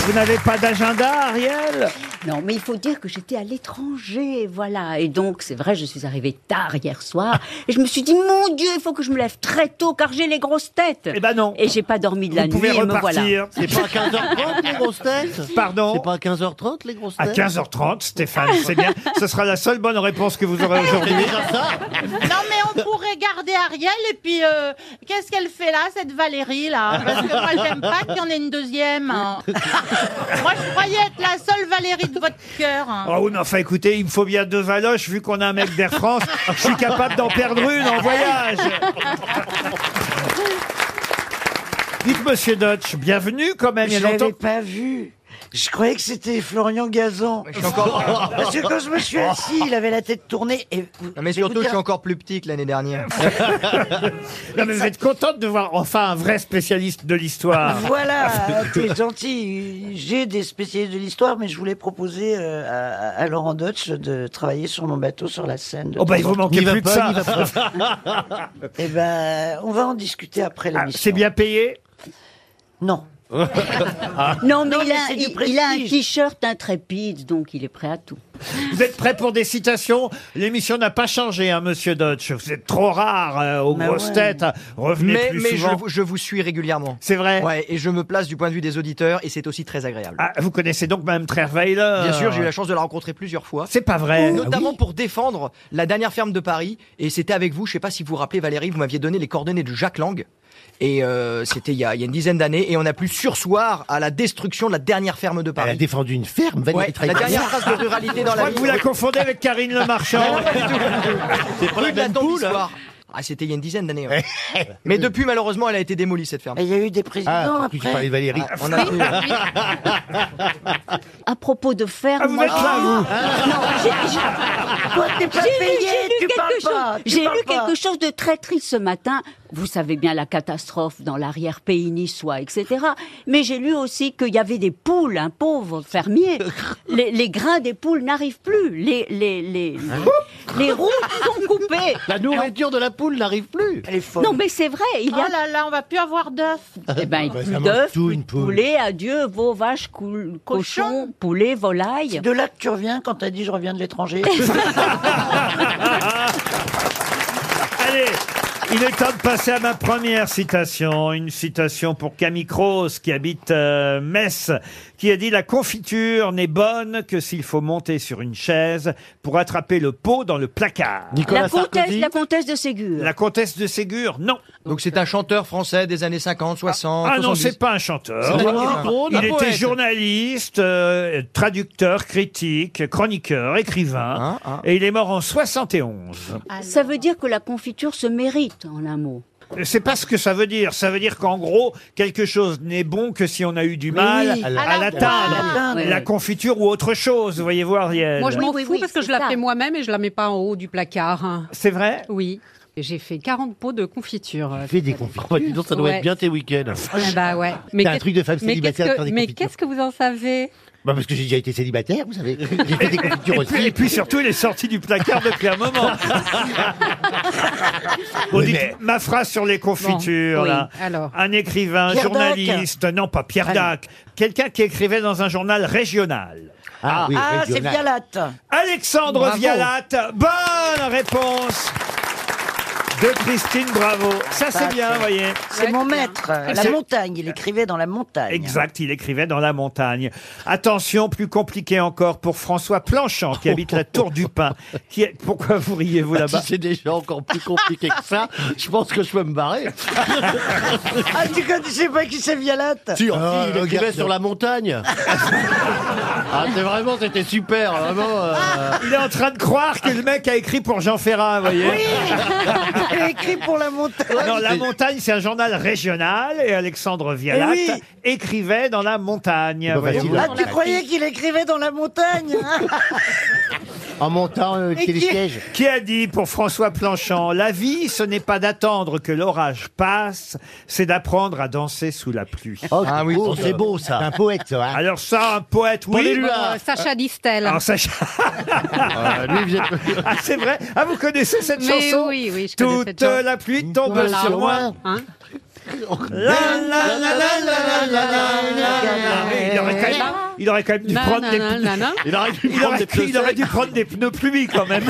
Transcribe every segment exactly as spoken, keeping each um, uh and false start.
Vous n'avez pas d'agenda, Ariel? Non, mais il faut dire que j'étais à l'étranger, voilà. Et donc, c'est vrai, je suis arrivée tard hier soir. Et je me suis dit, mon Dieu, il faut que je me lève très tôt, car j'ai les grosses têtes. Eh ben non. Et j'ai pas dormi de la Vous nuit, pouvez et me voilà. repartir. C'est pas à quinze heures trente les grosses têtes? Pardon? C'est pas à quinze heures trente les grosses À têtes? quinze heures trente, Stéphane, c'est bien. Ce sera la seule bonne réponse que vous aurez aujourd'hui. C'est déjà ça? Non, mais on pourrait garder Ariel et puis euh, qu'est-ce qu'elle fait là, cette Valérie là? Parce que moi j'aime pas qu'il y en ait une deuxième. Hein. Moi je croyais être la seule Valérie de votre cœur. Hein. Oh, mais enfin, écoutez, il me faut bien deux valoches, vu qu'on a un mec d'Air France, je suis capable d'en perdre une en voyage. Dites, monsieur Dutch, bienvenue quand même, il y a Je longtemps. l'avais pas vu. Je croyais que c'était Florian Gazan. Parce que quand je me suis assis, il avait la tête tournée. Et Non, mais surtout, je suis encore plus petit que l'année dernière. Non, mais vous êtes contente de voir enfin un vrai spécialiste de l'histoire. Voilà, t'es gentil. J'ai des spécialistes de l'histoire, mais je voulais proposer euh, à, à Laurent Dutch de travailler sur mon bateau sur la Seine. de Oh, bah, il temps vous en temps. manquait N'y va plus de pas, ça. n'y va pas. Eh ben, on va en discuter après Ah, l'émission. c'est bien payé? Non. Non, mais, Non, il, mais a, c'est du il, il a un prestige. t-shirt intrépide, donc il est prêt à tout. Vous êtes prêt pour des citations? L'émission n'a pas changé, hein, monsieur Dutch. Vous êtes trop rare euh, aux Bah grosses ouais. têtes. Revenez Mais, plus mais je, souvent. vous- je vous suis régulièrement. C'est vrai? Ouais, et je me place du point de vue des auditeurs et c'est aussi très agréable. Ah, vous connaissez donc Mme Trierweiler? Bien sûr, j'ai eu la chance de la rencontrer plusieurs fois. C'est pas vrai. Notamment pour défendre la dernière ferme de Paris. Et c'était avec vous, je sais pas si vous vous rappelez Valérie, vous m'aviez donné les coordonnées de Jacques Lang. Et euh, c'était il y, a, il y a une dizaine d'années. Et on a pu sursoir à la destruction de la dernière ferme de Elle a Paris. défendu une ferme, Valérie Ouais, la Trierweiler. dernière trace de ruralité dans Je la crois que vous la confondez avec Karine Le Marchand. C'est pas la Rue de la même Tombe poule, hein. d'Histoire. Ah, c'était il y a une dizaine d'années. ouais. Mais depuis, malheureusement, elle a été démolie, cette ferme. Et il y a eu des présidents Ah, tu après. parlais de Valérie. On a À propos de ferme, Ah, vous moi, êtes là, vous? Toi, t'es pas J'ai lu, payé, j'ai lu tu parles quelque chose. pas. tu J'ai parles lu pas. quelque chose de très triste ce matin. Vous savez bien la catastrophe dans l'arrière-pays niçois, et cetera. Mais j'ai lu aussi qu'il y avait des poules, un pauvre fermier. Les, les grains des poules n'arrivent plus. Les, les, les, les routes sont coupées. La nourriture de la poule n'arrive plus. Elle est folle. Non, mais c'est vrai, il y Oh a... là là, on va plus avoir d'œufs. Eh ben, Bah, plus ça mange d'œufs, tout, plus une de poule. poulet, adieu, veau, vache, coul- cochon, poulet, volaille. C'est de là que tu reviens quand t'as dit je reviens de l'étranger. Allez, il est temps de passer à ma première citation. Une citation pour Camille Croce, qui habite euh, Metz, qui a dit « La confiture n'est bonne que s'il faut monter sur une chaise pour attraper le pot dans le placard. Nicolas La comtesse, Sarkozy. la comtesse de Ségur. » La comtesse de Ségur, non. Donc c'est un chanteur français des années cinquante, soixante, Ah non, soixante-dix. c'est pas un chanteur. C'est un écrivain. Il Un était poète. journaliste, euh, traducteur, critique, chroniqueur, écrivain. Hein, hein. Et il est mort en soixante et onze. Ça veut dire que la confiture se mérite, en un mot. C'est pas ce que ça veut dire. Ça veut dire qu'en gros, quelque chose n'est bon que si on a eu du mal oui, à à la l'atteindre. l'atteindre. La confiture ou autre chose, voyez-vous, Ariel. Moi, je m'en Oui, oui, fous oui, parce que je c'est la ça. fais moi-même et je la mets pas en haut du placard. hein. C'est vrai? Oui. Et j'ai fait quarante pots de confiture. euh, Fais des confitures. Bah, dis donc, ça doit Ouais. être bien tes week-ends. Ah bah ouais. Mais C'est un qu'est- truc de femme mais célibataire qu'est-ce de faire des que- Mais confitures. qu'est-ce que vous en savez? Bah, parce que j'ai déjà été célibataire, vous savez. J'ai fait des confitures Et aussi. puis, et puis surtout, il est sorti du placard depuis un moment. Bon, Oui, dites mais- ma phrase sur les confitures, Bon, oui, là. alors. Un écrivain, Pierre journaliste, non pas Pierre Allez. Dac, quelqu'un qui écrivait dans un journal régional. Ah, oui, Ah, c'est régional. Vialatte. Alexandre Bravo. Vialatte, bonne réponse de Christine Bravo. Ça, c'est bien, vous voyez. C'est Ouais, mon c'est bien. maître. La C'est- montagne. Il écrivait dans la montagne. Exact, il écrivait dans la montagne. Attention, plus compliqué encore pour François Planchant, qui habite la Tour du Pin. Qui est... Pourquoi vous riez-vous là-bas? Si c'est déjà encore plus compliqué que ça, je pense que je peux me barrer. Ah, tu connaissais pas qui c'est Vialatte? Si, Ah, il écrivait sur la montagne. Ah, c'est vraiment, c'était super, vraiment. euh, Il est en train de croire que le mec a écrit pour Jean Ferrat, vous voyez. Il a écrit pour la montagne. Non, La Montagne, c'est un journal régional et Alexandre Vialatte Eh oui. écrivait dans la montagne. Bah, voyez-vous. facile. Ah, tu croyais qu'il écrivait dans la montagne? En montant euh, le Et qui- télésiège. Qui a dit pour François Planchant, la vie, ce n'est pas d'attendre que l'orage passe, c'est d'apprendre à danser sous la pluie. Oh, Ah oui, beau, c'est c'est beau ça. C'est un poète ça. Hein. Alors ça, un poète, oui. Prenez-lui Euh, un- Sacha Distel. Alors, Sacha- Euh, lui, vous êtes- Ah, c'est vrai. Ah, vous connaissez cette Mais chanson? oui, oui, je connais cette Toute chanson. la pluie tombe Voilà. sur moi. Hein La, la, la, la, la, la, la, la, la, la. Oui, il aurait quand même il aurait quand même dû prendre des pneus. Nanana. Il aurait dû Il prendre aurait, des pneus il aurait secs. dû prendre des pneus pluie quand même.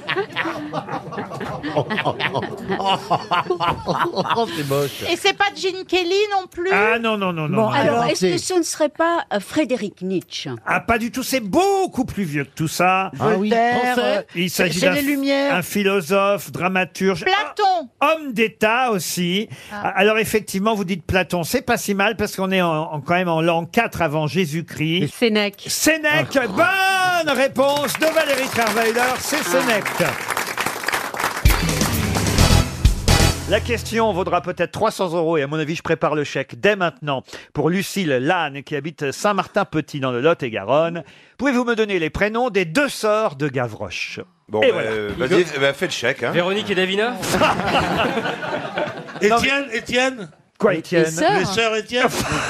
Oh, c'est moche. Et c'est pas Gene Kelly non plus. Ah non, non, non, non. Bon, non. alors, alors, est-ce c'est- que ce ne serait pas euh, Frédéric Nietzsche? Ah, pas du tout, c'est beaucoup plus vieux que tout ça. Ah oui, Voltaire, français. euh, Il c'est s'agit c'est d'un les Lumières. un philosophe, dramaturge, Platon. ah, homme d'État aussi. Alors effectivement, vous dites Platon, c'est pas si mal parce qu'on est en, en- quand même en l'an quatre avant Jésus-Christ. Sénèque. Sénèque, bonne réponse de Valérie Trierweiler, c'est Sénèque. La question vaudra peut-être trois cents euros et à mon avis, je prépare le chèque dès maintenant pour Lucille Lannes qui habite Saint-Martin-Petit dans le Lot-et-Garonne. Pouvez-vous me donner les prénoms des deux sœurs de Gavroche? Bon, Et bah, voilà. euh, vas-y, bah, fais le chèque. Hein. Véronique et Davina. Étienne, Étienne Quoi, Étienne? sœurs. Les sœurs Étienne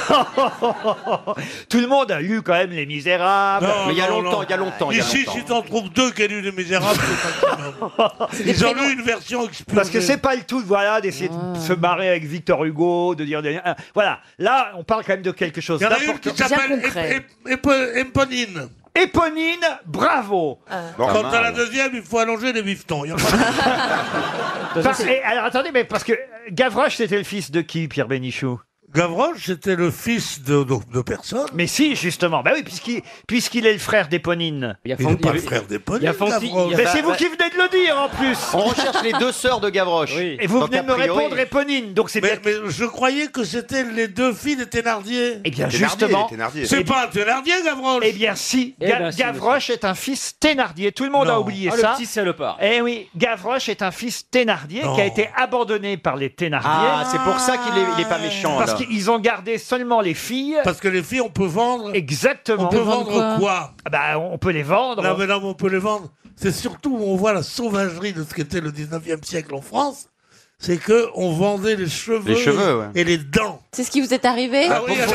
Tout le monde a lu quand même Les Misérables. Non, Mais il y a non, longtemps, non. il y a longtemps, il y a Ici, longtemps. si t'en trouves deux qui ont lu Les Misérables, c'est pas si mal. Ils ont lu une version explosée. Parce que c'est pas le tout, voilà, d'essayer de se marrer avec Victor Hugo, de dire des... euh, Voilà, là, on parle quand même de quelque chose Il y en a une d'important. qui s'appelle concret. Ép- Ép- Ép- Éponine. Éponine, bravo. Bon, Quant pas à la mal. deuxième, il faut allonger les bifetons. Il y a pas de- Parce- et alors attendez, mais parce que Gavroche, c'était le fils de qui, Pierre Bénichou? Gavroche, c'était le fils de, de, de personne. Mais si, justement, bah oui, puisqu'il puisqu'il est le frère d'Éponine. Il y a Il n'est Fanti- pas il y le avait- frère il d'Éponine. y a Fanti- Gavroche. il y a- Mais bah, c'est vous bah- qui venez de le dire en plus. On recherche les deux sœurs de Gavroche. Oui. Et vous Donc, venez a de me priori- répondre Éponine, donc c'est bien. Mais, mais je croyais que c'était les deux filles de Thénardier. Eh bien, Thénardier, justement. Thénardier. C'est pas un Thénardier, Gavroche. Eh bien, si, Eh Ga- ben, si, Gavroche est un fils Thénardier. Tout le monde a Non. oublié Ah, ça. le petit salopard. Eh oui, Gavroche est un fils Thénardier Non. qui a été abandonné par les Thénardier. Ah, c'est pour ça qu'il est, il est pas méchant. Parce alors. qu'ils ont gardé seulement les filles. Parce que les filles, on peut vendre. Exactement. On peut vendre vendre quoi quoi Ah bah, on peut les vendre. Non, mais non, mais on peut les vendre. C'est surtout où on voit la sauvagerie de ce qu'était le dix-neuvième siècle en France. C'est que on vendait les cheveux, Les cheveux, ouais. et les dents. C'est ce qui vous est arrivé Ah oui, alors,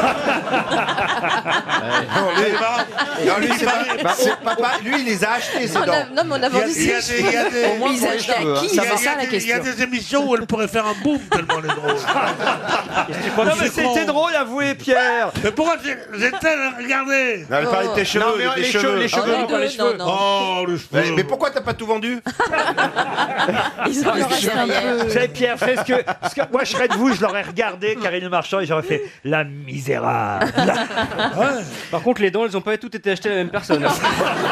Non, lui, non, lui, c'est pas- paraît- bah, c'est papa, lui, il les a achetés, ses On a- dents. Non, mais on a Il y a- vendu il y a ses des- il y a des- cheveux. au moins Ils pour les achetaient à cheveux, hein. qui Il y a- C'est il y ça a la des- il y a question. des émissions où elle pourrait faire un boom tellement elle est drôle. Non, mais c'était drôle, avouez, Pierre. Mais pourquoi j'ai- j'ai-elle regardé Non, elle parlait de tes cheveux, Non, mais de tes les cheveux, les Oh, cheveux. les non, pas les deux, cheveux. non, non. Oh, le Mais, cheveu. mais pourquoi t'as pas tout vendu? Ils ont resté un peu. Vous savez, Pierre, fait ce que, ce que- moi, je serais de vous, je l'aurais regardé, Karine Le Marchand, et j'aurais fait la misérable. Ouais. Par contre, les dents, elles ont pas toutes été achetées à la même personne. hein.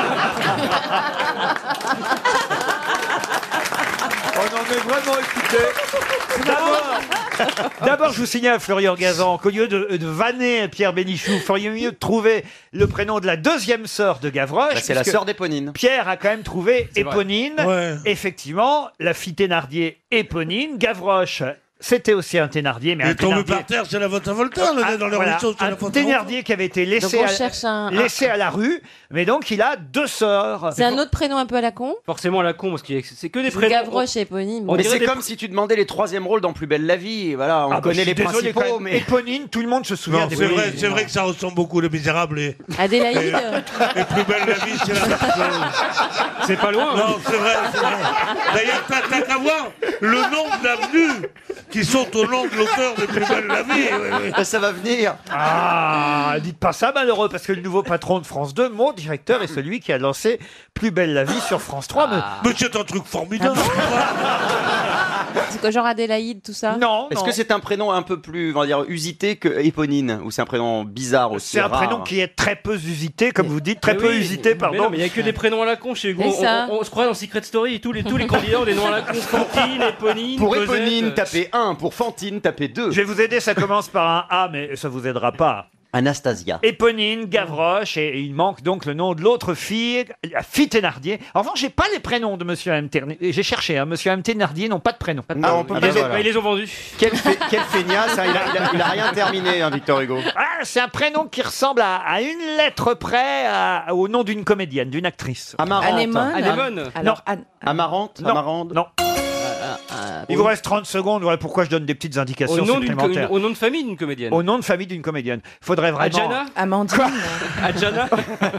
Oh non, mais vraiment, écoutez. D'abord, d'abord, je vous signale à Florian Gazan qu'au lieu de, de vanner Pierre Bénichou, vous feriez mieux de trouver le prénom de la deuxième sœur de Gavroche. Bah, c'est la puisque sœur d'Éponine. Pierre a quand même trouvé C'est vrai. Éponine. Ouais. Effectivement, la fille Thénardier, Éponine. Gavroche, c'était aussi un Thénardier, mais Il un est tombé Thénardier. par terre, c'est la faute à Voltaire, le Ah, nez dans les voilà, ruisseaux, c'est un la faute à Thénardier qui avait été laissé, Donc on à, cherche un- laissé à la rue, mais donc il a deux sœurs. C'est un autre prénom un peu à la con. Forcément, la con, parce que c'est que des prénoms. Gavroche et éponyme. On Mais dirait c'est des- comme si tu demandais les troisièmes rôles dans Plus belle la vie. Voilà, on Ah bah, je connaît suis les désolé, quand principaux, même. mais Éponine, tout le monde se souvient Non, des c'est vrai, c'est vrai que ça ressemble beaucoup les Misérables et, Adélaïde. et plus belle la vie, c'est la même chose. C'est pas loin. hein. Non, c'est vrai, c'est vrai. D'ailleurs, t'as t'as qu'à voir le nombre d'avenues qui sont au nom de l'auteur de Plus belle la vie. oui, oui. ça va venir. Ah, dites pas ça malheureux, parce que le nouveau patron de France deux, mon directeur, est celui qui a lancé Plus belle la vie sur France trois. mais- Mais c'est un truc formidable. C'est quoi, genre Adélaïde, tout ça? Non, Est-ce non. que c'est un prénom un peu plus, on va dire, usité que Éponine, ou c'est un prénom bizarre aussi? C'est un rare prénom qui est très peu usité, comme vous dites, très Mais peu oui, usité, Mais pardon. non, mais il y a que des prénoms à la con chez Hugo. Et On, ça on- on se croit dans Secret Story. Tous les, tous les candidats ont des noms à la con. Fantine, Éponine, Pour Cosette. Éponine, tapez un. Pour Fantine, tapez deux. Je vais vous aider, ça commence par un A, mais ça vous aidera pas. Anastasia. Éponine, Gavroche, et il manque donc le nom de l'autre fille, la fille Thénardier. En revanche, j'ai pas les prénoms de Monsieur M. Thénardier. J'ai cherché, hein, Monsieur M. Thénardier n'ont pas de prénom. Non, on peut Ils pas. les ont- voilà. bah, ils les ont vendus. Quel, fait, quel feignasse, hein, il, a, il, a, il a rien terminé, hein, Victor Hugo. Ah, c'est un prénom qui ressemble à, à une lettre près à- au nom d'une comédienne, d'une actrice. Amarante. Anémone. Anémone. Alors, An- Amarante. Non, Amarante. non. un- Il vous reste trente secondes. Voilà pourquoi je donne des petites indications Au nom, d'une co- supplémentaires. au nom de famille d'une comédienne. Au nom de famille d'une comédienne. Faudrait vraiment... Adjana Amandine. Adjana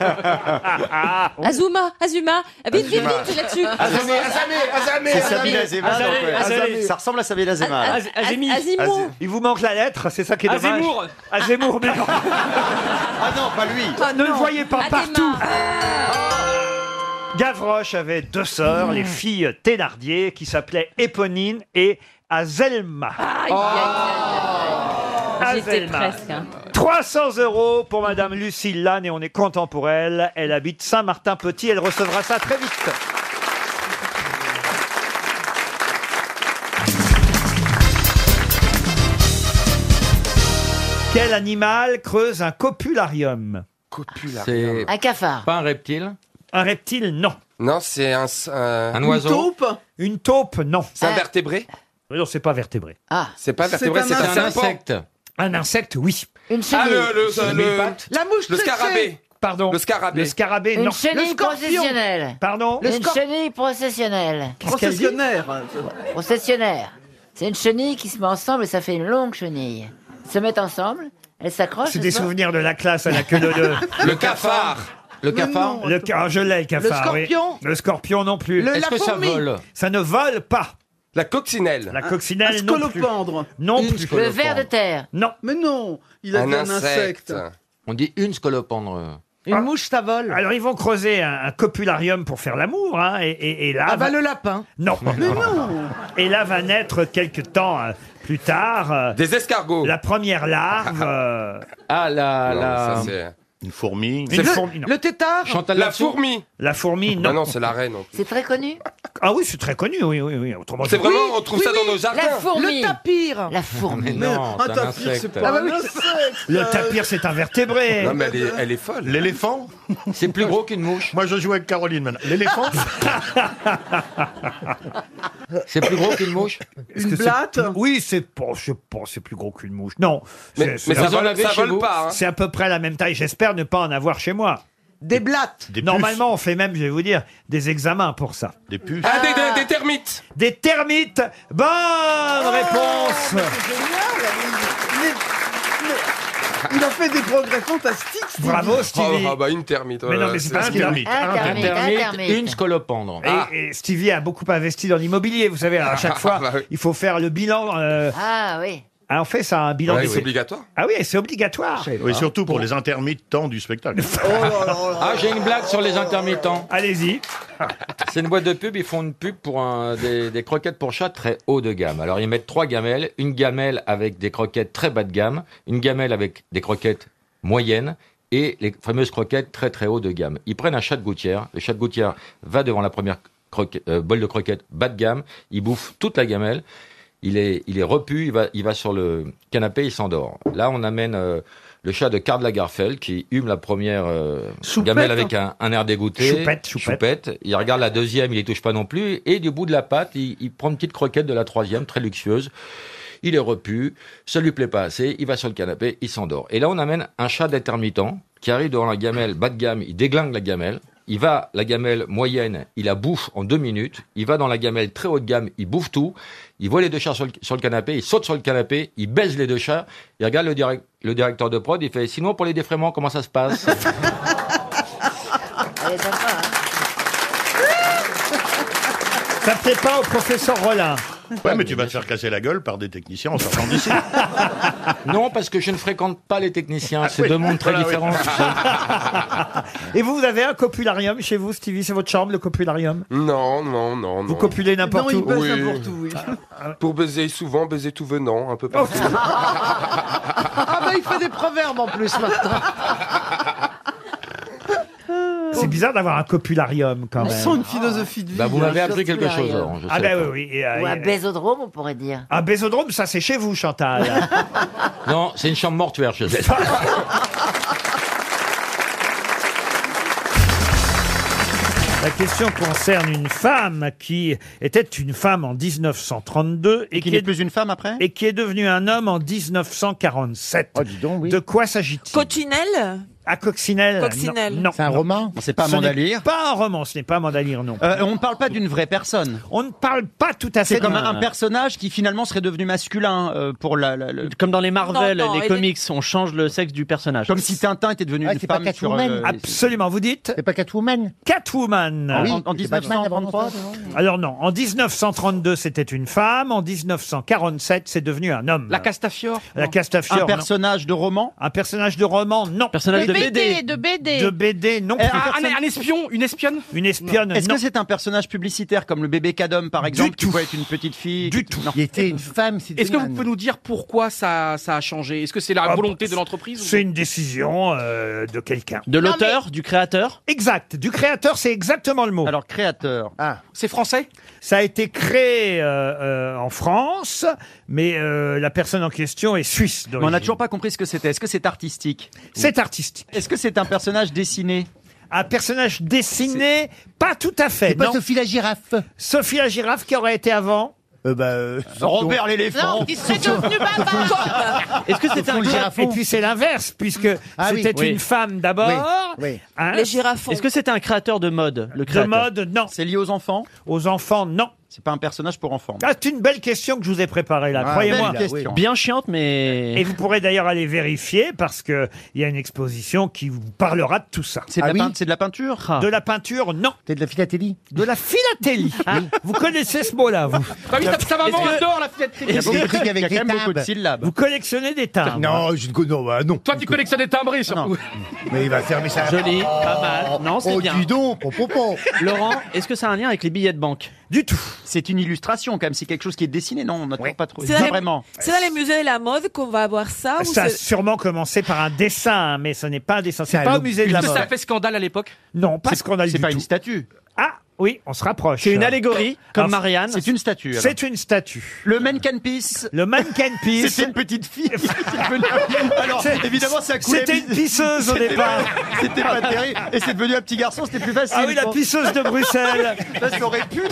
Azuma, Azuma. Vite, vite, vite, là-dessus. Azamé, Azamé, Azamé, C'est Sabine Azamé. Azema. Azalé, donc, ouais. Azalé. Ça ressemble à Sabine Azema. Az- ouais. Az- Azémi. Az- Azimo. Il vous manque la lettre, c'est ça qui est dommage. Azémour. Azémour, mais non. Ah non, pas lui. Oh, Ne le non. voyez pas Adema. partout. Gavroche avait deux sœurs, les filles Thénardier, qui s'appelaient Éponine et Azelma. Aïe, aïe, aïe, aïe. J'étais Azelma. presque. hein. trois cents euros pour Madame Lucille Lannes et on est content pour elle. Elle habite Saint-Martin-Petit. Elle recevra ça très vite. Quel animal creuse un copularium? Copularium. Un cafard. Pas un reptile. Un reptile, non. Non, c'est un, un, Un oiseau. Une taupe, non. c'est un Ah. vertébré. Non, c'est pas vertébré. Ah, C'est pas vertébré, c'est un, C'est un serpent. insecte. Un insecte, oui. une Ah, chenille. le, le, le, La mouche le scarabée. Pardon. Le scarabée. Le scarabée, Une non. chenille processionnelle. Pardon. Une chenille processionnelle. Qu'est-ce qu'elle dit Processionnaire. C'est une chenille qui se met ensemble et ça fait une longue chenille. Ils se mettent ensemble, elles s'accrochent. C'est elles des se- souvenirs de la classe à la queue de deux. Le cafard. Le cafard. Le ca- ah, je l'ai, le cafard. oui. scorpion Le scorpion non plus. Le- Est-ce la que ça fourmi. vole? Ça ne vole pas. La coccinelle. La Un coccinelle non plus. scolopendre. Non Une plus. Le ver de terre. Non. Mais non, il a Un dit un insecte. insecte. On dit une scolopendre. Une Ah. mouche, ça vole. Alors ils vont creuser un, un copularium pour faire l'amour, hein, et, et- et là, Ah bah va- le lapin. non. Mais non. Et là va naître quelque temps euh, plus tard euh, Des escargots. la première larve. euh, Ah, la. Non, la... ça, c'est- Une fourmi. une fourmi, non. Le tétard. Chantal La Latsou. fourmi. La fourmi, Non, non. non, c'est la reine. en plus. C'est très connu. Ah oui, c'est très connu, oui, oui, oui. Autrement, C'est je- vraiment, on trouve oui, ça oui. dans nos jardins. La fourmi. Le tapir. La fourmi. Mais non, un c'est un tapir, c'est insecte. pas Ah bah un oui. insecte. Le tapir, c'est un vertébré. Non, mais elle est, elle est folle. L'éléphant. C'est plus gros qu'une mouche. Moi, je joue avec Caroline maintenant. L'éléphant. C'est plus gros qu'une mouche. Est-ce Une que c'est- blatte. Oui, c'est bon, je pense c'est plus gros qu'une mouche. Non, Mais, c'est mais c'est- ça Vous en vole, avez ça chez vole vous pas. Hein. c'est à peu près la même taille. J'espère ne pas en avoir chez moi. Des blattes. Des puces. Normalement, on fait même, je vais vous dire, des examens pour ça. Des puces. Ah, des, des, des termites. Des termites. Bonne réponse. Il a fait des progrès fantastiques. Stevie. Bravo, Oh, Stevie. ah bah une termite. Mais non, voilà, mais c'est c'est- parce qu'il a- termite. Un termite, un Termite, termite. une scolopendre. Et, et Stevie a beaucoup investi dans l'immobilier, vous savez. À chaque fois, bah oui. il faut faire le bilan. euh, Ah oui. ah, on fait ça, un bilan. Ouais, des- c'est obligatoire. Ah oui, c'est obligatoire. Oui, surtout pour les intermittents du spectacle. Ah, j'ai une blague sur les intermittents. Allez-y. C'est une boîte de pub, ils font une pub pour un- des, des croquettes pour chat très haut de gamme. Alors ils mettent trois gamelles, une gamelle avec des croquettes très bas de gamme, une gamelle avec des croquettes moyennes et les fameuses croquettes très très haut de gamme. Ils prennent un chat de gouttière, le chat de gouttière va devant la première croquette, euh, bol de croquettes bas de gamme, il bouffe toute la gamelle, il est, il est repu, il va, il va sur le canapé, il s'endort. Là on amène euh, le chat de Karl Lagerfeld qui hume la première euh, Choupette. gamelle avec un, un air dégoûté. Choupette, choupette. Il regarde la deuxième, il y touche pas non plus. Et du bout de la patte, il, il prend une petite croquette de la troisième, très luxueuse. Il est repu, ça lui plaît pas assez, il va sur le canapé, il s'endort. Et là, on amène un chat d'intermittent qui arrive devant la gamelle bas de gamme, il déglingue la gamelle. Il va, la gamelle moyenne, il la bouffe en deux minutes. Il va dans la gamelle très haut de gamme, il bouffe tout. Il voit les deux chats sur le, sur le canapé, il saute sur le canapé, il baise les deux chats. Il regarde le, direct, le directeur de prod, il fait « Sinon, pour les défraiements, comment ça se passe ?» Elle est sympa, hein. Ça plaît pas au professeur Rollin. Ouais, mais tu vas te faire casser la gueule par des techniciens en sortant d'ici. Non, parce que je ne fréquente pas les techniciens. C'est oui. deux mondes très Voilà, oui. différents. tu sais. Et vous, vous avez un copularium chez vous, Stevie? C'est votre chambre, le copularium? Non, non, non, non. Vous copulez n'importe Non, il où? baisse Oui. n'importe où, oui. Pour baiser souvent, baiser tout venant, un peu partout. Ah bah il fait des proverbes en plus maintenant. C'est bizarre d'avoir un copularium quand On même. sent une philosophie de vie. Bah, vous m'avez appris quelque Surtout chose, rien. Laurent, je Ah sais ben pas. oui, oui. Et, euh, Ou un et- bésodrome, on pourrait dire. un bésodrome, ça c'est chez vous, Chantal. Non, c'est une chambre mortuaire chez elle. La question concerne une femme qui était une femme en dix-neuf cent trente-deux et qui, Qui n'est est, plus une femme après et qui est devenue un homme en dix-neuf cent quarante-sept. Oh, dis donc, oui. De quoi s'agit-il? Coccinelle. À Coccinelle. Coccinelle. Non. non, C'est un non. roman. C'est pas Ce n'est Mandalire. Pas un roman, ce n'est pas Mandalire, non. Euh, on ne parle pas d'une vraie personne. On ne parle pas tout à fait. C'est comme d'un- un, un personnage qui finalement serait devenu masculin euh, pour la, la- le- Comme dans les Marvel, Non, non, les elle comics, on change le sexe du personnage. comme si Tintin était devenu Ah, une c'est pas femme sur Catwoman. euh, Absolument, vous dites C'est pas Catwoman. Catwoman. en, oui, en- en c'est Batman dix-neuf cent trente-trois. avant ça, Alors non, en dix-neuf cent trente-deux, c'était une femme. En dix-neuf cent quarante-sept, c'est devenu un homme. La Castafiore. La Non. Castafiore. Un non. personnage de roman. Un personnage de roman, non. Personnage De de B D, B D. de B D. De B D, non. Eh, plus. un, un espion, une espionne. Une espionne, Est-ce non. que c'est un personnage publicitaire comme le bébé Cadom par exemple, qui tout. peut être une petite fille Du qui- tout. Non. Il était une femme, c'était Est-ce que vous une- pouvez nous dire pourquoi ça, ça a changé? Est-ce que c'est la Ah, volonté de l'entreprise ou- C'est une décision euh, de quelqu'un. De Non, l'auteur, du créateur. Exact. Du créateur, c'est exactement le mot. Alors créateur. Ah, C'est français? Ça a été créé euh, euh, en France, mais euh, la personne en question est suisse Mais on d'origine. n'a toujours pas compris ce que c'était. Est-ce que c'est artistique? C'est artistique. Est-ce que c'est un personnage dessiné? Un personnage dessiné, pas tout à fait. c'est pas non. Sophie la girafe. Sophie la girafe qui aurait été avant. Euh, bah, euh, Robert l'éléphant. Non, qui serait devenu baba. Est-ce que c'est un le Et girafon. puis c'est l'inverse, puisque Ah oui. c'était Oui. une femme d'abord. Oui, oui. Hein. Les girafons. Est-ce que c'est un créateur de mode, le De créateur mode, non. C'est lié aux enfants? Aux enfants, non. C'est pas un personnage pour enfants. Ah, c'est une belle question que je vous ai préparée là, Ah, croyez-moi. belle question. Bien chiante, mais. Et vous pourrez d'ailleurs aller vérifier parce que il y a une exposition qui vous parlera de tout ça. C'est de, Ah la oui peint- c'est de la peinture? Ah. De la peinture, non. T'es de la philatélie. De la philatélie. Vous connaissez ce mot-là, vous Bah oui, sa, sa maman Est-ce que- adore la fête. Il y a beaucoup de trucs Il y avec a quand des même beaucoup de timbres. syllabes. Vous collectionnez des timbres. Non, je ne connais non, bah, non. Toi, tu collectionnes des timbrés surtout. Mais il va fermer ça. Joli, pas mal. Non, c'est Oh, bien. dis donc, pom, pom, pom. Laurent, est-ce que ça a un lien avec les billets de banque? Du tout. C'est une illustration quand même, c'est quelque chose qui est dessiné, non? On n'a toujours pas trouvé. C'est dans Pas les- vraiment. C'est dans les musées de la mode qu'on va avoir ça ou Ça a c'est- sûrement commencé par un dessin, hein, mais ce n'est pas un dessin. C'est C'est pas un au musée de la Est-ce que ça a mode. fait scandale à l'époque? Non, pas C'est- scandale C'est du pas tout. une statue. Ah, oui, on se rapproche. C'est une allégorie, comme Ah, Marianne. C'est une statue. alors. C'est une statue. Le mannequin piece. Le mannequin piece. C'était une petite fille. C'est devenu- Alors, C'est- évidemment, ça coulait. C'était une pisseuse au C'était départ. pas- C'était pas terrible. Et c'est devenu un petit garçon, c'était plus facile. Ah oui, la Bon. pisseuse de Bruxelles. Là, ça aurait pu.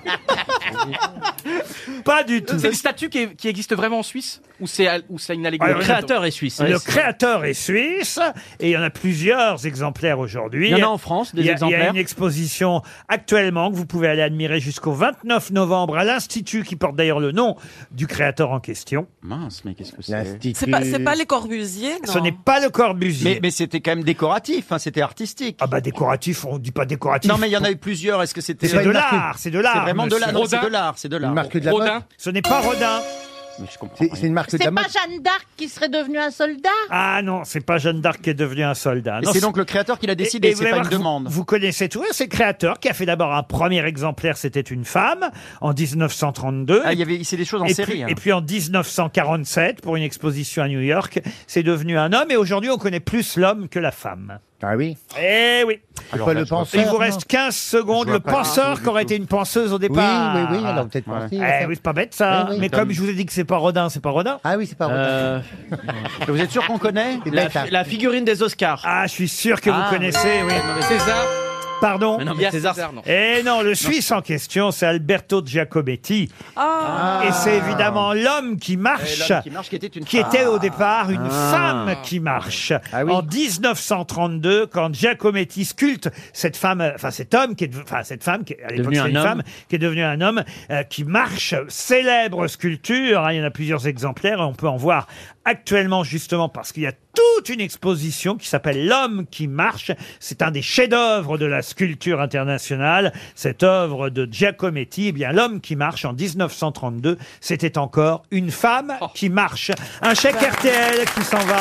Pas du tout. C'est une statue qui, est- qui existe vraiment en Suisse? Ou c'est ou c'est une allégorie? Alors, Le créateur est suisse. Le créateur est suisse et il y en a plusieurs exemplaires aujourd'hui. Il y en a en France, des Il y a- Il y a exemplaires. une exposition actuellement que vous pouvez aller admirer jusqu'au vingt-neuf novembre à l'Institut qui porte d'ailleurs le nom du créateur en question. Mince, mais qu'est-ce que c'est? L'Institut. C'est pas, c'est pas les Corbusier, non? Ce n'est pas le Corbusier. Mais, mais c'était quand même décoratif, hein, c'était artistique. Ah bah décoratif, on dit pas décoratif. Non, mais il y en a eu plusieurs. Est-ce que c'était. C'est de l'art, c'est de l'art. C'est vraiment de l'art. monsieur. Non, c'est de Rodin. l'art, c'est de Une l'art. marque de la mode. Rodin. Ce n'est pas Rodin. Mais je comprends. C'est rien. c'est une marque de la C'est mode. pas Jeanne d'Arc qui serait devenue un soldat? Ah non, c'est pas Jeanne d'Arc qui est devenue un soldat. Et Non, c'est donc le créateur qui l'a Et- décidé, et vous c'est allez pas voir une que vous- demande. Vous connaissez tout, c'est le créateur qui a fait d'abord un premier exemplaire, c'était une femme, en dix-neuf cent trente-deux. Ah, il y avait, c'est des choses en et, série. puis, hein. et puis en dix-neuf cent quarante-sept, pour une exposition à New York, c'est devenu un homme. Et aujourd'hui, on connaît plus l'homme que la femme. Ah oui. Eh oui. C'est pas le Et penseur. il vous non reste quinze secondes. Je vois Le pas penseur du qui aurait tout. été une penseuse au Oui, départ. oui, oui. Alors peut-être Ouais. penser. Eh oui, c'est pas bête ça. Oui, oui. Mais comme je vous ai dit que c'est pas Rodin, c'est pas Rodin. Ah oui, c'est pas Rodin. Euh, Vous êtes sûr qu'on connaît? C'est la, bête, hein. la figurine des Oscars. Ah, je suis sûr que Ah, vous connaissez, oui. César. Pardon. Mais non, Il y a mais César, César, non. Eh non, le Suisse en question, c'est Alberto Giacometti. Ah. Et c'est évidemment l'homme qui marche. Et l'homme qui marche, qui était une Qui femme. était au départ une Ah. femme qui marche. Ah oui. En dix-neuf cent trente-deux, quand Giacometti sculpte cette femme, euh, enfin cet homme qui est, dev- enfin cette femme qui à l'époque Devenu c'était un une homme. femme, qui est devenue un homme, euh, qui marche, célèbre sculpture. Hein, il y en a plusieurs exemplaires et on peut en voir actuellement justement parce qu'il y a toute une exposition qui s'appelle L'homme qui marche. C'est un des chefs-d'œuvre de la sculpture internationale. Cette œuvre de Giacometti, eh bien L'homme qui marche en dix-neuf cent trente-deux, c'était encore une femme qui marche. Un chèque R T L qui s'en va.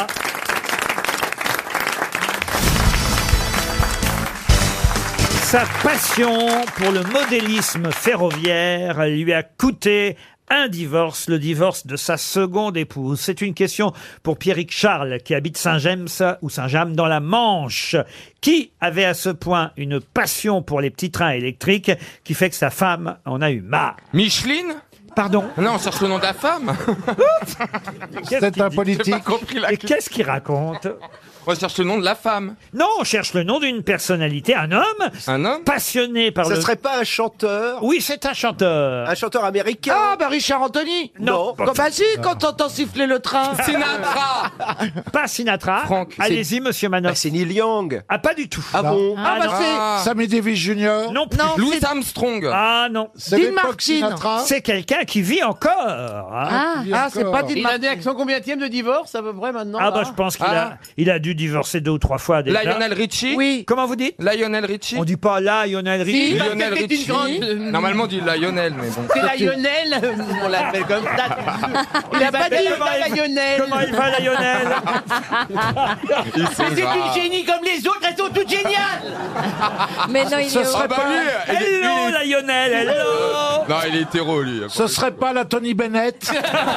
Sa passion pour le modélisme ferroviaire lui a coûté un divorce, le divorce de sa seconde épouse. C'est une question pour Pierrick Charles, qui habite Saint-James ou Saint-James dans la Manche, qui avait à ce point une passion pour les petits trains électriques qui fait que sa femme en a eu marre. Micheline? Pardon? Non, on cherche le nom de la femme. C'est un politique. J'ai pas compris la Et qu'est-ce qu'il raconte? On cherche le nom de la femme. Non, on cherche le nom d'une personnalité, un homme. Un homme passionné par Ça le... serait pas un chanteur? Oui, c'est un chanteur. Un chanteur américain? Ah, bah Richard Anthony. Non. Comme, bah si, quand t'entends siffler le train. Sinatra. Pas Sinatra. Franck, c'est- Allez-y, monsieur Manoff. Bah, c'est Neil Young. Ah, pas du tout. Ah bon? Ah, bah non. c'est... Sammy Davis Junior. Non plus. Non, Louis c'est- Armstrong. Ah non. C'est Dean l'époque Martin. Sinatra. C'est quelqu'un qui vit encore. hein. Ah, Ah, c'est pas Dean Il a Martin. des son combienième de divorce à peu près maintenant? Ah bah là je pense qu'il Ah. a, il a dû divorcer deux ou trois fois déjà. Lionel Richie. Oui. Comment vous dites? Lionel Richie. On dit pas Lionel Richie. Si, parce Lionel que c'est une Richie. grande- Normalement, on dit Lionel, mais bon. C'est Lionel, euh, on l'appelle comme ça. Il a pas dit Comment il- Lionel. Comment il va Lionel? Ils sont Mais c'est graves. une génie comme les autres, elles sont toutes géniales. mais non, il Ce est serait Ah bah pas- lui, il est- Hello il est- Lionel, hello. Non, il est hétéro, lui. Ce serait pas la Tony Bennett.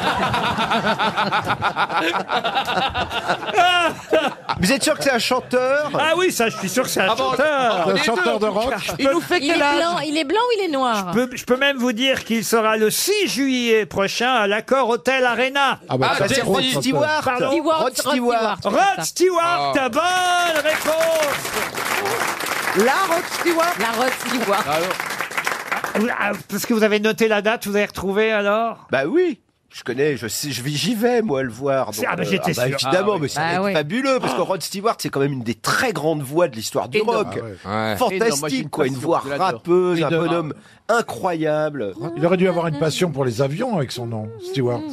Vous êtes sûr que c'est un chanteur? Ah oui, ça je suis sûr que c'est un Ah bon, chanteur. Un chanteur de rock. Il nous fait Il est quel âge? blanc, il est blanc ou il est noir? Je peux, je peux même vous dire qu'il sera le six juillet prochain à l'Accor Hotel Arena. Ah bah, Ah, ça, c'est c'est Rod Jesse. Stewart. Pardon? Stewart, Rod Rod Stewart. Stewart. Rod Stewart, Ah. bonne réponse. La Rod Stewart. La Rod Stewart. Vous- ah, Parce que vous avez noté la date, vous avez retrouvé alors? Bah oui. Je connais, je sais, je vais- j'y vais moi le voir. Ah bah, j'étais sûr. Évidemment, Ah, oui. mais ça Bah, va être oui. fabuleux parce que Rod Stewart c'est quand même une des très grandes voix de l'histoire du Énorme. rock. Ah ouais. Ouais. Énorme, moi, j'ai Fantastique une quoi, une passion, voix je l'adore. rappeuse, un Leader. bonhomme incroyable. Il aurait dû avoir une passion pour les avions avec son nom, Stewart.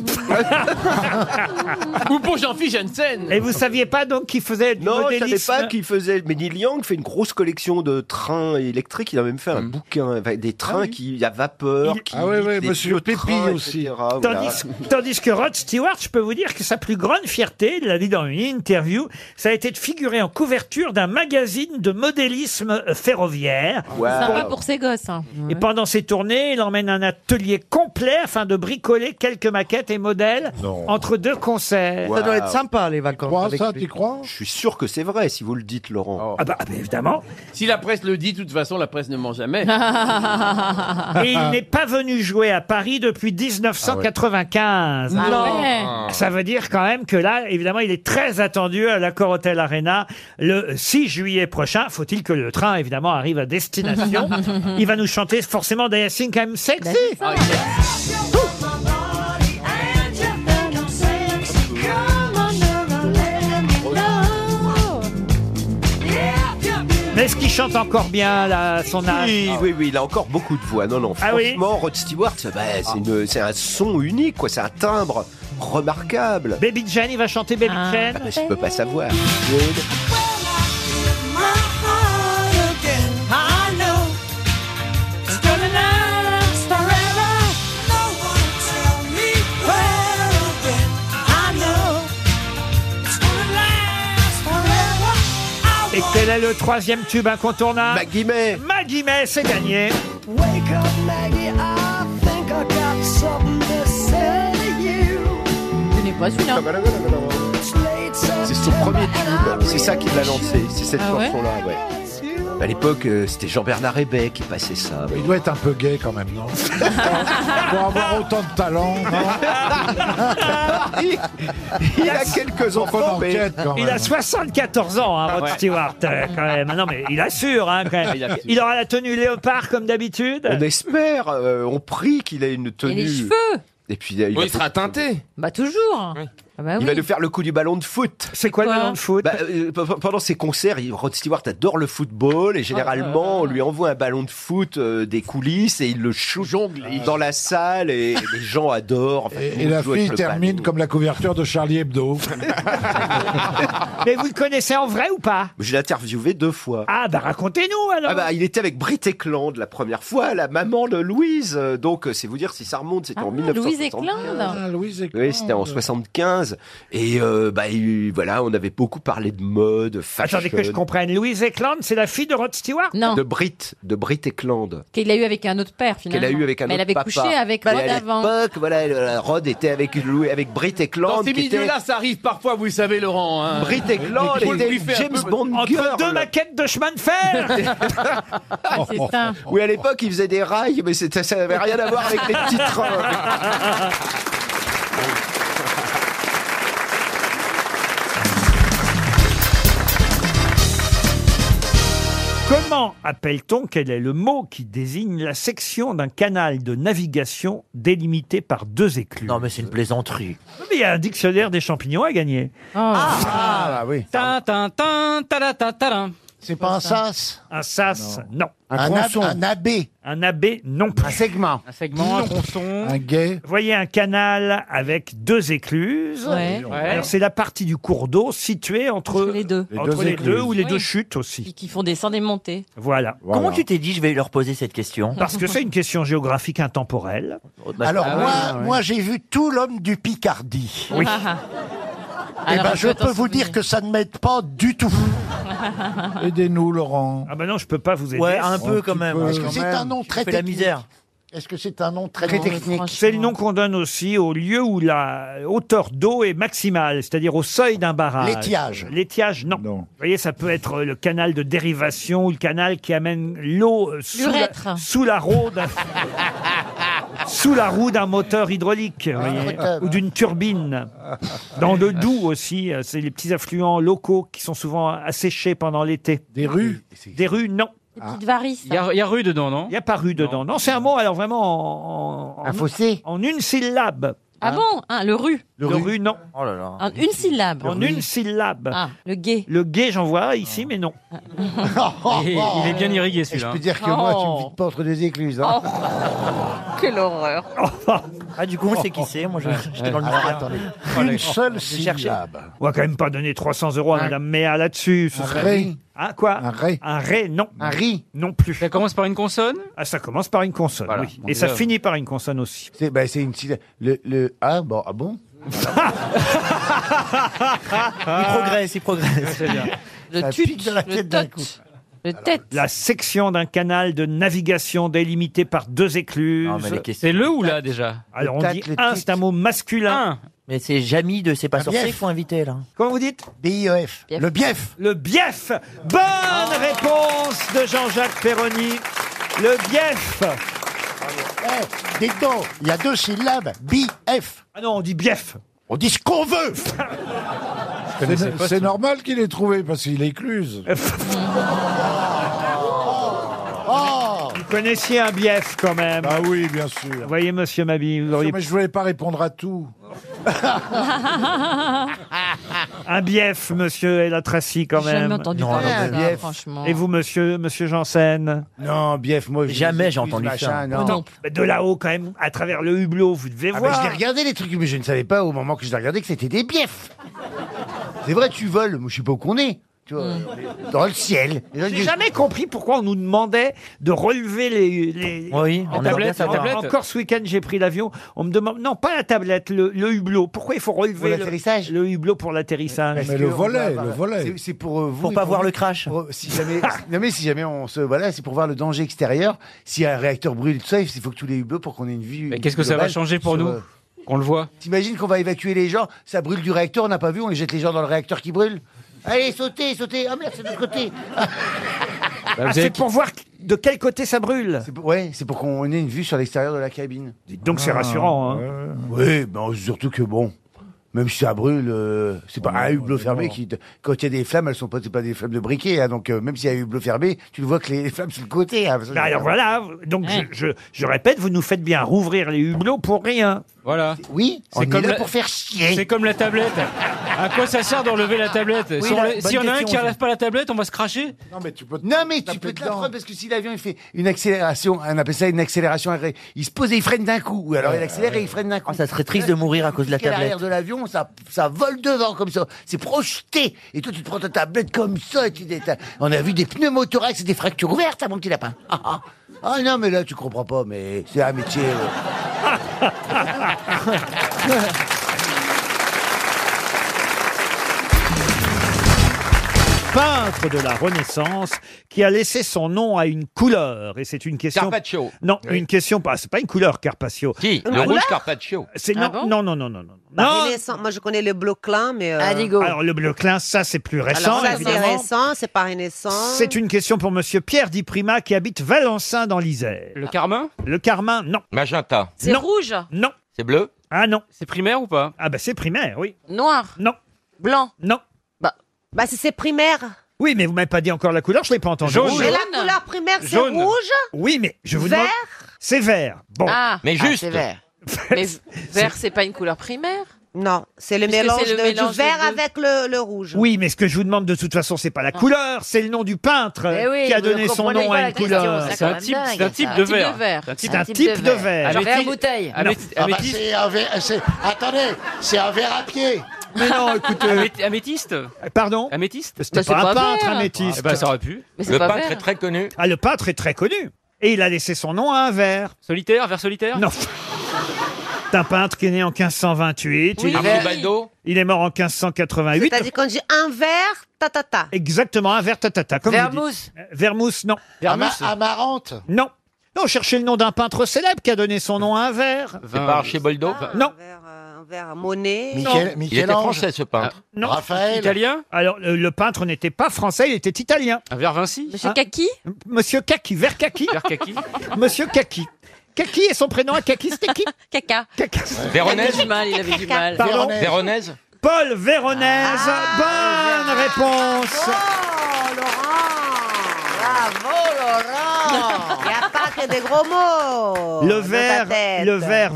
Ou pour Jean-Philippe Janssen. Et vous saviez pas donc qu'il faisait du Non, je savais modélisme? pas qu'il faisait. Mais Neil Young fait une grosse collection de trains électriques. Il a même fait un bouquin, avec des trains qui à vapeur. Il- Qui Ah oui, oui, des Monsieur vieux Pépi trains, aussi. et cetera, voilà. Tandis, tandis que Rod Stewart, je peux vous dire que sa plus grande fierté, il l'a dit dans une interview, ça a été de figurer en couverture d'un magazine de modélisme ferroviaire. Wow. Sympa pour ses gosses. hein. Et pendant ses tournées, il emmène un atelier complet afin de bricoler quelques maquettes et modèles Non. entre deux concerts. Ça doit être sympa, les vacances. Crois avec ça, lui. tu crois? Je suis sûr que c'est vrai si vous le dites, Laurent. Ah bah, ah bah, évidemment. Si la presse le dit, de toute façon, la presse ne ment jamais. Et il n'est pas venu jouer à Paris depuis dix-neuf cent quatre-vingt-quinze. Ah Non. ouais. Ça veut dire quand même que là, évidemment, il est très attendu à l'Accor Hotel Arena le six juillet prochain. Faut-il que le train, évidemment, arrive à destination. Il va nous chanter forcément They Think I'm Sexy. Ah, il- Mais est-ce qu'il chante encore bien là, à son âge? Oui, oui, oui, il a encore beaucoup de voix. Non, non, Ah oui franchement, Rod Stewart, c'est bah, c'est une- c'est un son unique, quoi. C'est un timbre remarquable. Baby Jane, il va chanter Baby Ah. Jane. Je peux pas savoir. Et quel est le troisième tube incontournable? Maggie May. Maggie May, c'est gagné. Ce n'est pas celui-là. C'est son premier tube. C'est ça qui l'a lancé. C'est cette Ah ouais chanson-là, ouais. À l'époque, euh, c'était Jean-Bernard Hébet qui passait ça. Il doit être un peu gay quand même, non? Pour avoir autant de talent, non? il, il a quelques Faut qu'on enfants, mais enquête quand Il même. a soixante-quatorze ans, hein, Rod Ouais. Stewart, euh, quand même. Non, mais il assure, hein, quand même. Il assure. Il aura la tenue léopard, comme d'habitude. on espère, euh, on prie qu'il ait une tenue. Et les cheveux? Et puis, euh, il, Oui, va, il sera teinté. Bah toujours. Ah bah il oui. va nous faire le coup du ballon de foot. C'est quoi le Quoi ballon de foot? Bah, euh, p- pendant ses concerts, il- Rod Stewart adore le football et généralement on lui envoie un ballon de foot euh, des coulisses et il le shoot dans la salle et les gens adorent. Enfin, tout le Et, et monde la joue avec fille le termine ballon. comme la couverture de Charlie Hebdo. Mais vous le connaissez en vrai ou pas? Je l'ai interviewé deux fois. Ah, bah racontez-nous alors. Ah bah, il était avec Britt Eklund la première fois, la maman de Louise. Euh, Donc, euh, c'est vous dire si ça remonte, c'était Ah, en mille neuf cent Louise soixante-quinze. Eklund. Ah, Louise Oui, c'était en soixante-quinze. quinze. Et euh, bah, il- voilà, on avait beaucoup parlé de mode, fashion. Attendez que je comprenne. Louise Eklund, c'est la fille de Rod Stewart? Non. De Brit, de Brit Eklund. Qu'il a eu avec un autre père, finalement. Qu'elle a eu avec un Mais autre elle avait papa. couché avec Et Rod à avant. l'époque, voilà, euh, Rod était avec Louis, avec Brit Eklund. Dans ces qui était- milieux-là, ça arrive parfois, vous le savez, Laurent. Hein. Brit Eklund Il faut le était briefer un James peu. Bond Entre girl. deux maquettes de chemin de fer. C'est ça. Oui, à l'époque, il faisait des rails, mais c'était- ça n'avait rien à voir avec les petits trains. Comment appelle-t-on, quel est le mot qui désigne la section d'un canal de navigation délimité par deux écluses? Non, mais c'est une plaisanterie. Mais il y a un dictionnaire des champignons à gagner. Ah, bah oui. Tin, tin, tin, tada, ta, tada. C'est pas un sas? Un sas, non. Un ab- tronçon? Un abbé? Un abbé, non plus. Un segment? Un segment, un Non. tronçon. Un guet? Vous voyez un canal avec deux écluses. Ouais. Ouais. Alors c'est la partie du cours d'eau située entre, Entre les deux. Les entre deux les écluses. deux ou les Oui. deux chutes aussi. Qui, qui font descendre et monter. Voilà. Voilà. Comment tu t'es dit, je vais leur poser cette question? Parce que c'est une question géographique intemporelle. Alors Ah moi, oui, moi j'ai vu tout l'homme du Picardie. Oui. Et Alors, ben on je peut t'en peux vous souvenir. dire que ça ne m'aide pas du tout. Aidez-nous, Laurent. Ah ben non, je peux pas vous aider. Ouais, un peu Un quand petit même. peu. Est-ce que quand c'est même. un nom Tu très fais la technique? misère. Est-ce que c'est un nom très Non, technique? franchement. C'est le nom qu'on donne aussi au lieu où la hauteur d'eau est maximale, c'est-à-dire au seuil d'un barrage. L'étiage. L'étiage, non. Non. Vous voyez, ça peut être le canal de dérivation ou le canal qui amène l'eau euh, sous la, L'urètre. sous la roue d'un sous la roue d'un moteur hydraulique, vous voyez, moteur. ou d'une turbine. Dans le Doubs aussi, euh, c'est les petits affluents locaux qui sont souvent asséchés pendant l'été. Des rues? Des rues, non. Des petites varices. Il y a, il y a rue dedans, non? Il n'y a pas rue dedans. Non, c'est un mot, alors vraiment en, en, Un fossé? en une syllabe. Ah bon hein, le rue. Le, rue, non. Oh là là. En une syllabe. En une syllabe. Ah, le gay. Le guet, j'en vois ici, mais non. Il est, il est bien irrigué Et je celui-là. peux dire que moi, tu me Oh. vides pas entre des écluses. Hein. Quelle horreur. Ah, du coup, on sait qui c'est. Moi, je- j'étais dans le Alors mystère. attendez. Oh, Une les- seule J'ai cherché. syllabe. On va quand même pas donner trois cents euros à Un- Madame Méa là-dessus. Ce Un serait- ré. Hein, quoi Un ré. Un ré, non. Un riz. Non plus. Ça commence par une consonne? Ah, ça commence par une consonne, Voilà. oui. Bon, Et ça déjà. finit par une consonne aussi. C'est bah, c'est une syllabe. Le, le ah bon ah bon. Il progresse, il progresse. C'est bien. Le Ça tut. pique dans la Le tête d'un tot. coup. Le tête. La section d'un canal de navigation délimité par deux écluses. Non, mais les questions. C'est le ou là déjà? Alors on Le dit tat, le un, tit. c'est un mot masculin. Un. Mais c'est Jamy de C'est pas Un sorcier bief. qu'il faut inviter, là. Comment vous dites B I E F. Bief. Le bief. Le bief. Bonne réponse de Jean-Jacques Perroni. Le bief. Eh, dites donc, il y a deux syllabes. B F. Ah non, on dit bief. On dit ce qu'on veut. C'est c'est normal qu'il ait trouvé parce qu'il est écluse. Oh. Vous connaissiez un bief quand même. Ah oui, bien sûr. Vous voyez, monsieur Mabie, vous auriez Mais je voulais pas répondre à tout. un bief, monsieur El Atrassi, quand J'ai jamais même. entendu Non, parler non, de mais ça, bief. franchement. Et vous, monsieur, monsieur Janssen? Non, bief, moi. je- Jamais j'ai les écluses, entendu machin, ça. Non. Non. Mais de là-haut, quand même, à travers le hublot, vous devez Ah ben, voir. je l'ai regardé les trucs, mais je ne savais pas au moment que je l'ai regardé que c'était des biefs. C'est vrai, tu voles. Moi, je sais pas où qu'on est. Tu vois, dans le ciel. Et là, J'ai je- jamais compris pourquoi on nous demandait de relever les. les... Oui, on En aimerait bien tablette, savoir. en- encore ce week-end, j'ai pris l'avion. On me demande. Non, pas la tablette, le, le hublot. Pourquoi il faut Pour relever le, l'atterrissage. le hublot pour l'atterrissage? Parce Mais que le on volet, va- le volet. c'est- C'est pour euh, vous. Pour et pas voir nous. le crash. Pour- si jamais, non mais si jamais on se, voilà, c'est pour voir le danger extérieur. Si un réacteur brûle et tout ça, il faut que tous les hublots pour qu'on ait une vue. Mais qu'est-ce que ça va globale changer pour sur, nous? euh, Qu'on le voit? T'imagines qu'on va évacuer les gens, ça brûle du réacteur, on n'a pas vu, on les jette les gens dans le réacteur qui brûle. Allez, sautez, sautez. Ah merde, c'est de l'autre côté. Bah, Ah, vous c'est avez- pour voir de quel côté ça brûle. C'est pour- ouais, c'est pour qu'on ait une vue sur l'extérieur de la cabine. Donc c'est rassurant. Hein. Oui, ben surtout que bon, même si ça brûle, euh, c'est pas un hublot fermé qui, te- quand il y a des flammes, elles sont pas, c'est pas des flammes de briquet, hein, donc euh, même s'il y a un hublot fermé, tu le vois que les flammes sur le côté. Hein, parce que- Bah, alors voilà, donc je, je, je répète, vous nous faites bien rouvrir les hublots pour rien. Voilà. Oui, on C'est est comme là la- pour faire chier. C'est comme la tablette. À quoi ça sert d'enlever la tablette? Si, on la- la- bonne si y en a un question, qui ça. enlève pas la tablette, on va se cracher? Non, mais tu peux. Non mais tu peux te la prendre parce que si l'avion il fait une accélération, on appelle ça une accélération agré, il se pose et il freine d'un coup, ou alors il accélère et il freine d'un coup. Ah, ça serait triste de mourir à cause de la Jusqu'à tablette. l'arrière de l'avion, ça, ça vole devant comme ça, c'est projeté. Et toi tu te prends ta tablette comme ça. Et tu, t'as- on a vu des pneumothorax et des fractures ouvertes, hein, mon petit lapin. Ah, ah. Ah, non mais là tu comprends pas, mais c'est un métier. euh. peintre de la Renaissance qui a laissé son nom à une couleur. Et c'est une question... Carpaccio. Non, une question pas. C'est pas une couleur, Carpaccio. Si, Une le rouge couleur Carpaccio. C'est Ah non, bon non, non, non, non, non. Bah, Non. Renaissance. Moi, je connais le bleu clin, mais. euh, Alors le bleu clin, ça c'est plus récent, Alors ça, c'est évidemment. récent, c'est pas Renaissance. C'est une question pour Monsieur Pierre Di Prima qui habite Valençin dans l'Isère. Le carmin Le carmin, non. Magenta. C'est Non. rouge. Non. C'est bleu Ah non. C'est primaire ou pas Ah bah c'est primaire, oui. Noir. Non. Blanc. Non. Bah, bah c'est c'est primaire. Oui, mais vous m'avez pas dit encore la couleur, je l'ai pas entendu. Jaune. Mais la couleur primaire, c'est Jaune. rouge. Oui, mais je vous Vert. demande. C'est vert. Bon. Ah. Mais juste. c'est vert. Mais vert, c'est pas une couleur primaire. Non, c'est le Puisque mélange, c'est le de- mélange du des vert deux. avec le, le rouge. Oui, mais ce que je vous demande de toute façon, c'est pas la couleur, c'est le nom du peintre Eh oui, qui a vous donné ne son comprenez nom pas à la une question, couleur. ça, C'est un quand même type, dingue, c'est un type ça. de Un type verre. de verre. C'est un type de verre. Genre Améthyste. verre bouteille. Améthi- Ah bah, Améthyste. c'est un verre- c'est- Attendez, c'est un verre à pied. Mais non, écoutez. Amé- Améthyste Pardon Améthyste C'était Bah, c'est pas un pas peintre, vert. améthyste. Eh ben, ça aurait pu. Mais c'est Le pas peintre vert. est très connu. Ah, le peintre est très connu. Et il a laissé son nom à un verre. Solitaire, vers solitaire Non. C'est un peintre qui est né en quinze cent vingt-huit. Oui, il, vert. Archibaldo. il est mort en quinze cent quatre-vingt-huit. C'est-à-dire quand j'ai un verre, ta ta ta. Exactement, un verre tatata. Comme vous dites. Vermouth. Euh, Vermouth, non. Ama- Amarante. Non. Non, cherchez le nom d'un peintre célèbre qui a donné son nom à un verre. C'est pas Archibaldo. Non. Un verre, euh, un verre Monet. Michel, Il était Michel-Ange. français, ce peintre. Non. Raphaël. Italien Alors, le, le peintre n'était pas français, il était italien. Un verre Vinci Monsieur Hein Kaki. Monsieur Kaki, vers Kaki. Vers kaki Monsieur Kaki. Kaki et son prénom à Kaki, c'était qui Caca. Kaka. Il avait Véronèse. du mal, il avait du mal. Pardon Véronèse. Véronèse. Paul Véronèse. Bonne réponse. Oh, Laurent. Bravo, Laurent. Il n'y a pas que des gros mots. Le dans ta vert, tête. le vert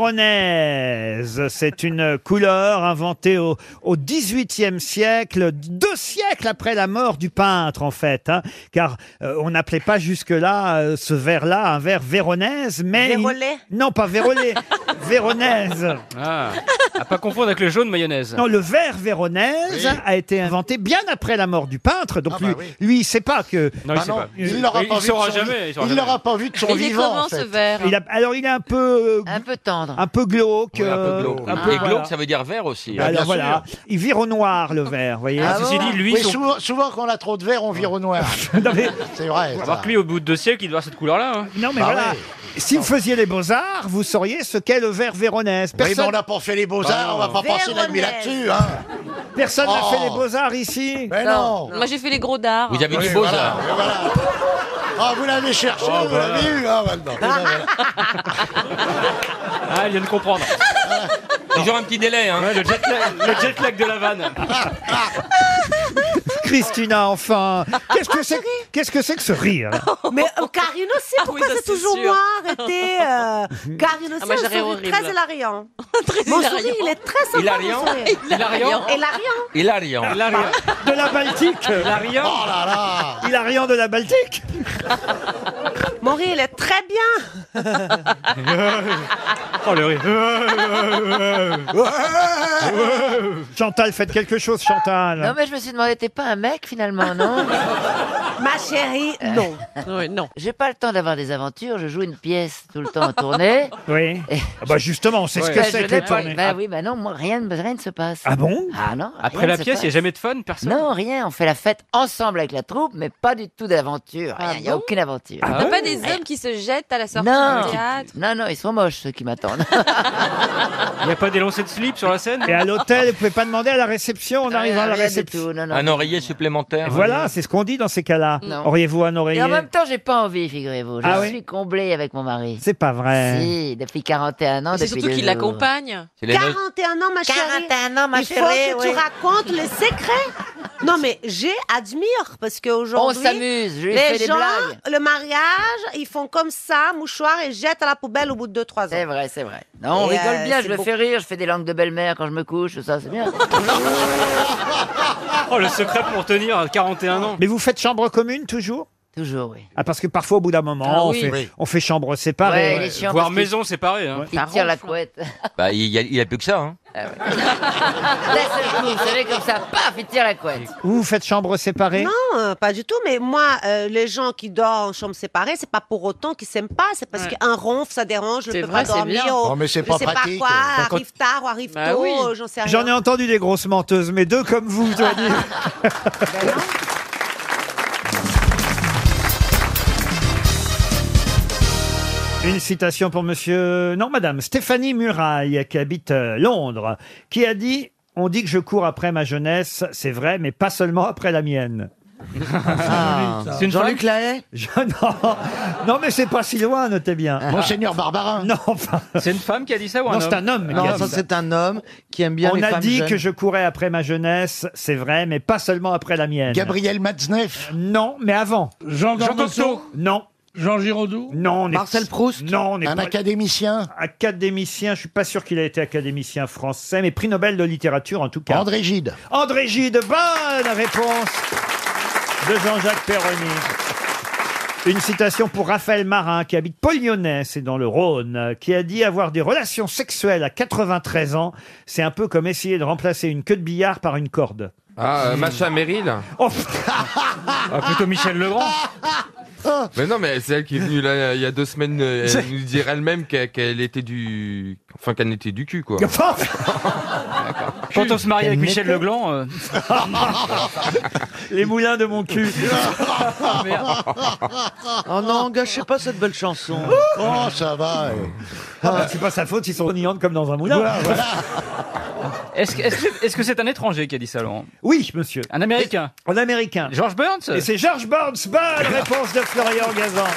véronèse, c'est une couleur inventée au, au dix-huitième siècle, deux siècles après la mort du peintre en fait, hein, car euh, on n'appelait pas jusque-là euh, ce vert-là un vert véronèse, mais il- Vérolais. non pas vérolais, véronèse. Ah, à pas confondre avec le jaune mayonnaise. Non, le vert véronèse Oui. a été inventé bien après la mort du peintre, donc Ah bah lui, oui. lui, il sait pas que. Non, il Ah sait non, pas. il l'aura Il pas vu. saura de son jamais, vi- il saura Il jamais. l'aura pas vu de son Il est vivant. comment en fait. ce verre Il a, alors il est un peu, euh, Un peu tendre. un peu glauque. Oui, un peu euh, glauque. un peu, Et voilà. glauque, ça veut dire vert aussi. hein. Alors bien voilà, il vire au noir le vert, vous voyez. Ah, ceci dit, lui, Oui, son... souvent, souvent, quand on a trop de verre, on vire au noir. Non mais, C'est vrai. ça. Alors que lui, au bout de deux siècles, il doit avoir cette couleur-là. hein. non, mais Bah voilà. ouais. Si vous faisiez les beaux-arts, vous sauriez ce qu'est le vert véronèse. Oui, mais Personne on n'a pas fait les beaux-arts, on va pas passer la nuit Véronèse. là-dessus. Hein. personne n'a Oh. fait les beaux-arts ici. Mais non. Moi, j'ai fait les gros dards. Vous avez Oui, du beau voilà, art. voilà. Ah, vous l'avez cherché, Oh, vous voilà. l'avez eu, hein, maintenant. Ah, il vient de comprendre. Toujours un petit délai. Hein. Ouais, le, jet lag, le jet lag de la vanne. Christina, enfin, qu'est-ce que c'est Qu'est-ce que c'est que ce rire là Mais euh, Karine aussi, pourquoi ça, c'est c'est toujours sûr. moi arrêtez euh, Karine aussi, Ah, moi, un j'ai rire sourire horrible. très hilariant. Très Mon hilariant. sourire, il est très sympa. Hilariant. mon sourire. Hilariant. Hilariant. Hilariant. Hilariant. De la Baltique Hilariant. Oh là là. Hilariant de la Baltique Mon rire, il est très bien. Oh, le rire. Chantal, faites quelque chose, Chantal. Non, mais je me suis demandé, t'es pas un mec finalement, non Ma chérie, non. Oui, non. J'ai pas le temps d'avoir des aventures, je joue une pièce tout le temps en tournée. Oui. Ah bah justement, on sait ce Ouais. que Bah, c'est je que les n'ai pas- tournées. Bah oui, bah non, moi, rien, ne- rien ne se passe. Ah bon Ah non. Après rien la ne se pièce, il n'y a passe. jamais de fun, personne. Non, rien. On fait la fête ensemble avec la troupe, mais pas du tout d'aventure. Ah Il n'y a bon aucune aventure. Ah T'as ouais pas des hommes qui se jettent à la sortie Non. du théâtre? Non, non, ils sont moches ceux qui m'attendent. Il n'y a pas des lancers de slip sur la scène. Et à l'hôtel, vous pouvez pas demander à la réception, on arrive à la Rien du réception. tout, non, non. Un oreiller supplémentaire. Voilà, c'est ce qu'on dit dans ces cas-là. Non. Auriez-vous un oreiller Et en même temps, j'ai pas envie, figurez-vous. Je Ah oui suis comblée avec mon mari. C'est pas vrai. Si, depuis quarante et un ans, Mais C'est depuis surtout deux qu'il jours. l'accompagne. C'est les no- quarante et un ans, ma chérie. quarante et un ans, ma Il faut chérie, que oui. tu racontes les secrets. Non, mais j'ai admire parce On qu'aujourd'hui, s'amuse, je lui fais les des gens, blagues. le mariage, ils font comme ça, mouchoir, et jettent à la poubelle au bout de deux trois ans. C'est vrai, c'est vrai. Non, on Et, rigole euh, bien, c'est je le beaucoup. fais rire, je fais des langues de belle-mère quand je me couche, tout ça, c'est bien. Oh, le secret pour tenir à quarante et un ans. Mais vous faites chambre commune toujours Toujours, oui. Ah, parce que parfois, au bout d'un moment, Ah on, oui. fait, Oui. on fait chambre séparée. Ouais, il est chiant Voire parce qu'il- maison séparée. Hein. Il tire la couette. Bah, il y a, il y a plus que ça. Hein. D'un seul coup, vous savez, comme ça, paf, il tire la couette. Vous, vous faites chambre séparée Non, euh, pas du tout. Mais moi, euh, les gens qui dorment en chambre séparée, c'est pas pour autant qu'ils s'aiment pas. C'est parce Ouais. qu'un ronfle, ça dérange. Je C'est peux vrai, pas c'est dormir. bien. oh, Non, mais c'est je pas sais pratique. pas quoi, Quand- arrive tard ou arrive Bah tôt. oui. euh, J'en sais rien. J'en ai entendu des grosses menteuses, mais deux comme vous, je dois dire. Ben non. Une citation pour monsieur, non madame, Stéphanie Muraille, qui habite euh, Londres, qui a dit « On dit que je cours après ma jeunesse, c'est vrai, mais pas seulement après la mienne. » Ah. C'est une Jean-Luc femme Lahaye Je- non, non, mais c'est pas si loin, notez bien. Monseigneur Barbarin. Non, enfin, C'est une femme qui a dit ça ou un non, homme c'est un homme qui Non, a ça dit ça. c'est un homme qui aime bien On les a femmes dit jeunes. que je courais après ma jeunesse, c'est vrai, mais pas seulement après la mienne. Gabriel Matzneff. Non, mais avant. Jean Jean Dormesson. Cocteau. Non, Jean Giraudoux. non, on est... Marcel Proust. Non, on est Un pas... académicien. académicien, je suis pas sûr qu'il ait été académicien français, mais prix Nobel de littérature en tout cas. André Gide. André Gide, bonne réponse de Jean-Jacques Perroni. Une citation pour Raphaël Marin, qui habite Polignonet, c'est dans le Rhône, qui a dit avoir des relations sexuelles à quatre-vingt-treize ans, c'est un peu comme essayer de remplacer une queue de billard par une corde. Ah, euh, Macha Merrill. Oh, Ah, plutôt Michel Legrand. Mais non, mais c'est elle qui est venue là il y a deux semaines. euh, Elle nous dire elle-même qu'elle qu'elle était du, enfin qu'elle était du cul quoi. Quand on se marie avec Quel Michel métier. Legland, euh, les moulins de mon cul. Oh non, gâchez pas cette belle chanson. Oh, ça va. eh. Ah bah, c'est pas sa faute, ils sont niantes comme dans un moulin. est-ce que est-ce que- est-ce que c'est un étranger qui a dit ça, Laurent? Oui, monsieur. Un Américain? En américain. George Burns? Et c'est George Burns. Bonne réponse de Florian Gazan.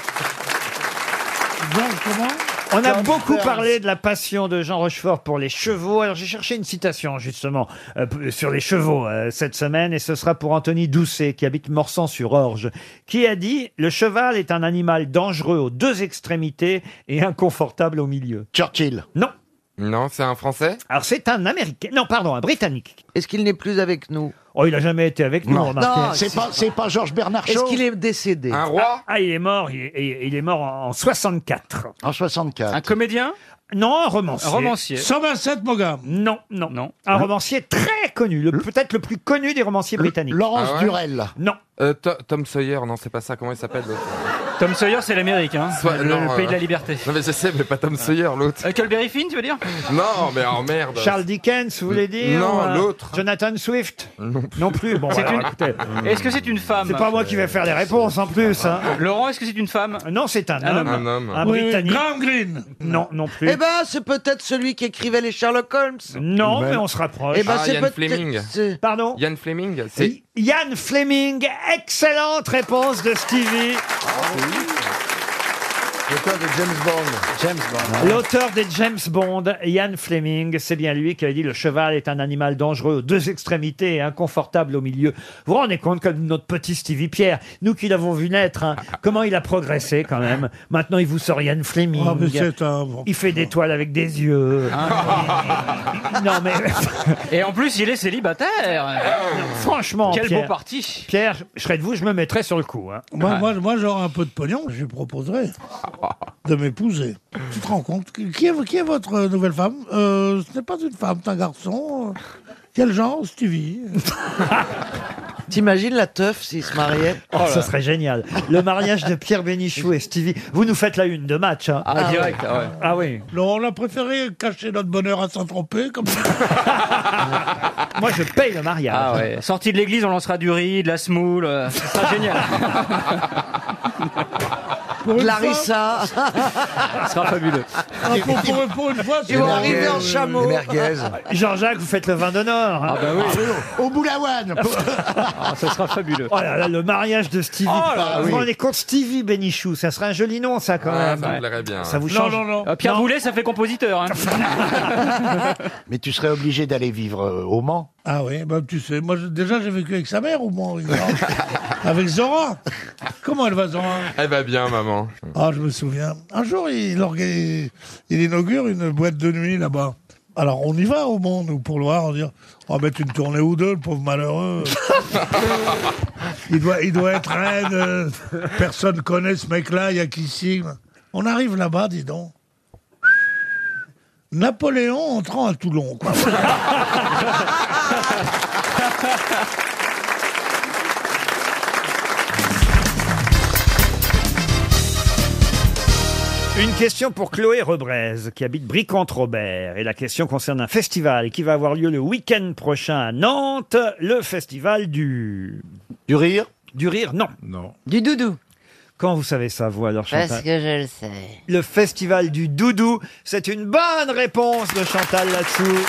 Jean, comment On a George beaucoup Burns. parlé de la passion de Jean Rochefort pour les chevaux. Alors j'ai cherché une citation justement euh, p- sur les chevaux euh, cette semaine, et ce sera pour Anthony Doucet qui habite Morsan-sur-Orge, qui a dit « Le cheval est un animal dangereux aux deux extrémités et inconfortable au milieu. Churchill. » Non. Non, c'est un Français. Alors c'est un Américain. Non, pardon, un Britannique. Est-ce qu'il n'est plus avec nous? Oh, il a jamais été avec nous, Non. remarquez. Non, C'est pas, c'est pas Georges Bernard Est-ce Shaw. qu'il est décédé? Un roi. Ah, il est mort. Il est, il est mort en soixante-quatre. En soixante-quatre. Un comédien? Non, un romancier. Un romancier. cent vingt-sept Mogam. Non, non, Non. Un romancier très connu, le- peut-être le plus connu des romanciers britanniques. Laurence Ah ouais Durel. Non. Euh, To- Tom Sawyer, non, c'est pas ça. Comment il s'appelle l'autre Tom Sawyer, c'est l'Amérique, hein. Soit- le, non, le pays euh, de la liberté. Non mais je sais, mais pas Tom Sawyer, l'autre. Huckleberry Finn, tu veux dire? Non, mais en merde. Charles Dickens, vous voulez dire? Non, ou, euh, l'autre. Jonathan Swift? Non. Non plus. Bon, C'est alors, une- écoutez, Est-ce que c'est une femme? c'est pas moi qui vais faire les réponses en plus. Hein. Laurent, est-ce que c'est une femme? Non, c'est un Un homme. Un homme. Un Oui, Britannique. Graham Greene. Non, non plus. Eh ben, c'est peut-être celui qui écrivait les Sherlock Holmes. Non, mais on se rapproche. Eh ben, Ah, c'est Ian peut-être- Fleming. c'est- Pardon? Ian Fleming. C'est. Ian Fleming. Excellente réponse de Stevie. L'auteur de James Bond. James Bond. L'auteur des James Bond, Ian Fleming, c'est bien lui qui a dit « Le cheval est un animal dangereux aux deux extrémités et inconfortable au milieu ». Vous vous rendez compte comme notre petit Stevie Pierre, nous qui l'avons vu naître, hein, comment il a progressé quand même. Maintenant, il vous sort Ian Fleming. Ah, mais c'est un... Il fait des toiles avec des yeux. Non mais Et en plus, il est célibataire. franchement, Quel Pierre, beau parti. Pierre, je serais de vous, je me mettrais sur le coup. Hein. Moi, moi, moi j'aurais un peu de pognon, je lui proposerais de m'épouser. Tu te rends compte Qui est, qui est votre nouvelle femme euh, Ce n'est pas une femme, c'est un garçon. Quel genre Stevie. T'imagines la teuf s'il se mariait? Oh, ça serait génial. Le mariage de Pierre Bénichou et Stevie. Vous nous faites la une de match. Hein. Ah, direct, ah ouais. Ah oui. Non, on a préféré cacher notre bonheur à Saint-Tropez, comme ça. Moi, je paye le mariage. Ah ouais. Sortie de l'église, on lancera du riz, de la semoule. euh, Ce sera génial. Pour une Larissa. Ce sera fabuleux. fois- ah, pour, pour- pour une fois, c'est Ils vont vrai. arriver en chameau. Jean-Jacques, vous faites le vin d'honneur. Hein. Ah bah oui. Au Boulaouane. Ah, ça sera fabuleux. Oh là là, le mariage de Stevie. Oh là, vous oui. vous rendez compte, Stevie Bénichou, ça serait un joli nom, ça, quand Ah, même. ça me plairait bien. Ça vous Non, change. non, non. Euh, Pierre Non. Boulet, ça fait compositeur. Hein. Mais tu serais obligé d'aller vivre euh, au Mans. Ah oui, bah tu sais, moi je- déjà j'ai vécu avec sa mère au moins, avec Zora. Comment elle va Zora? Elle va bien, maman. Ah, je me souviens. Un jour, il, organise, il inaugure une boîte de nuit là-bas. Alors, on y va au Mans, nous, pour le voir, on dit, on va mettre une tournée ou deux, le pauvre malheureux. il, doit, il doit être raide. euh, Personne connaît ce mec-là, il y a qui signe. On arrive là-bas, dis donc. Napoléon entrant à Toulon, quoi. Une question pour Chloé Rebrez, qui habite Bricante-Robert. Et la question concerne un festival qui va avoir lieu le week-end prochain à Nantes, le festival du... Du rire? Du rire, non. Non. Du doudou. Comment vous savez ça, vous, alors, Chantal? Parce que je le sais. Le festival du doudou. C'est une bonne réponse de Chantal là-dessous.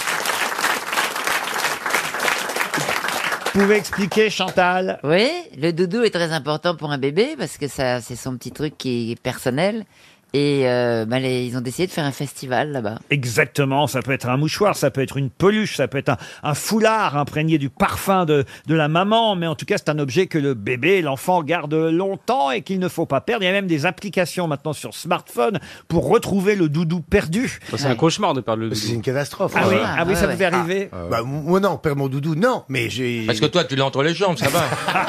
Vous pouvez expliquer, Chantal? Oui, le doudou est très important pour un bébé parce que ça, c'est son petit truc qui est personnel. Et euh, bah, les, ils ont décidé de faire un festival là-bas. Exactement, ça peut être un mouchoir, ça peut être une peluche, ça peut être un, un foulard imprégné du parfum de, de la maman, mais en tout cas c'est un objet que le bébé, l'enfant garde longtemps et qu'il ne faut pas perdre. Il y a même des applications maintenant sur smartphone pour retrouver le doudou perdu. C'est un cauchemar de perdre le doudou. C'est une catastrophe. Ah oui, Ouais. ah oui, ça vous est arrivé? Ah, bah, moi non, perdre mon doudou, non, mais j'ai... Parce que toi, tu l'as entre les jambes, ça va.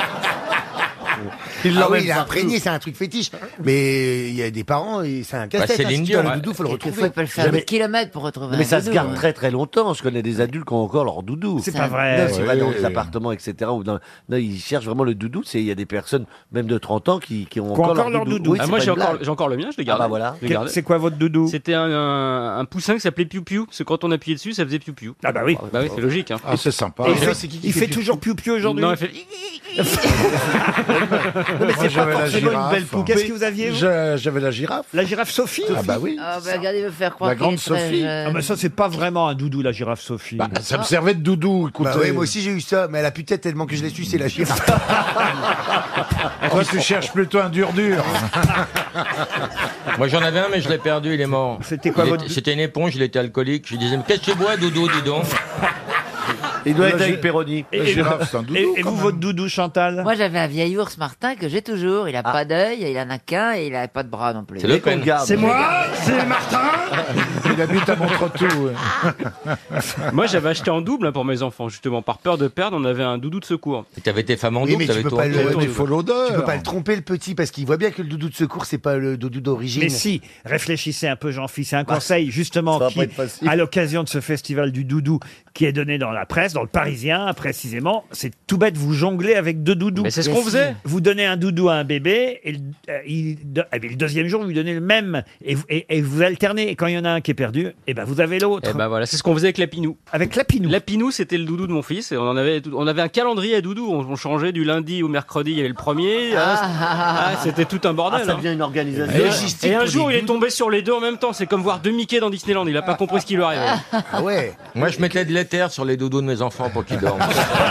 Il Ah ah oui, oui, il est partout. imprégné, c'est un truc fétiche. Mais il y a des parents, et c'est un casse-tête. Céline hein, si tu Dion, as le ouais. doudou, faut le Il retrouver. faut pas le faire des kilomètres pour retrouver Mais un ça se doudou, garde hein. très très longtemps. Je connais des adultes qui ont encore leur doudou. C'est pas vrai. Non, c'est pas dans Oui. les appartements, et cetera. Ou dans... Non, ils cherchent vraiment le doudou. C'est il y a des personnes, même de trente ans, qui, qui ont Qui ont encore, leur doudou. Oui, Ah, c'est moi pas j'ai une encore, blague. j'ai encore le mien, je l'ai Ah gardé. bah voilà. Je l'ai gardé. C'est quoi votre doudou? C'était un, un, un poussin qui s'appelait Piu Piu, parce que quand on appuyait dessus, ça faisait Piu Piu. Ah bah oui. Bah oui, c'est logique. Hein. Ah, c'est sympa. Et il fait, il fait toujours piou-piou aujourd'hui? Non, il fait... Non, mais Moi, c'est j'avais pas la forcément une girafe. belle poule. Qu'est-ce que vous aviez, vous? Je- J'avais la girafe. La girafe Sophie? Ah bah oui. Oh, bah, regardez, me faire croire La grande qu'il est très Sophie. jeune. Ah mais ça c'est pas vraiment un doudou, la girafe Sophie. Bah, ça me servait de doudou, écoutez. Bah oui, moi aussi j'ai eu ça, mais elle a pu tête tellement que je l'ai su, c'est la girafe. Toi, tu cherches plutôt un dur-dur. Moi j'en avais un, mais je l'ai perdu, il est mort. C'était quoi Il votre- était- C'était une éponge, il était alcoolique. Je lui disais, mais qu'est-ce que tu bois, Doudou, dis donc? Il doit La être avec gi- Péroni. Et, La et- girafe, c'est un doudou. et- et quand vous, même. votre doudou, Chantal? Moi, j'avais un vieil ours Martin que j'ai toujours. Il a pas d'œil, il en a qu'un et il a pas de bras non plus. C'est Le Et qu'on Pen. garde. C'est moi, c'est Martin. Il habite à Montretout. ouais. Moi j'avais acheté en double hein, pour mes enfants, justement. Par peur de perdre, on avait un doudou de secours. Et t'avais tes femmes en Oui, double, mais tu t'avais peux ton pas le- Ouais, Ouais, mais il faut l'odeur. Tu peux pas le tromper le petit parce qu'il voit bien que le doudou de secours c'est pas le doudou d'origine. Mais si, réfléchissez un peu, Jean-Philippe. C'est un conseil, justement, ça va qui, pas être facile. à l'occasion de ce festival du doudou, qui est donné dans la presse, dans le Parisien, précisément, c'est tout bête, vous jonglez avec deux doudous. Mais c'est ce qu'on faisait. Vous donnez un doudou à un bébé, et le, euh, il- de- eh bien, le deuxième jour, vous lui donnez le même, et, vous- et- et vous alternez. Et quand il y en a un qui est perdu, et ben vous avez l'autre. Et ben voilà, c'est ce qu'on faisait avec Lapinou. Avec Lapinou. Lapinou, c'était le doudou de mon fils. Et on en avait, on avait un calendrier à doudou. On, on changeait du lundi au mercredi. Il y avait le premier. Ah, Ah, ah, ah, ah, c'était tout un bordel. Ah, ça hein. devient une organisation. Et, Logistique et un pour jour, des il est doudous. tombé sur les deux en même temps. C'est comme voir deux Mickey dans Disneyland. Il a pas compris ce qui lui arrivait. Ah ouais. Moi je mettais de l'éther sur les doudous de mes enfants pour qu'ils dorment.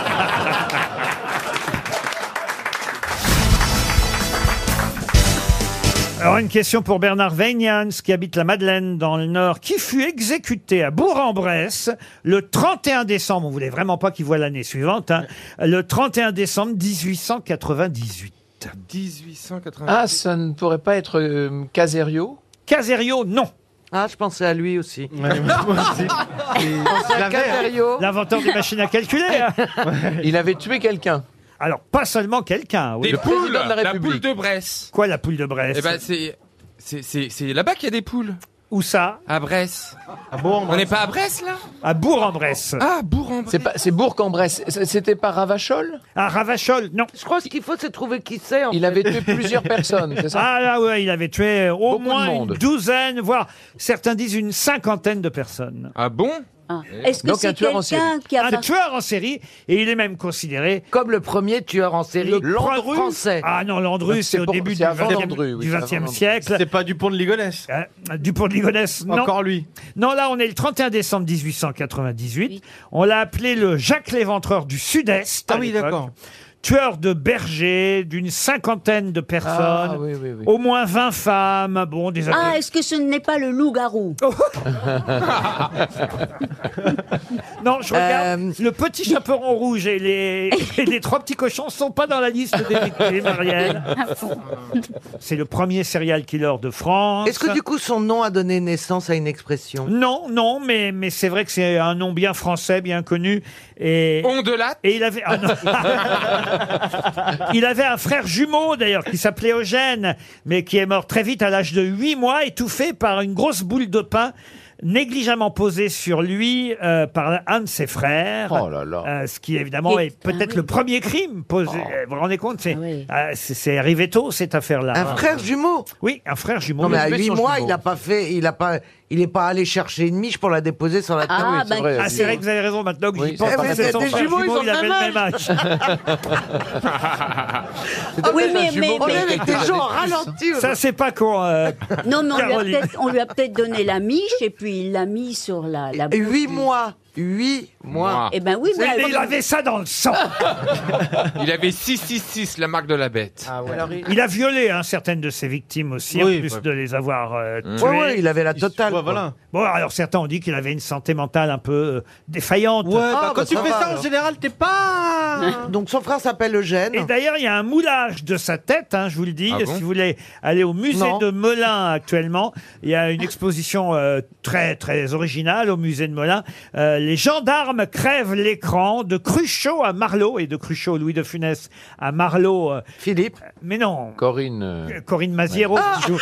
Alors, une question pour Bernard Weignans, qui habite la Madeleine, dans le Nord, qui fut exécuté à Bourg-en-Bresse le trente et un décembre, on voulait vraiment pas qu'il voit l'année suivante, hein, le trente et un décembre mille huit cent quatre-vingt-dix-huit. dix-huit cent quatre-vingt. Ah, ça ne pourrait pas être euh, Caserio? Caserio, non. Ah, je pensais à lui aussi. Moi aussi. Je pensais à Caserio. L'inventeur des machines à calculer. hein. Il avait tué quelqu'un. Alors, pas seulement quelqu'un. Oui. Des Le poules, président de la la, République. poule de Bresse. Quoi, la poule de Bresse? Eh ben c'est, c'est, c'est, c'est là-bas qu'il y a des poules. Où ça? À Bresse. Ah bon, On n'est pas à Bresse là? À Bourg-en-Bresse. Ah, Bourg-en-Bresse. C'est pas, c'est Bourg-en-Bresse. C- C'était pas Ravachol? À Ravachol, non. Je crois que ce qu'il faut, c'est trouver qui c'est. Il avait tué plusieurs personnes, c'est ça? Ah là, ouais, il avait tué au Beaucoup de moins une monde. douzaine, voire certains disent une cinquantaine de personnes. Ah bon? Ah. Est-ce que Donc, un c'est tueur en quelqu'un qui a... Un tueur en série, et il est même considéré Comme le premier tueur en série le Landru pre- français. Ah non, Landru, c'est au pour- début c'est du avant vingtième Landru, oui, du c'est vingtième avant Landru. siècle. C'est pas Dupont de Ligonnès. Euh, Dupont de Ligonnès, non. Encore lui. Non, là, on est le trente et un décembre mille huit cent quatre-vingt-dix-huit. On l'a appelé le Jacques l'Éventreur du Sud-Est. à Ah oui, l'époque. d'accord. Tueur de bergers, d'une cinquantaine de personnes, Ah, oui, oui, oui. au moins vingt femmes, bon, des Ah, est-ce que ce n'est pas le loup-garou? Non, je regarde. Euh, Le petit chaperon rouge et les, et les trois petits cochons sont pas dans la liste des victimes, Marielle. C'est le premier serial killer de France. Est-ce que du coup son nom a donné naissance à une expression? Non, non, mais, mais c'est vrai que c'est un nom bien français, bien connu. Et, Ondelat. et il avait... ah, non. Il avait un frère jumeau, d'ailleurs, qui s'appelait Eugène, mais qui est mort très vite à l'âge de huit mois, étouffé par une grosse boule de pain négligemment posé sur lui euh, par un de ses frères. Oh là là. Euh, ce qui évidemment Et- est peut-être ah oui. le premier crime posé. Euh, Vous vous rendez compte, c'est Ah oui. euh, c'est c'est arrivé tôt cette affaire-là. Un frère jumeau. Oui, un frère jumeau. Non mais à Mais huit son mois, jumeau. il n'a pas fait, il a pas, il est pas allé chercher une miche pour la déposer sur la table. Ah, bah, Ah, c'est vrai que vous avez raison maintenant que j'y Oui, pense. c'est parce vrai, que mais son des frère jumeaux, jumeau, ils ont il avait le le même même âge. Oui, mais, mais, On est mais- avec des gens ralentis. Ça, c'est pas con. euh, non, mais on lui a Caroline. peut-être, on lui a peut-être donné la miche et puis il l'a mis sur la, la bouche. Huit mois. Huit mois. Eh ben oui, mais Mais il avait ça dans le sang. Il avait six six six, la marque de la bête. Ah ouais. Il a violé hein, certaines de ses victimes aussi, Oui, en plus ouais. de les avoir euh, Mmh. tuées. Ouais, ouais, il avait la totale. Ouais, quoi. voilà. Bon, alors certains ont dit qu'il avait une santé mentale un peu euh, défaillante. Ouais, bah, Ah, quand bah, tu ça fais va, ça alors. en général, t'es pas. Donc son frère s'appelle Eugène. Et d'ailleurs, il y a un moulage de sa tête, hein, je vous le dis. Ah bon Si vous voulez aller au musée Non. de Melun actuellement, il y a une exposition euh, très très originale au musée de Melun. Euh, les gendarmes crèvent l'écran de Cruchot à Marlot et de Cruchot Louis de Funès à Marlot. euh, Philippe. mais non. Corinne. euh, Corinne Maziero qui joue.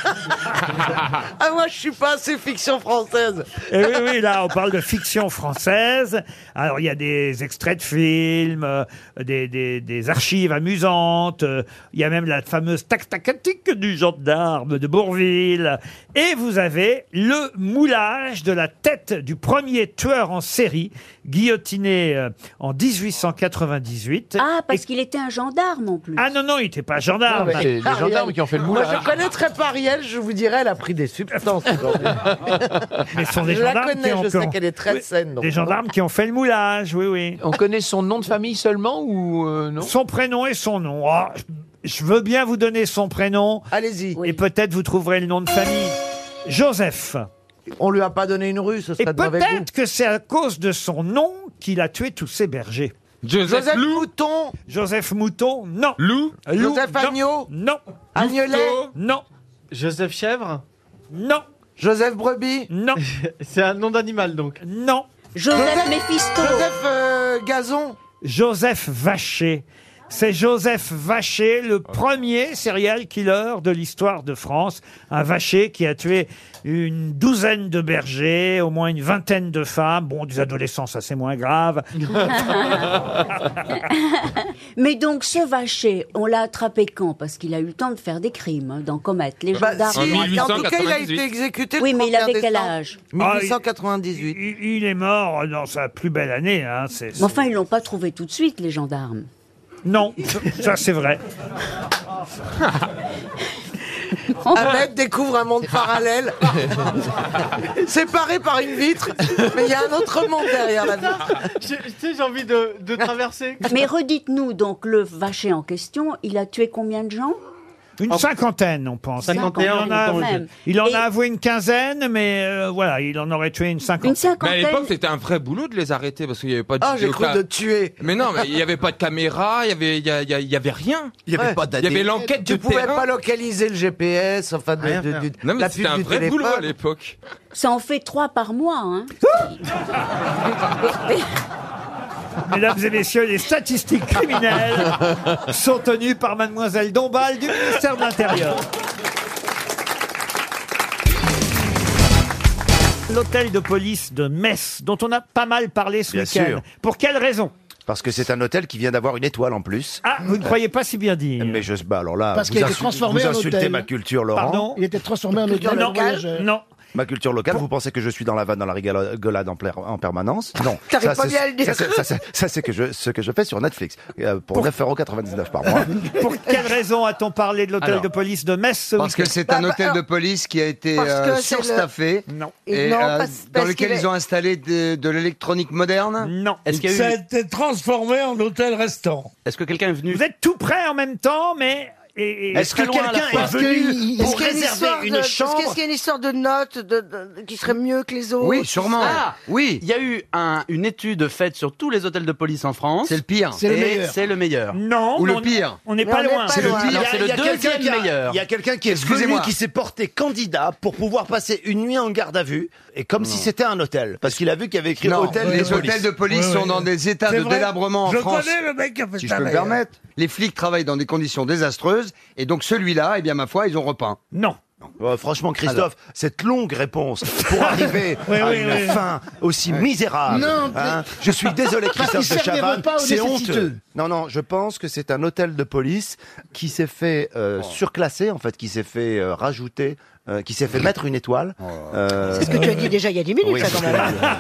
Ah moi je suis pas assez fiction française. Et oui, oui, là, on parle de fiction française. Alors, il y a des extraits de films, euh, des, des, des archives amusantes. euh, Il y a même la fameuse tac-tacatique du gendarme de Bourville. Et vous avez le moulage de la tête du premier tueur en série, guillotiné euh, en dix-huit cent quatre-vingt-dix-huit. Ah, parce qu'il était un gendarme en plus. Ah non, non, il n'était pas gendarme. C'est les Ariel. gendarmes qui ont fait le Moi moulage. je connaîtrais pas Ariel, je vous dirais, elle a pris des substances. aujourd'hui. Mais ce sont des je la gendarmes connais, qui ont, je sais qui ont- qu'elle est très oui, saine. donc. des gendarmes qui ont fait le moulage, oui, oui. On connaît son nom de famille seulement ou euh, non? Son prénom et son nom. Ah, je- je veux bien vous donner son prénom Allez-y. et peut-être vous trouverez le nom de famille. Joseph. On lui a pas donné une rue, ce Et serait de mauvais goût. peut-être que c'est à cause de son nom qu'il a tué tous ses bergers. Joseph, Joseph Lou. Mouton, Joseph Mouton, non. Lou. Lou, Joseph non. Agneau, Non. Agnelet, Non. Joseph Chèvre. Non. Joseph Brebis, Non. C'est un nom d'animal donc. Non. Joseph Joseph- Méphisto. Joseph euh, Gazon. Joseph Vacher. C'est Joseph Vacher, le premier serial killer de l'histoire de France. Un Vacher qui a tué une douzaine de bergers, au moins une vingtaine de femmes. Bon, des adolescents, ça c'est moins grave. Mais donc ce vacher, on l'a attrapé quand? Parce qu'il a eu le temps de faire des crimes hein, dans Comète. Les Bah, gendarmes. si, En en tout cas, il a mille huit cent quatre-vingt-dix-huit. été exécuté le Oui, mais il avait trente et un quel décembre âge? Ah, mille huit cent quatre-vingt-dix-huit. Il, il est mort dans sa plus belle année. Hein. c'est- Mais enfin, ils l'ont pas trouvé tout de suite, les gendarmes. Non, ça c'est vrai. Ahmed découvre un monde parallèle, séparé par une vitre, mais il y a un autre monde derrière la vitre. Tu sais, j'ai envie de, de traverser. Mais redites-nous donc, le vacher en question, il a tué combien de gens? Une cinquantaine, on pense. cinquante et un, il en a, quand même. il en Et- a avoué une quinzaine, mais euh, voilà, il en aurait tué une Une cinquantaine. Mais à cinquantaine. l'époque, c'était un vrai boulot de les arrêter parce qu'il n'y avait pas de. Ah, j'ai cru de- de tuer. Mais non, mais il n'y avait pas de caméra, il y avait, il y, a- il y a- il y avait rien. Il n'y avait Ouais. pas Il y avait l'enquête Tu de pouvais terrain. pas localiser le G P S, enfin, de, Rien de- faire. du- Non, mais la c'était pub un du vrai téléphone. boulot à l'époque. Ça en fait trois par mois. Hein. Mesdames et messieurs, les statistiques criminelles sont tenues par mademoiselle Dombal du ministère de l'Intérieur. L'hôtel de police de Metz, dont on a pas mal parlé ce Bien week-end. sûr. Pour quelle raison? Parce que c'est un hôtel qui vient d'avoir une étoile en plus. Ah, vous ne croyez pas si bien dire. Mais je bah alors là, Parce vous, qu'il a été insul- transformé vous en insultez hôtel. ma culture, Laurent. Pardon? Il était transformé en hôtel Non, voyageur. non. Ma culture locale, vous pensez que je suis dans la vanne, dans la rigolade en, pla- en permanence? Non. T'arrives Ça, pas c'est- bien à le dire. Ça, c'est- ça, c'est- ça, c'est que je, ce que je fais sur Netflix, euh, pour neuf euros quatre-vingt-dix-neuf par mois. Pour quelle raison a-t-on parlé de l'hôtel Alors, de police de Metz ce parce que week-end? c'est Bah, un hôtel de police qui a été parce euh, que c'est le- surstaffé Non. et Non, euh, parce- dans parce lequel qu'il ils est- ont installé de, de l'électronique moderne. Non. Est-ce qu'il y Ça a a eu... été transformé en hôtel restaurant. Est-ce que quelqu'un est venu? Vous êtes tout près en même temps, mais... et- et- Est-ce que très loin à la quelqu'un fois. est Est-ce venu qu'il pour est-ce qu'il y a une réserver histoire une de- chambre? Est-ce qu'il y a une histoire de notes de, de- qui serait mieux que les autres? Oui, sûrement. Ah, Oui. Il y a eu un- une étude faite sur tous les hôtels de police en France. C'est le pire. C'est le et meilleur. c'est le meilleur. Non, Ou mais le on- pire. On n'est Mais pas on n'est loin. pas C'est le loin. pire. Alors, c'est le Il y a quelqu'un deuxième qui a- meilleur. Il y a quelqu'un qui est Excusez-moi. venu, qui s'est porté candidat pour pouvoir passer une nuit en garde à vue, et comme si c'était un hôtel, parce qu'il a vu qu'il y avait écrit Non, hôtel les de police. hôtels de police Ouais, sont ouais. dans des états C'est de vrai. délabrement en Je France. connais le mec qui a fait Si ça. je peux me d'ailleurs. permettre, les flics travaillent dans des conditions désastreuses, et donc celui-là, eh bien ma foi, ils ont repeint. Non. Oh, franchement, Christophe, cette longue réponse pour arriver Oui, à oui, une oui. fin aussi misérable. Non, hein. Je suis désolé, Christophe Il de sert des Chavannes, repas aux c'est nécessiteux. honteux. Non, non, je pense que c'est un hôtel de police qui s'est fait euh, surclasser, en fait, qui s'est fait euh, rajouter, euh, qui s'est fait mettre une étoile. Euh, C'est ce que tu as dit déjà il y a dix minutes, oui. ça, quand même.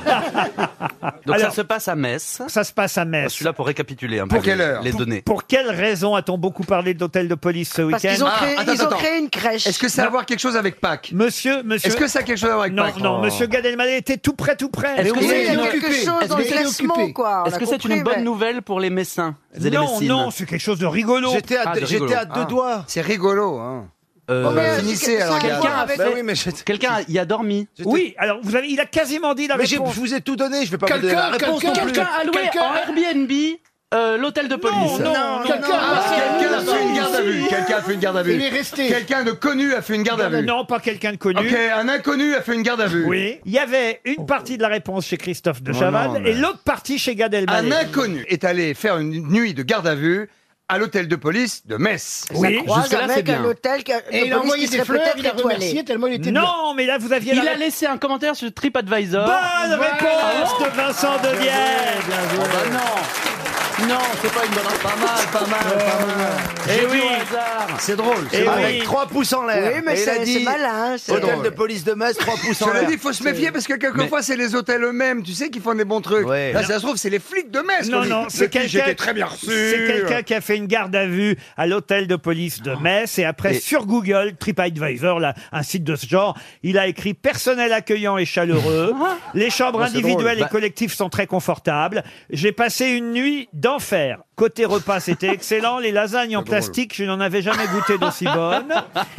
Donc Alors- ça se passe à Metz. Ça se passe à Je Metz. suis là pour récapituler un Pour peu quelle les, heure les données. Pour quelle raison a-t-on beaucoup parlé de l'hôtel de police ce Parce week-end qu'ils ont créé, attends, ils ont attends. créé une crèche. Est-ce que ça a à voir quelque chose avec Pâques? Monsieur, monsieur. Est-ce que ça a quelque chose à voir avec Non, Pâques non, Oh. monsieur Gad Elmaleh était tout près, tout près. Est-ce que Oui, c'est il y a une- quelque chose est-ce dans que le c'est classement, occupé quoi. On Est-ce a que c'est compris, une bonne mais- nouvelle pour les Messins et les Non, Messines non, c'est quelque chose de rigolo. J'étais à, Ah, deux- de j'étais rigolo. à deux Ah. doigts. C'est rigolo, hein. Euh, Oh, mais, euh, finissez, c'est- alors, ça a gars. à voir Quelqu'un a avec- Bah fait- oui, mais j'étais- Quelqu'un y a dormi. Oui, alors vous avez, il a quasiment dit la Mais j'ai- réponse. je vous ai tout donné, je vais pas vous donner la Quelqu'un, réponse non quelqu'un, plus. Quelqu'un a loué Quelqu'un- en Airbnb euh, l'hôtel de police. Non, non, Quelqu'un Ah, a quelqu'un a fait une garde à vue. Si. Quelqu'un a fait une garde à vue. Il est resté. Quelqu'un de connu a fait une garde à vue. Non, pas quelqu'un de connu. Ok, un inconnu a fait une garde à vue. Oui, il y avait une partie de la réponse chez Christophe de Oh Chavannes non, mais- et l'autre partie chez Gad Un Elmaleh. inconnu est allé faire une nuit de garde à vue à l'hôtel de police de Metz. Oui, Ça croise jusque-là, c'est avec bien. un hôtel qui a- Et de il a police envoyé qui des serait fleurs, peut-être il a étoilé. remercié tellement il était bien. Non, mais là vous aviez Il la a laissé un commentaire sur TripAdvisor. bonne réponse de Vincent de Vienne. Oh bah non. Non, c'est pas une bonne réponse. Pas mal, pas mal, pas mal. Eh J'ai oui. vu au hasard. C'est drôle. Eh c'est drôle. oui. Avec trois pouces en l'air. Oui, mais Et il a c'est dit, c'est malin. c'est- hôtel drôle. de police de Metz, trois pouces en Cela l'air. dit, il faut se méfier parce que quelquefois c'est les hôtels eux-mêmes, tu sais, qui font des bons trucs. Ouais. Là, ça se trouve, c'est les flics de Metz. Non, qu'on dit. non, c'est Depuis, quelqu'un. J'étais très bien reçu. C'est quelqu'un qui a fait une garde à vue à l'hôtel de police de Metz et après Et- sur Google, TripAdvisor, là, un site de ce genre, il a écrit personnel accueillant et chaleureux. Les chambres Oh, c'est individuelles drôle. et collectives sont très confortables. J'ai passé une nuit d'enfer. Côté repas, c'était excellent. Les lasagnes en plastique, je n'en avais jamais goûté d'aussi bonnes.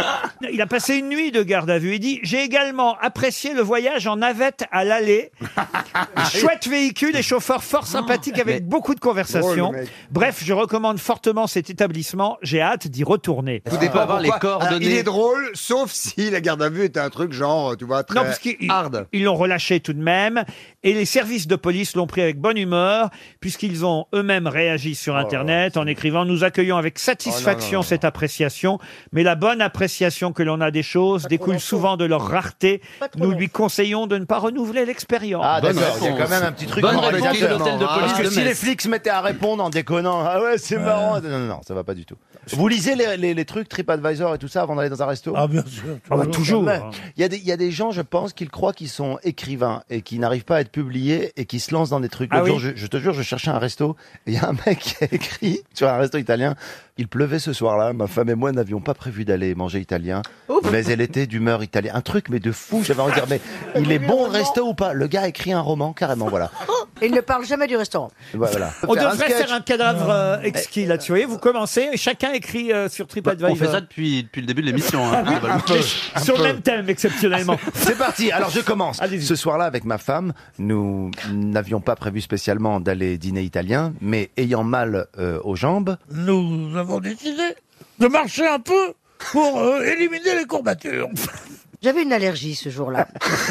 Il a passé une nuit de garde à vue. Il dit, j'ai également apprécié le voyage en navette à l'aller. Chouette véhicule et chauffeur fort sympathique avec Mais- beaucoup de conversations. Drôle, le mec. Bref, je recommande fortement cet établissement. J'ai hâte d'y retourner. Tout dépend avoir les Pourquoi Alors, coordonnées. il est drôle, sauf si la garde à vue était un truc genre, tu vois, très Non, parce qu'ils hard. ils l'ont relâché tout de même. Et les services de police l'ont pris avec bonne humeur, puisqu'ils ont eux-mêmes réagi sur Internet en écrivant « Nous accueillons avec satisfaction non, non, non. cette appréciation, mais la bonne appréciation que l'on a des choses découle souvent de leur rareté. Nous lui conseillons de ne pas renouveler l'expérience. Ah Bonne d'accord, il y a réponse. quand même un petit truc Bonne moralisateur. réponse de l'hôtel de Parce police que de si les Metz. flics se mettaient à répondre en déconnant, ah ouais c'est marrant, non, non, non, ça va pas du tout. Vous lisez les, les, les trucs TripAdvisor et tout ça avant d'aller dans un resto? Ah, bien sûr. Ah bah, toujours. Il y, a des, il y a des gens, je pense, qui croient qu'ils sont écrivains et qui n'arrivent pas à être publiés et qui se lancent dans des trucs. Ah L'autre oui. jour, je, je te jure, je cherchais un resto et il y a un mec qui a écrit sur un resto italien. Il pleuvait ce soir-là. Ma femme et moi n'avions pas prévu d'aller manger italien, mais elle était d'humeur italienne. Un truc, mais de fou. J'avais envie de dire, mais il est bon le resto ou pas? Le gars a écrit un roman carrément, voilà. Et il ne parle jamais du restaurant. Voilà. On Faire un devrait sketch. faire un cadavre euh, exquis là-dessus. Vous voyez, vous commencez et chacun écrit euh, sur TripAdvisor. On fait ça depuis, depuis le début de l'émission. Hein, globalement. Sur le même thème, exceptionnellement. C'est parti, alors je commence. Allez-y. Ce soir-là, avec ma femme, nous n'avions pas prévu spécialement d'aller dîner italien, mais ayant mal euh, aux jambes, Nous avons décidé de marcher un peu pour euh, éliminer les courbatures. J'avais une allergie ce jour-là.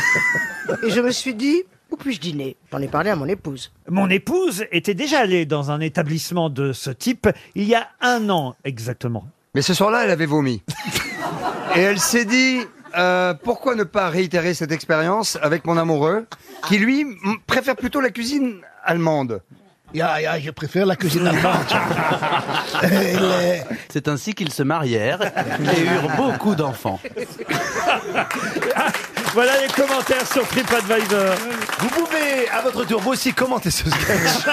Et je me suis dit, où puis-je dîner? J'en ai parlé à mon épouse. Mon épouse était déjà allée dans un établissement de ce type il y a un an exactement. Mais ce soir-là, elle avait vomi. Et elle s'est dit, euh, pourquoi ne pas réitérer cette expérience avec mon amoureux, qui lui m- préfère plutôt la cuisine allemande. Ya, ya, je préfère la cuisine allemande. Les- C'est ainsi qu'ils se marièrent et eurent beaucoup d'enfants. Voilà les commentaires sur TripAdvisor. vous pouvez à votre tour vous aussi commenter ce sketch.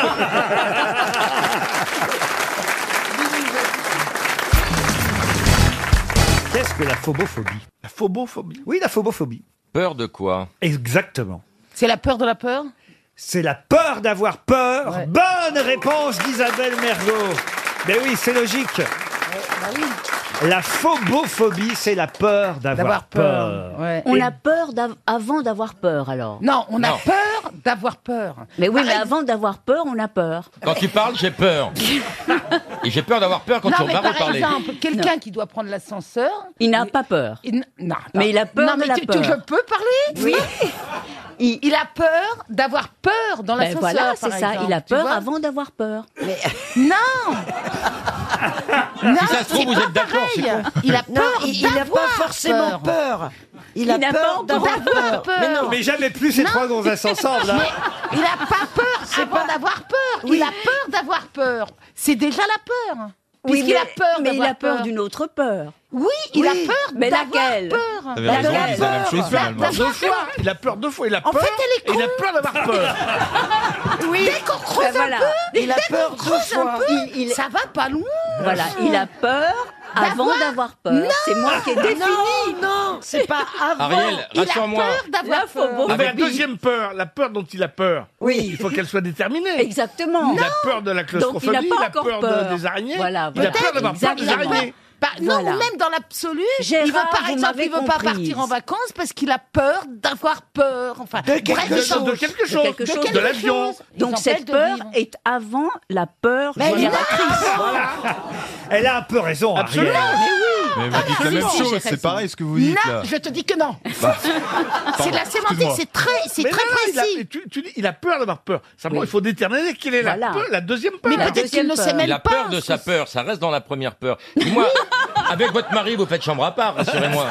Qu'est-ce que la phobophobie? La phobophobie. Oui, la phobophobie. Peur de quoi? Exactement. C'est la peur de la peur? C'est la peur d'avoir peur. Bonne réponse d'Isabelle Mergot. Mais oui, c'est logique. La phobophobie, c'est la peur d'avoir D'avoir peur. peur. Ouais. On Et- a peur d'av- avant d'avoir peur, alors. Non, on a Non. peur d'avoir peur. Mais oui, mais Par avant d'avoir peur, on a peur. Quand tu parles, j'ai peur. Et j'ai peur d'avoir peur quand non, tu mais vas par reparler. exemple, quelqu'un qui doit prendre l'ascenseur. Il n'a pas peur. il n- non, attends. Mais il a peur non, de mais la tu- tu- peur. je peux parler? Oui. Il, il a peur d'avoir peur dans Ben l'ascenseur. voilà, c'est par ça. exemple, Il a tu peur vois. avant d'avoir peur. Non. Non, Si ça se trouve, c'est vous pas êtes d'accord, c'est pareil. con. Il a Non, peur il, il a d'avoir pas forcément peur. Il, Il a n'a peur pas d'avoir d'avoir peur. peur. Mais non. Mais jamais plus ces Non. trois gonzesses ensemble. hein. Mais il a pas peur avant d'avoir peur. Oui. Il a peur d'avoir peur. C'est déjà la peur. Oui, Puisqu'il mais, a peur mais il d'avoir a peur d'une autre peur. Oui, il a Oui. peur Mais d'avoir laquelle peur. Vous avez raison, Laquelle c'est la même chose La- finalement. d'avoir Deux fois. Il a peur deux fois. Il a En peur. fait, elle est et il a con. peur d'avoir peur. Oui. Dès qu'on creuse Ben voilà. un peu, Il a dès peur qu'on deux creuse un fois. peu, Il- il- ça va pas loin. Voilà, il a peur avant D'avoir- d'avoir peur. Non. C'est moi qui ai défini. Non, non, c'est pas avant. Ariel, Il a rassure-moi. peur d'avoir Là, faut peur. beau- Non, mais la Avec- deuxième peur, la peur dont il a peur. Oui. Il faut qu'elle soit déterminée. Exactement. Il a peur de la Donc, il claustrophobie, n'a pas il a encore peur, peur. de- des araignées. Voilà, il a voilà. peur d'avoir peur des Exactement. araignées. Bah, non, Voilà. ou même dans l'absolu, Gérard, il veut par vous exemple, m'avez il veut pas comprise. partir en vacances parce qu'il a peur d'avoir peur. Enfin, De quelque bref, De, chose. de quelque chose. quelque chose. De l'avion. chose. Ils Donc empêchent cette de peur vivre. est avant la peur Mais génératrice. Elle a un peu raison, Absolument. Ariel. Mais vous dites la même si, j'ai chose, raison. c'est pareil ce que vous dites Non, là. je te dis que non. Bah, C'est la sémantique, excuse-moi. c'est très, c'est Mais très non, non, il a, précis. tu, tu dis, il a peur d'avoir peur. Simplement, Oui. il faut déterminer quelle est Voilà. la peur, la deuxième peur. Mais La peut-être qu'il deuxième ne sait peur. même Il a pas. peur de sa peur, ça reste dans la première peur. Dis-moi, avec votre mari, vous faites chambre à part, rassurez-moi.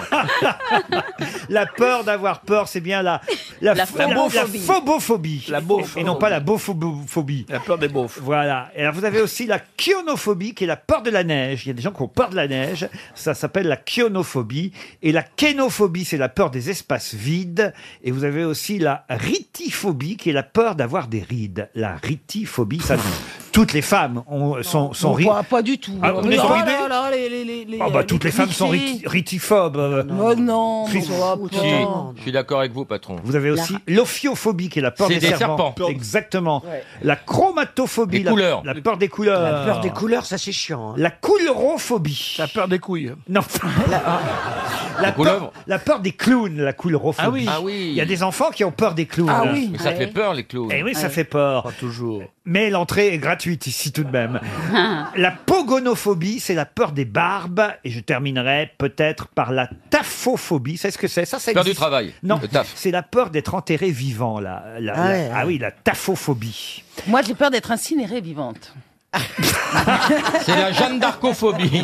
La peur d'avoir peur, c'est bien la la, La ph- la- phobophobie. la phobophobie. La beauf. Et non pas la bofophobie. La peur des beaufs. Voilà. Et alors vous avez aussi la chionophobie, qui est la peur de la neige. Il y a des gens qui ont peur de la neige. Ça s'appelle la chionophobie. Et la kénophobie, c'est la peur des espaces vides. Et vous avez aussi la ritiphobie, qui est la peur d'avoir des rides. La ritiphobie, ça, toutes les femmes ont, sont, sont Non, ri- pas, pas du tout. Ah, vous Mais êtes oh ridés là là, les, les, les, les- Ah bah, les toutes les femmes sont clichés. riti- ritiphobes. euh. Oh non, Si- mais ça va pas. Si, je suis d'accord avec vous, patron. Vous avez aussi l'ophiophobie, qui est la peur C'est des, des serpents. serpents. Exactement. Ouais. La chromatophobie, Les la, couleurs. la peur des couleurs. La peur des couleurs, ça c'est chiant. hein. La coulrophobie. La peur des couilles. Non. la, Les peur, couleuvres. la peur des clowns, la coulrophobie. Ah oui. Ah oui. Il y a des enfants qui ont peur des clowns. Ah oui. Mais ça Ouais. fait peur, les clowns. Eh oui, ça fait peur. Pas toujours. Mais l'entrée est gratuite ici tout de même. La pogonophobie, c'est la peur des barbes. Et je terminerai peut-être par la taphophobie. C'est ce que c'est ça, ça Peur du existe. travail. Non, Le taf. c'est la peur d'être enterré vivant. Là. La- Ah la- ouais, ah oui, la taphophobie. Moi, j'ai peur d'être incinérée vivante. C'est la Jeanne d'Arcophobie.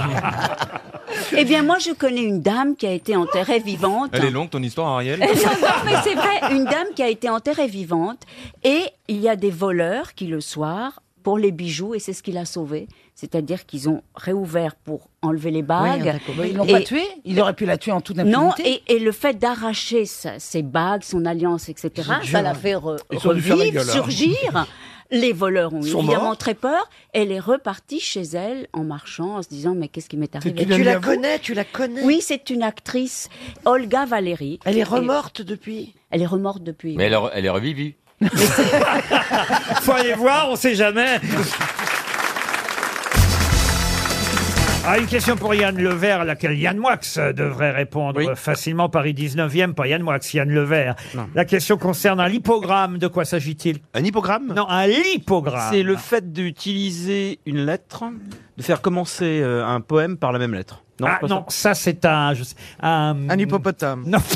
Eh bien, moi, je connais une dame qui a été enterrée vivante. Elle est longue ton histoire, Ariel non, non, mais c'est vrai, une dame qui a été enterrée vivante. Et il y a des voleurs qui, le soir, pour les bijoux, et c'est ce qui l'a sauvée, c'est-à-dire qu'ils ont réouvert pour enlever les Oui, bagues. d'accord. Mais ils l'ont Et- pas tuée. Il aurait pu la tuer en toute impunité. Non, et, et le fait d'arracher sa- ses bagues, son alliance, et cetera, C'est ça dur. l'a fait re- Ils ont dû faire la revivre, gueule, hein. surgir. Les voleurs ont eu Sont évidemment morts. très peur. Elle est repartie chez elle en marchant, en se disant mais qu'est-ce qui m'est arrivé une Tu amie la à vous connais, tu la connais. Oui, c'est une actrice, Olga Valéry. Elle est Et- remorte depuis. Elle est remorte depuis. Mais elle, est- elle est revivie. Faut aller voir, on sait jamais. Ah, une question pour Yann Levert, à laquelle Yann Moix devrait répondre Oui. facilement. Paris dix-neuvième, pas Yann Moix, Yann Levert. La question concerne un lipogramme. De quoi s'agit-il? Un hippogramme Non, un lipogramme. C'est le fait d'utiliser une lettre, de faire commencer euh, un poème par la même lettre. Non, Ah c'est pas non, ça c'est un, je sais- un... Un hippopotame. Non.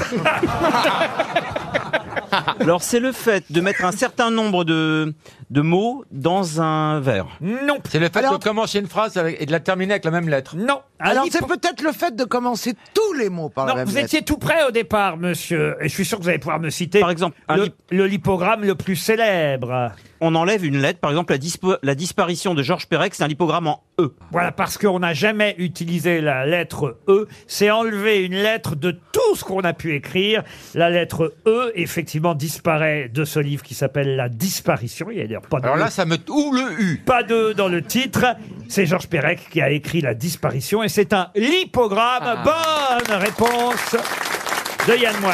ça Alors c'est le fait de mettre un certain nombre de, de mots dans un vers. Non. C'est le fait Alors- de commencer une phrase avec- et de la terminer avec la même lettre. Non. Un Alors lipo- c'est peut-être le fait de commencer tous les mots par la Non, même vous lettre. étiez tout près au départ, monsieur. Et je suis sûr que vous allez pouvoir me citer Par exemple, un le, lip- le lipogramme le plus célèbre. On enlève une lettre, par exemple la, dispo- la disparition de Georges Perec, c'est un lipogramme en E. Voilà, parce qu'on n'a jamais utilisé la lettre E. C'est enlever une lettre de tout ce qu'on a pu écrire. La lettre E, effectivement, disparaît de ce livre qui s'appelle La Disparition. Il y a d'ailleurs pas de Alors E. là, ça me... Ou le U. Pas de dans le titre. C'est Georges Perec qui a écrit La Disparition et c'est un lipogramme. Ah. Bonne réponse de Yann Moix.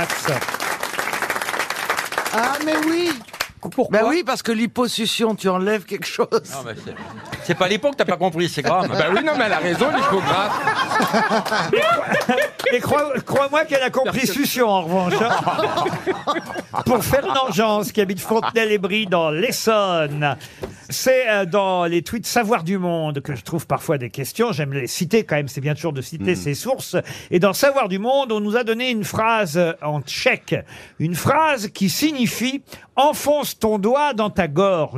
Ah mais oui. Pourquoi Ben oui, parce que l'hyposuction, tu enlèves quelque chose. Non, mais c'est- c'est pas l'époque, t'as pas compris, c'est grave. Bah oui, non, mais elle a raison, l'hypographe. Et crois- crois-moi qu'elle a compris Succion, en revanche. hein. Pour Fernand Jans, qui habite Fontenay-les-Brie dans l'Essonne. C'est euh, dans les tweets Savoir du Monde que je trouve parfois des questions. J'aime les citer quand même, c'est bien toujours de citer ses sources. Et dans Savoir du Monde, on nous a donné une phrase en tchèque. Une phrase qui signifie « enfonce ton doigt dans ta gorge ».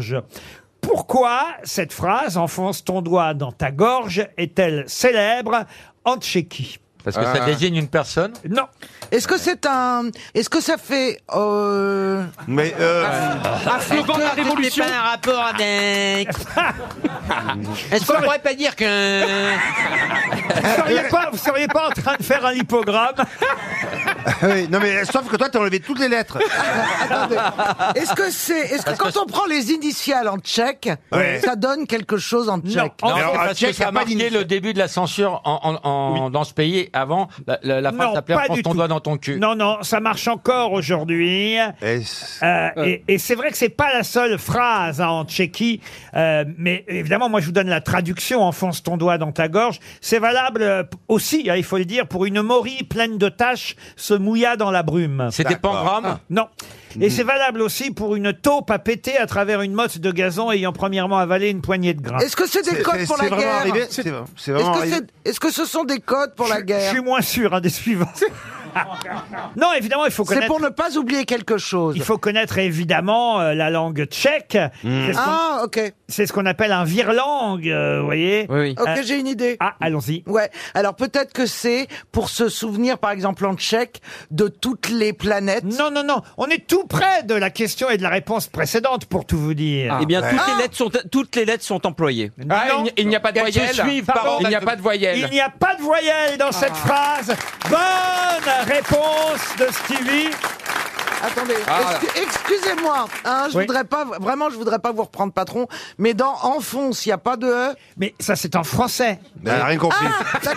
pourquoi cette phrase, enfonce ton doigt dans ta gorge, est-elle célèbre en Tchéquie? Parce que ça désigne une personne? Non. Est-ce que c'est un... Est-ce que ça fait... Euh... Mais euh... Un slogan de la révolution. C'est pas un rapport avec... Est-ce qu'on pourrait pas dire que... Vous seriez pas, vous seriez pas en train de faire un lipogramme? Oui, non mais sauf que toi t'as enlevé toutes les lettres. Attendez. Est-ce que c'est... Est-ce que quand on prend les initiales en tchèque, Ouais. ça donne quelque chose en tchèque? Non, Alors, c'est en parce Tchèque, que ça y a a pas marqué d'initiale. le début de la censure en, en, en- dans ce pays. Avant, la, la, la phrase Non, s'appelait pas « Enfonce du ton tout. doigt dans ton cul ». Non, non, ça marche encore aujourd'hui. Et Euh, et et c'est vrai que c'est pas la seule phrase hein, en Tchéquie, euh, mais évidemment, moi je vous donne la traduction. Enfonce ton doigt dans ta gorge. C'est valable euh, aussi, hein, il faut le dire, pour une morille pleine de taches se mouilla dans la brume. C'est des pangrammes? Non. Et c'est valable aussi pour une taupe à péter à travers une motte de gazon ayant premièrement avalé une poignée de grains. Est-ce que c'est des codes pour la guerre? C'est c'est Est-ce vraiment que, arrivé. c'est- est-ce que ce sont des codes pour la Je guerre? suis moins sûr hein, des suivants. Non, évidemment, il faut C'est connaître. pour ne pas oublier quelque chose. Il faut connaître évidemment euh, la langue tchèque. C'est ce qu'on- Ah, ok. c'est ce qu'on appelle un virlangue, euh, vous voyez. Oui, oui. Ok, Euh, j'ai une idée. Ah, allons-y. Ouais. Alors peut-être que c'est pour se souvenir, par exemple en tchèque, de toutes les planètes. Non, non, non. On est tout près de la question et de la réponse précédente, pour tout vous dire. Eh bien, ouais. toutes, Ah. les lettres sont, toutes les lettres sont employées. Ah, Non. il n'y- il n'y a pas de Qu'elles se voyelle. suivent, Pardon pardon. Il n'y a pas de Il voyelle. n'y a pas de voyelle dans cette phrase. Bonne réponse de Stevie. Attendez, Ah. excu- excusez-moi, hein, je Oui. voudrais pas, vraiment, je voudrais pas vous reprendre patron, mais dans enfonce, il y a pas de e. Mais ça, c'est en français. Ben, elle a rien compris.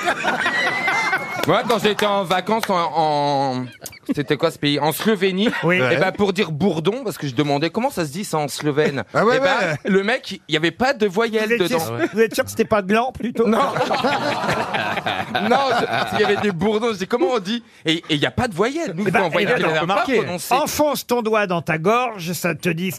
Moi, quand j'étais en vacances en, en- c'était quoi ce pays? En Slovénie. Oui. Et Ouais. ben pour dire bourdon, parce que je demandais comment ça se dit ça en slovène. Ah ouais, et ben, ouais. le mec, il n'y avait pas de Vous voyelle êtes, dedans. sûr, vous êtes sûr que c'était pas gland plutôt? Non. Non, je- il y avait des bourdons. Je dis comment on dit? Et il n'y a pas de voyelle. Nous, Eh ben, en voyelle, eh ben, on ne peut pas remarqué. prononcer. Enfonce ton doigt dans ta gorge, ça te dit.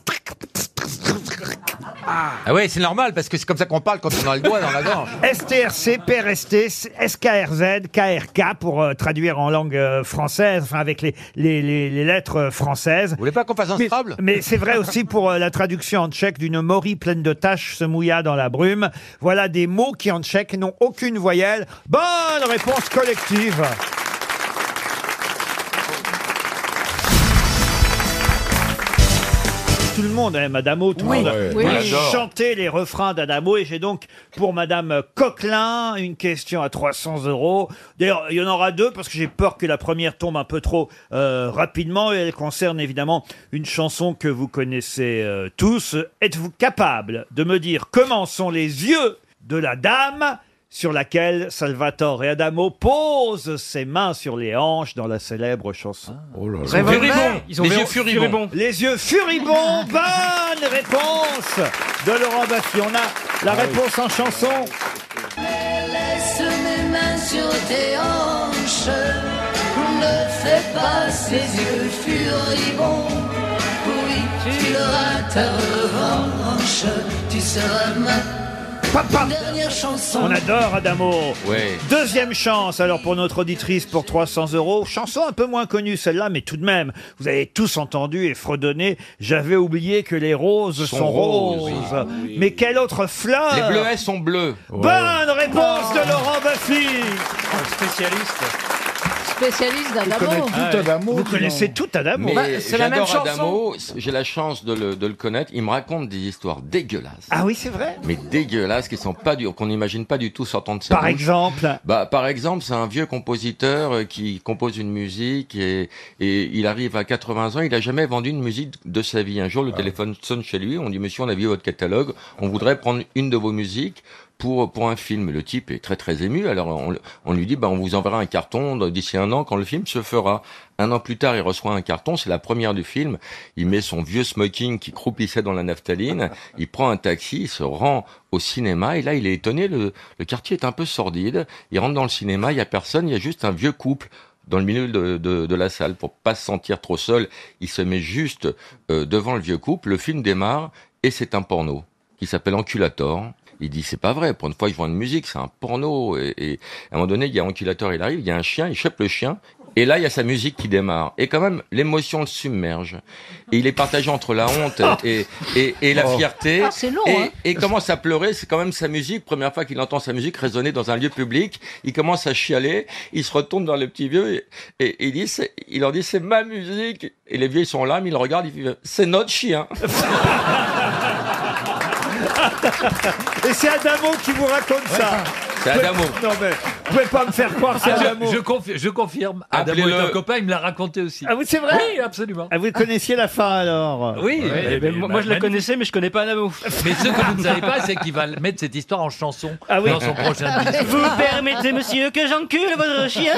Ah ouais, c'est normal, parce que c'est comme ça qu'on parle quand on a le doigt dans la gorge. S T R C, P R S T, S K R Z, K R K pour euh, traduire en langue euh, française, enfin avec les, les, les, les lettres euh, françaises. Vous voulez pas qu'on fasse un Mais, Scrabble? mais c'est vrai aussi pour euh, la traduction en tchèque d'une morille pleine de taches se mouilla dans la brume. Voilà des mots qui en tchèque n'ont aucune voyelle. Bonne réponse collective. Tout le monde aime Adamo, tout le monde Oui. a Oui. chanté les refrains d'Adamo. Et j'ai donc pour Madame Coquelin une question à trois cents euros. D'ailleurs, il y en aura deux parce que j'ai peur que la première tombe un peu trop euh, rapidement. Et elle concerne évidemment une chanson que vous connaissez euh, tous. Êtes-vous capable de me dire comment sont les yeux de la dame sur laquelle Salvatore et Adamo posent ses mains sur les hanches dans la célèbre chanson? Oh là là. Furibond. Ils ont Les véro- yeux furibonds. Les yeux furibonds. Bonne réponse de Laurent Baffy. On a la réponse en chanson. Laisse mes mains sur tes hanches, ne fais pas ces yeux furibonds. Oui, tu auras ta revanche, tu seras ma dernière chanson. On adore Adamo. Ouais. Deuxième chance alors pour notre auditrice pour trois cents euros. Chanson un peu moins connue celle-là, mais tout de même, vous avez tous entendu et fredonné. J'avais oublié que les roses sont, Sont roses. roses, Mais quelle autre fleur? Les bleuets sont bleus. Bonne réponse de Laurent Baffy. Spécialiste. Spécialiste Tu connais d'Adamo. tout Adamo. Vous dis connaissez donc. tout Adamo. Mais Bah, c'est la même j'adore chanson. Adamo, j'ai la chance de le, de le connaître. Il me raconte des histoires dégueulasses. Ah oui, c'est vrai. Mais dégueulasses, qui sont pas du, qu'on n'imagine pas du tout sortant de sa Par bouche. exemple. Bah, par exemple, c'est un vieux compositeur euh, qui compose une musique et, et il arrive à quatre-vingts ans, il a jamais vendu une musique de sa vie. Un jour, le téléphone sonne chez lui, on dit, monsieur, on a vu votre catalogue, on voudrait prendre une de vos musiques pour, pour un film. Le type est très très ému, alors on, on lui dit, bah, on vous enverra un carton d'ici un an quand le film se fera. Un an plus tard, il reçoit un carton, c'est la première du film, il met son vieux smoking qui croupissait dans la naphtaline, il prend un taxi, il se rend au cinéma, et là, il est étonné, le, le quartier est un peu sordide, il rentre dans le cinéma, il y a personne, il y a juste un vieux couple dans le milieu de, de, de la salle, pour pas se sentir trop seul, il se met juste euh, devant le vieux couple, le film démarre, et c'est un porno, qui s'appelle Enculator. Il dit, c'est pas vrai, pour une fois, je vois une musique, c'est un porno. Et, et à un moment donné, il y a Enculator, il arrive, il y a un chien, il chope le chien, Et là, il y a sa musique qui démarre. Et quand même, l'émotion le submerge. Et il est partagé entre la honte et, et, et la Oh. fierté. Ah, c'est long, et, hein. et il commence à pleurer. C'est quand même sa musique. Première fois qu'il entend sa musique résonner dans un lieu public. Il commence à chialer. Il se retourne vers les petits vieux et, et, et il, dit, c'est- il leur dit, c'est ma musique. Et les vieux, ils sont là, mais ils le regardent. Ils disent, c'est notre chien. Et c'est Adamo qui vous raconte ça. C'est Adamo. Non mais, vous pouvez pas me faire croire que c'est Ah, je- Adamo. je, confi- je confirme. Adamo Appelez-le. est un copain, il me l'a raconté aussi. Ah oui, c'est vrai? Oui, absolument. Ah, vous connaissiez la fin alors? Oui, Ouais, mais- mais mais- moi, moi, je la magnifique. connaissais, mais je connais pas Adamo. Mais ce que vous ne savez pas, c'est qu'il va mettre cette histoire en chanson Ah oui. dans son prochain disque. Vous permettez, monsieur, que j'encule votre chien?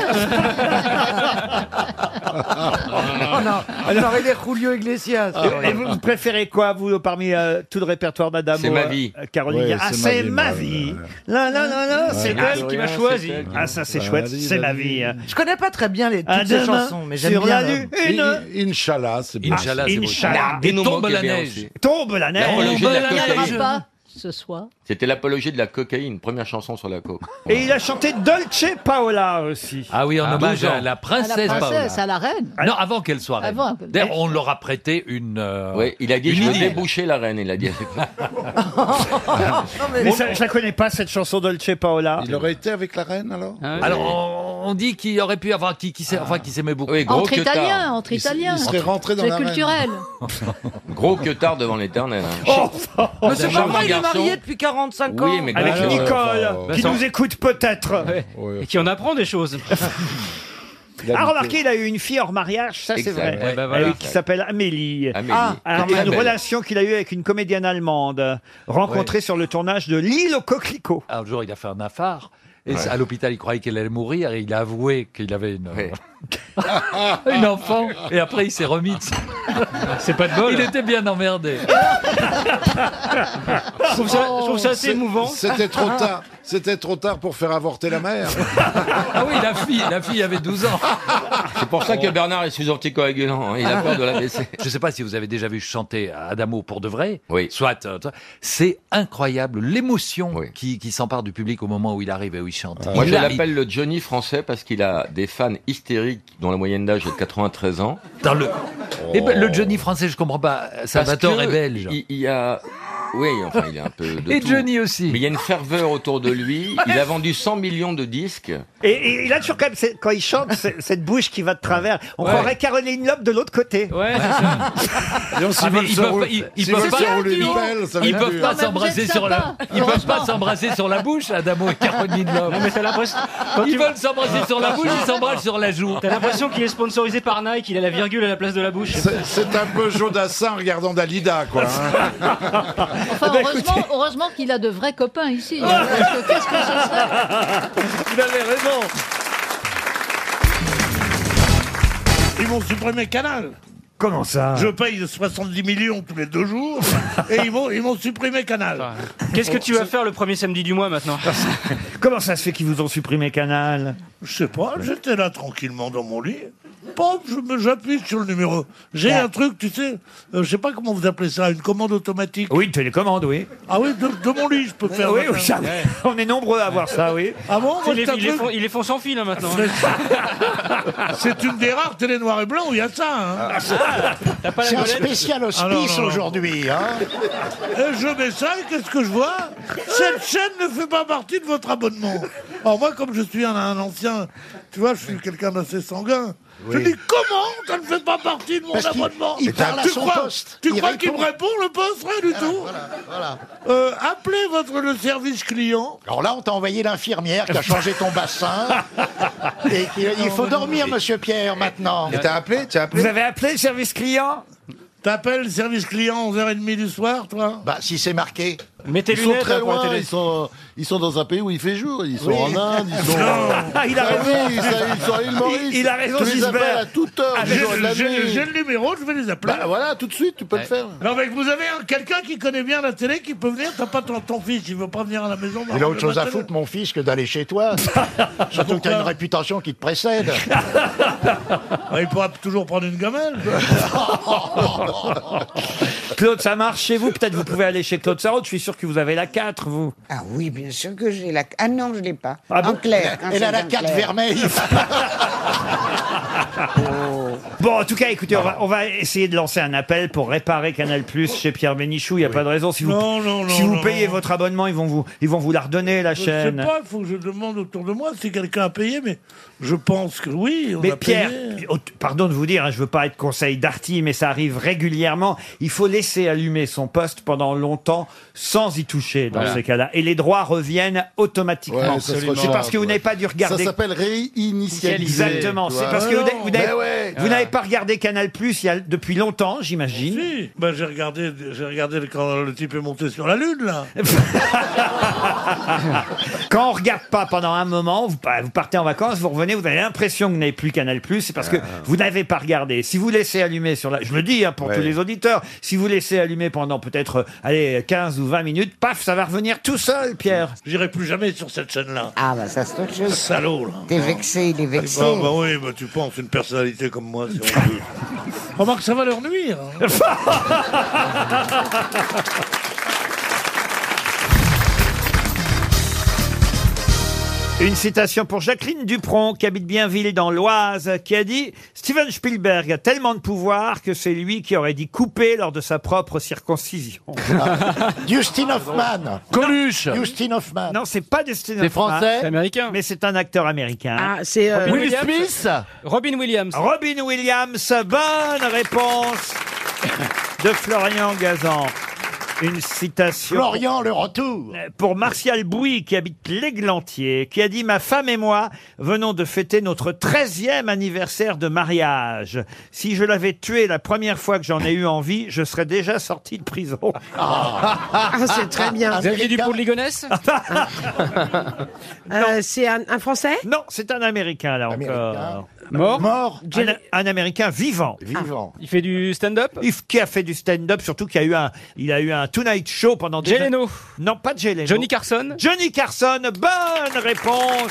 Oh non, on aurait des Julio Iglesias. Et, et vous, vous préférez quoi, vous, parmi euh, tout le répertoire d'Adamo? C'est ma euh, vie. Caroline. Ouais, ah, c'est c'est ma ma vie, vie. moi, ouais. Non, non, non, non, Ouais. c'est Ah, elle qui m'a rien, choisi. c'est elle. Ah, ça, c'est Bah, chouette, vas-y, c'est ma vas-y. vie. Je connais pas très bien les, toutes Un ces demain chansons, mais j'aime sur bien. la euh, lune. In- Inch'Allah, c'est bien. Inch'Allah, c'est beau. Inch'Allah. Et Dynamo tombe qui est la bien neige. aussi. Tombe la neige. L'apologie de Tombe la la Il neige. cocaïne. pas ce soir. C'était l'apologie de la cocaïne, première chanson sur la coke. Et il a chanté Dolce Paola aussi. Ah oui, en Ah, hommage douze ans. à la À la princesse princesse, Paola. à la reine. Non, avant qu'elle soit reine. Avant. D'ailleurs, on leur a prêté une. euh, Oui, il a dit, une je veux idylle. déboucher la reine, il a dit. Mais ça, je la connais pas, cette chanson Dolce Paola. Il aurait été avec la reine alors Alors, on, on dit qu'il aurait pu avoir qui, qui s'est- enfin, qui s'aimait beaucoup. Oui, gros Entre que italiens, tard. entre Il s- italiens. il serait rentré dans C'est la reine. culturel. Gros que tard devant l'éternel. hein. Oh, Mais c'est pas Charmant vrai, il est garçon. marié depuis quarante-cinq ans. Oui, mais avec gros que- Nicole, enfin, qui Vincent. nous écoute peut-être. Ouais. Et qui en apprend des choses. Il a Ah, dit remarquez, il a eu une fille hors mariage, ça c'est Exact. vrai. Ouais, bah voilà. Euh, qui s'appelle Amélie. Amélie. Ah, Quand une même belle. relation qu'il a eue avec une comédienne allemande, rencontrée sur le tournage de L'île aux coquelicots. Un jour, il a fait un affare. Et Ouais. à l'hôpital, il croyait qu'elle allait mourir. Et il a avoué qu'il avait une, Ouais. une enfant. Et après, il s'est remis. de ça. C'est pas de bol. Il était bien emmerdé. Je trouve ça, je trouve ça assez C'est- émouvant. C'était trop tard. C'était trop tard pour faire avorter la mère. Ah oui, la fille, la fille avait douze ans. C'est pour ça que Bernard est sous anticoagulant. hein. Il a peur de la baisser. Je ne sais pas si vous avez déjà vu chanter Adamo pour de vrai. Oui. Soit, euh, c'est incroyable l'émotion Oui. qui, qui s'empare du public au moment où il arrive et où il chante. Moi, Il je a- l'appelle le Johnny français parce qu'il a des fans hystériques dont la moyenne d'âge est de quatre-vingt-treize ans. Dans le, Eh ben, le Johnny français, je comprends pas. Salvatore Parce est que belge. Il, il y a... Oui, enfin, il est un peu de Et tout. Johnny aussi. Mais il y a une ferveur autour de lui. Il a vendu cent millions de disques. Et, et il a toujours quand même, cette- quand il chante, c'est- cette bouche qui va de travers. On Ouais. croirait Caroline Loeb de l'autre côté. Ouais, c'est ça. Et on s'y Ah, mais va ils se peuvent roule- pas, ils, ils s'y peuvent va pas, se rouler une pelle, ça va ils être peuvent dur. pas Non, mais vous s'embrasser êtes sur la, sympa. ils peuvent pas s'embrasser sur la bouche, Adamo et Caroline Loeb. Non, mais t'as l'impression. quand Ils tu- veulent s'embrasser sur la bouche, ils s'embrassent sur la joue. T'as l'impression qu'il est sponsorisé par Nike, il a la virgule à la place de la bouche. C'est c'est un peu Jodassin en regardant Dalida, quoi. hein. Enfin, heureusement, heureusement qu'il a de vrais copains ici. hein, parce que qu'est-ce que ce serait Vous avez raison. Ils m'ont supprimé Canal. Comment ça? Je paye soixante-dix millions tous les deux jours et ils m'ont, ils m'ont supprimé Canal. Qu'est-ce que tu vas faire le premier samedi du mois maintenant? Comment ça se fait qu'ils vous ont supprimé Canal? Je sais pas, j'étais là tranquillement dans mon lit. Pop, je me, j'appuie sur le numéro. J'ai un truc, tu sais, euh, je sais pas comment vous appelez ça, une commande automatique. Oui, une télécommande, oui. Ah oui, de, de mon lit, je peux faire. Oui, oui, ça, on est nombreux à avoir ça, oui. Ah bon, moi, Ils les, c'est un ils les truc- font, ils les font sans fil hein, maintenant. C'est une des rares télé noir et blanc où il y a ça. Hein. T'as pas la C'est un molette spécial hospice Ah non, non, non. aujourd'hui. Hein. Et je mets ça et qu'est-ce que je vois? Cette chaîne ne fait pas partie de votre abonnement. Alors moi, comme je suis un, un ancien, tu vois, je suis quelqu'un d'assez sanguin. Je dis comment ça ne fait pas partie de mon Parce qu'il- abonnement? il parle à tu son crois, poste. Tu Il crois qu'il me répond. répond le poste? Rien du tout. Voilà, voilà. Euh, appelez votre le service client. Alors là, on t'a envoyé l'infirmière qui a changé ton bassin. Et qu'il- il faut dormir, monsieur Pierre, maintenant. Et t'as appelé, t'as appelé Vous avez appelé le service client? T'appelles le service client à onze heures trente du soir, toi? Bah, si c'est marqué. Mets tes Ils sont lunettes très là, pour la loin, télé. ils sont, ils sont dans un pays où il fait jour. Ils sont Oui. en Inde, ils sont. Ah, il a Ah raison. oui, ça, ils sont à l'île Maurice. Il- il a raison, Tu les Gisbert. appelles à toute heure Ah, du J'ai jour et de la j'ai- nuit. j'ai le numéro, je vais les appeler. Bah voilà, tout de suite, tu peux le faire. Non, mais vous avez un- quelqu'un qui connaît bien la télé qui peut venir. T'as pas ton, ton fils, il veut pas venir à la maison. Il a autre chose à foutre, mon fils, que d'aller chez toi. Surtout que t'as une réputation qui te précède. Il pourra toujours prendre une gamelle. Claude, ça marche chez vous? Peut-être vous pouvez aller chez Claude Sarraute. Je suis sûr que vous avez la quatre, vous. Ah oui, bien sûr que j'ai la... Ah non, je l'ai pas. Ah bon En clair. hein, Elle c'est a la en carte clair. vermeille. Bon, en tout cas, écoutez, on va, on va essayer de lancer un appel pour réparer Canal Plus chez Pierre Bénichou. Il n'y a pas de raison. Si vous, Non, non, non, si vous non, payez non. votre abonnement, ils vont vous, ils vont vous la redonner, la Je sais chaîne. pas, il faut que je demande autour de moi si quelqu'un a payé, mais je pense que oui, on Mais a Pierre, payé. au- pardon de vous dire, hein, je veux pas être conseil d'Arty, mais ça arrive régulièrement. Il faut laisser allumer son poste pendant longtemps sans y toucher dans Voilà. ces cas-là. Et les droits reviennent automatiquement. Ouais, ça se c'est parce que vous recharge, n'avez ouais. pas dû regarder. Ça s'appelle réinitialiser. Exactement. tu C'est vois. parce que Ah vous n'avez- non, vous n'avez mais ouais. vous n'avez pas regardé Canal Plus il y a depuis longtemps, j'imagine. Si, ben j'ai regardé, j'ai regardé quand le type est monté sur la lune là. Quand on regarde pas pendant un moment, vous, vous partez en vacances, vous revenez, vous avez l'impression que vous n'avez plus Canal+, c'est parce que vous n'avez pas regardé. Si vous laissez allumer sur la... Je me dis, hein, pour Ouais. tous les auditeurs, si vous laissez allumer pendant peut-être, euh, allez, quinze ou vingt minutes, paf, ça va revenir tout seul, Pierre. J'irai plus jamais sur cette chaîne-là. Ah bah ça c'est autre chose. Salaud là. T'es vexé, il est vexé. Bah, bah oui, bah tu penses une personnalité comme moi, si on veut. Remarque, ça va leur nuire. hein. Une citation pour Jacqueline Dupron, qui habite Bienville dans l'Oise, qui a dit « Steven Spielberg a tellement de pouvoir que c'est lui qui aurait dit couper lors de sa propre circoncision. Justin Hoffman. Coluche. Justin Hoffman. Non, c'est pas Justin C'est Hoffman, français. C'est américain. mais c'est un acteur américain. Ah, c'est. euh, Robin Will Williams. Smith. Robin Williams. Robin Williams, bonne réponse de Florian Gazan. Une citation Florian, le retour. pour Martial Bouy, qui habite l'Églantier, qui a dit « Ma femme et moi venons de fêter notre treizième anniversaire de mariage. Si je l'avais tué la première fois que j'en ai eu envie, je serais déjà sorti de prison. Ah, c'est très bien. Vous avez du pour de Ligonnès Euh, c'est un, un Français » Non, c'est un Américain, là encore. Mort. Mort. Un, un Américain vivant. Vivant. Il fait du stand-up. Il- Qui a fait du stand-up, surtout qu'il a eu un, il a eu un Tonight Show pendant des Jay Leno. Non, pas de Jay Leno. Johnny Carson. Johnny Carson, bonne réponse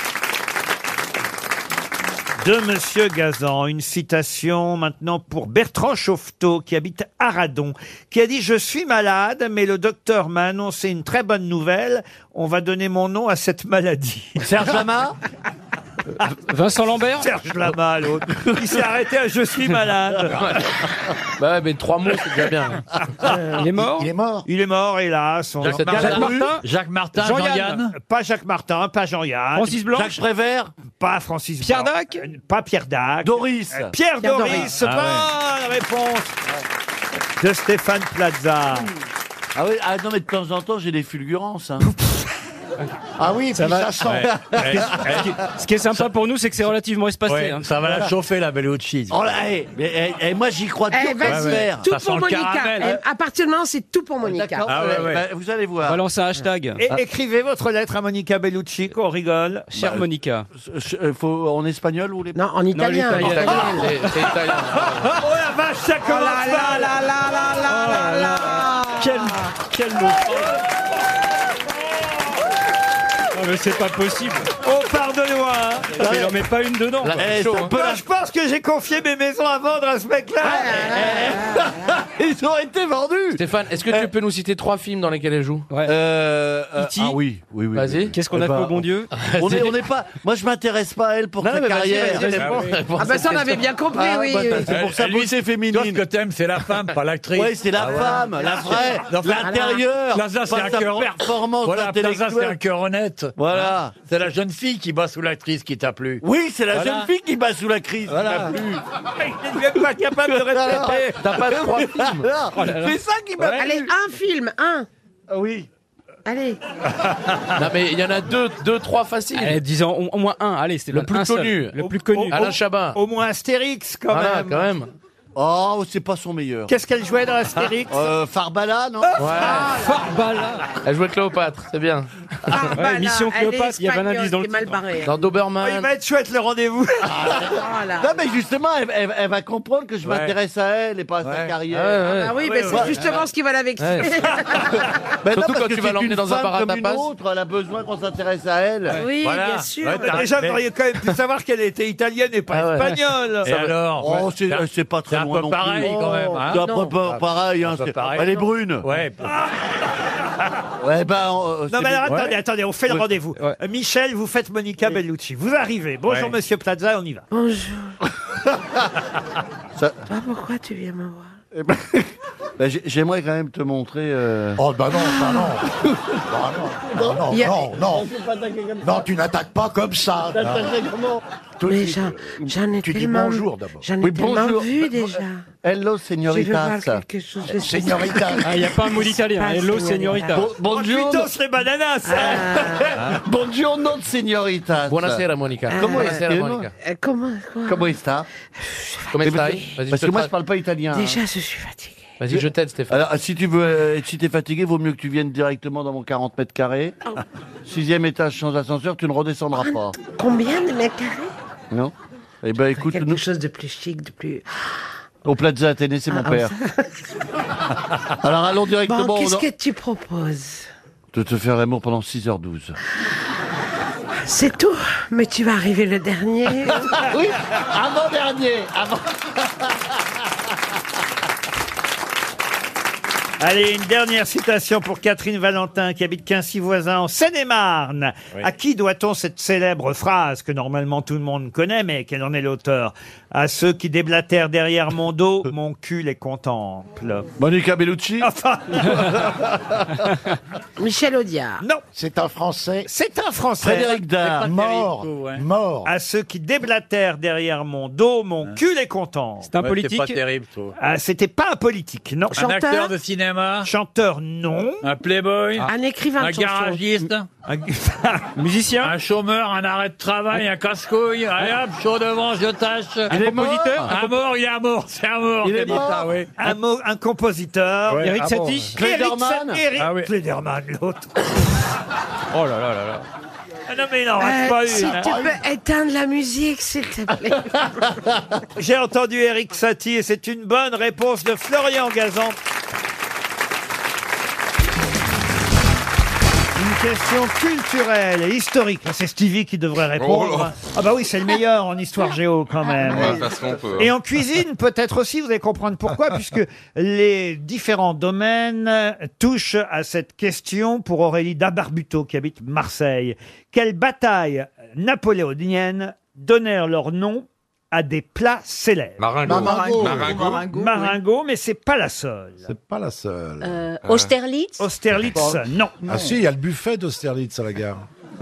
de Monsieur Gazan. Une citation maintenant pour Bertrand Chauvetot, qui habite Aradon, qui a dit « Je suis malade, mais le docteur m'a annoncé une très bonne nouvelle. On va donner mon nom à cette maladie. » Serge Lama. Vincent Lambert. Serge Lama, l'autre. Il s'est arrêté à « Je suis malade ». Bah ouais, mais trois mots, c'est déjà bien. Il est mort. Il est mort. Il est mort, hélas. On- Jacques Jacques Martin. Martin. Jacques Martin. Jean-Yann. Jean-Yann. Pas Jacques Martin, pas Jean-Yann. Francis Blanche. Jacques Prévert. Pas Francis Pierre Blanc. Dac. Euh, Pas Pierre Dac. Doris. Euh, Pierre, Pierre Doris. Doris. Bonne réponse de Stéphane Plaza. Ah oui, ah non, mais de temps en temps, j'ai des fulgurances. Hein. Ah oui, Ça puis va. ça sent. Ce qui est sympa pour nous, c'est que c'est relativement espacé. hein. Ça va la chauffer, la Bellucci. Oh là, eh, mais, eh, eh, moi, j'y crois dur Eh, comme vas-y, fer. tout Ça pour sent le Monica. caramel. Eh, à partir de maintenant, c'est tout pour Monica. D'accord, Ah ouais, euh, ouais. bah, vous allez voir. Balance un hashtag. Et écrivez votre lettre à Monica Bellucci, qu'on rigole. Chère Bah, Monica. Je- euh, faut en espagnol ou les... Non, en italien. l'italien. en italien. C'est italien. Oh la vache, ça Oh commence là là mal. là là là là là là. Quel, quel mot. Non mais c'est pas possible. Oh, pardonnez-moi. hein. Il en met pas une dedans. Là, quoi. eh, c'est un peu Non, la- je pense que j'ai confié mes maisons à vendre à ce mec-là. Ils ont été vendus. Stéphane, est-ce que tu peux nous citer trois films dans lesquels elle joue Ouais. Euh, euh, E T. ah oui, oui, oui. Vas-y. oui. Qu'est-ce qu'on Eh a fait ben, au bon Dieu On est, on n'est pas. Moi, je m'intéresse pas à elle pour Non, sa mais vas-y, carrière. vas-y, réponds. Ah bah ça, on avait bien compris, Ah, oui. bah, oui. c'est pour sa beauté féminine. t'aimes, c'est la femme, pas l'actrice. Oui, c'est la femme, la vraie, l'intérieur, Plaza, pas c'est un sa cœur. performance Voilà, Plaza, c'est un intellectuelle. cœur honnête. Voilà. C'est la jeune fille qui bat sous l'actrice qui t'a plu. Oui, c'est la Voilà. jeune fille qui bat sous la crise. Voilà. qui m'a plu. Il n'est même pas capable de répéter. T'as pas trois films. Oh là là. C'est ça qui m'a plu. Allez, un film, un. Ah oui. Allez. Non, mais il y en a deux, deux, trois faciles. Allez, disons au, au moins un. Allez, c'était Le plus connu. Le plus connu. Alain Chabat. Au moins Astérix, quand Voilà, même. quand même. Oh, c'est pas son meilleur. Qu'est-ce qu'elle jouait dans Astérix? Euh, Farbala, non Ouais. Farbala. Elle jouait Cléopâtre, c'est bien. Ouais, Mission elle est Cléopâtre, il y avait un espagnole, indice dans le qui est mal titre. barré. Dans Oh, il Doberman. va être chouette le rendez-vous. Voilà. Non, mais justement, elle, elle- elle va comprendre que je Ouais. m'intéresse à elle et pas à sa Ouais. carrière. Ah oui, Ouais, mais ouais. c'est justement ce qui va la vexer. Ouais. Ben non, Surtout parce quand que tu vas c'est l'emmener une dans un femme bar à comme une tapas. autre, elle a besoin qu'on s'intéresse à elle. Oui, Voilà. bien sûr. Ouais, t'as- Déjà, mais- vous auriez quand même pu savoir qu'elle était italienne et pas Ah ouais. espagnole. Et alors Oh, ouais, c'est c'est un- c'est pas très c'est un loin peu non pareil, plus. quand même, hein. C'est un Non. peu pas pareil. Un Hein, peu c'est- pareil, Elle est non. brune. Ouais. Ouais, bah, euh, Non, c'est mais alors bien. attendez, attendez, on fait le Ouais. rendez-vous. Euh, Michel, vous faites Monica Bellucci. Vous arrivez. Bonjour, Ouais. monsieur Plaza, on y va. Bonjour. Ça- Ah, pourquoi tu viens me voir Eh ben, bah, j'ai- j'aimerais quand même te montrer. euh, Oh, bah non, bah non. Bah non, non, Il y a- non, non. Non, tu n'attaques pas comme ça. Tout de Mais suite. j'en j'en ai Tu dis tellement... bonjour d'abord. J'en ai Oui, tellement bonjour. vu déjà. Hello, Je veux voir señoritas. quelque chose de Señorita. Ah, il n'y a pas un mot d'italien. Pas Hello, señorita. señorita. Bon- Oh, Bonjour. putain, c'est bananas. Ah, Buongiorno, señoritas. Buonasera, Monica. Comment est-ce Buonasera, que- Monica. euh, comment, comment Comment est-ce Come Mais stai? parce- Vas-y, Parce je que te moi, tra- je parle pas italien. Déjà, hein. je suis fatiguée. Vas-y, je t'aide, Stéphane. Alors, si tu veux, euh, si t'es fatigué, vaut mieux que tu viennes directement dans mon quarante mètres carrés. Sixième étage sans ascenseur, tu ne redescendras pas. Combien de mètres carrés Non? Eh ben, écoute, Quelque nous, chose de plus chic, de plus... au Plaza Athénée, c'est mon Ah, père. Alors, allons directement Bon, au- qu'est-ce que tu proposes de te faire l'amour pendant six heures douze. C'est tout, mais tu vas arriver le dernier. Oui, avant-dernier. Avant... Allez, une dernière citation pour Catherine Valentin, qui habite Quincy-Voisin, en Seine-et-Marne. Oui. À qui doit-on cette célèbre phrase que normalement tout le monde connaît, mais quel en est l'auteur? À ceux qui déblatèrent derrière mon dos, mon cul les contemple. Monica Bellucci. Enfin, Michel Audiard. non, C'est un Français c'est un Français. Frédéric Dard. mort. ouais. Mort. À ceux qui déblatèrent derrière mon dos, mon cul les contemple. C'est un Ouais, politique. C'est pas terrible, toi. Ah, c'était pas un politique, non. Un acteur de cinéma, Chanteur, non. un playboy, Un écrivain de un chansons. garagiste, Un- Musicien. un chômeur, un arrêt de travail, un casse-couille, allez hop, chaud devant, je tâche. Il est mort. Un mort, il est un mort, c'est un mort. Il qui est a dit mort. ça, oui. Un, mot, un compositeur. Ouais, Eric ah bon, Satie. Eric Klederman. Sa- Eric Ah oui. Klederman, l'autre. Oh là là là là. Ah non, mais non, Euh, pas si eu. tu peux éteindre la musique, s'il te plaît. J'ai entendu Eric Satie et c'est une bonne réponse de Florian Gazan. Une question culturelle et historique. C'est Stevie qui devrait répondre. Oh là. Ah bah oui, c'est le meilleur en histoire géo quand même. On va faire ce qu'on peut. Et en cuisine, peut-être aussi, vous allez comprendre pourquoi, puisque les différents domaines touchent à cette question pour Aurélie Dabarbuto, qui habite Marseille. Quelles batailles napoléoniennes donnèrent leur nom à des plats célèbres? Maringo. Maringo. Maringo. Maringo, oui. Maringo, mais c'est pas la seule. C'est pas la seule. Euh, Austerlitz. Austerlitz, non. Ah si, il y a le buffet d'Austerlitz à la gare.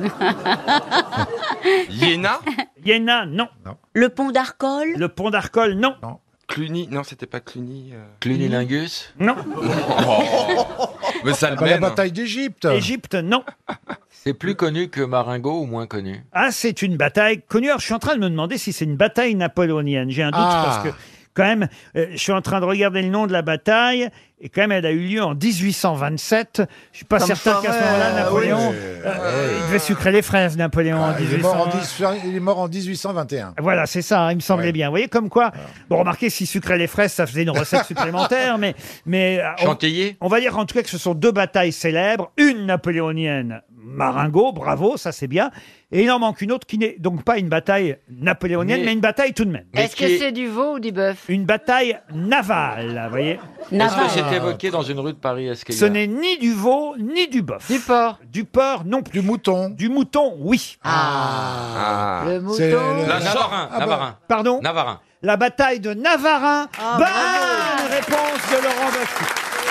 Iéna. Iéna, non. Le pont d'Arcole. Le pont d'Arcole, non. Cluny. Non, c'était pas Cluny. euh. Clunilingus. Non. Oh. Mais ça le Bah, la mène. bataille d'Égypte. Égypte, non. C'est plus connu que Maringo ou moins connu? Ah, c'est une bataille connue. Alors, je suis en train de me demander si c'est une bataille napoléonienne. J'ai un doute Ah. parce que, quand même, euh, je suis en train de regarder le nom de la bataille. Et quand même, elle a eu lieu en dix-huit cent vingt-sept. Je suis pas Ça me certain qu'à ce paraît, moment-là, Napoléon, oui. euh, il devait sucrer les fraises, Napoléon, en Ah, il, est mort en dix-huit cent. dix- il est mort en dix-huit cent vingt et un. Voilà, c'est ça, hein, il me semblait Ouais. bien. Vous voyez, comme quoi, bon, remarquez, si sucrer les fraises, ça faisait une recette supplémentaire, mais, mais, euh, on, Chantilly. on va dire en tout cas que ce sont deux batailles célèbres, une napoléonienne, Maringo, bravo, ça c'est bien, et il en manque une autre qui n'est donc pas une bataille napoléonienne, mais, Mais- une bataille tout de même. Mais Est-ce qui que est- c'est du veau ou du bœuf? Une bataille navale, vous voyez. Est-ce Navarre. que c'est évoqué dans une rue de Paris? Est-ce qu'il y Ce a- n'est ni du veau, ni du bœuf. Du porc. Du porc, non plus. Du mouton. Du mouton, oui. Ah. Le mouton. C'est le- La Navarin. Ah bah. Navarin. Pardon Navarin. La bataille de Navarin. Ah, Bonne bravo. réponse de Laurent Baffy.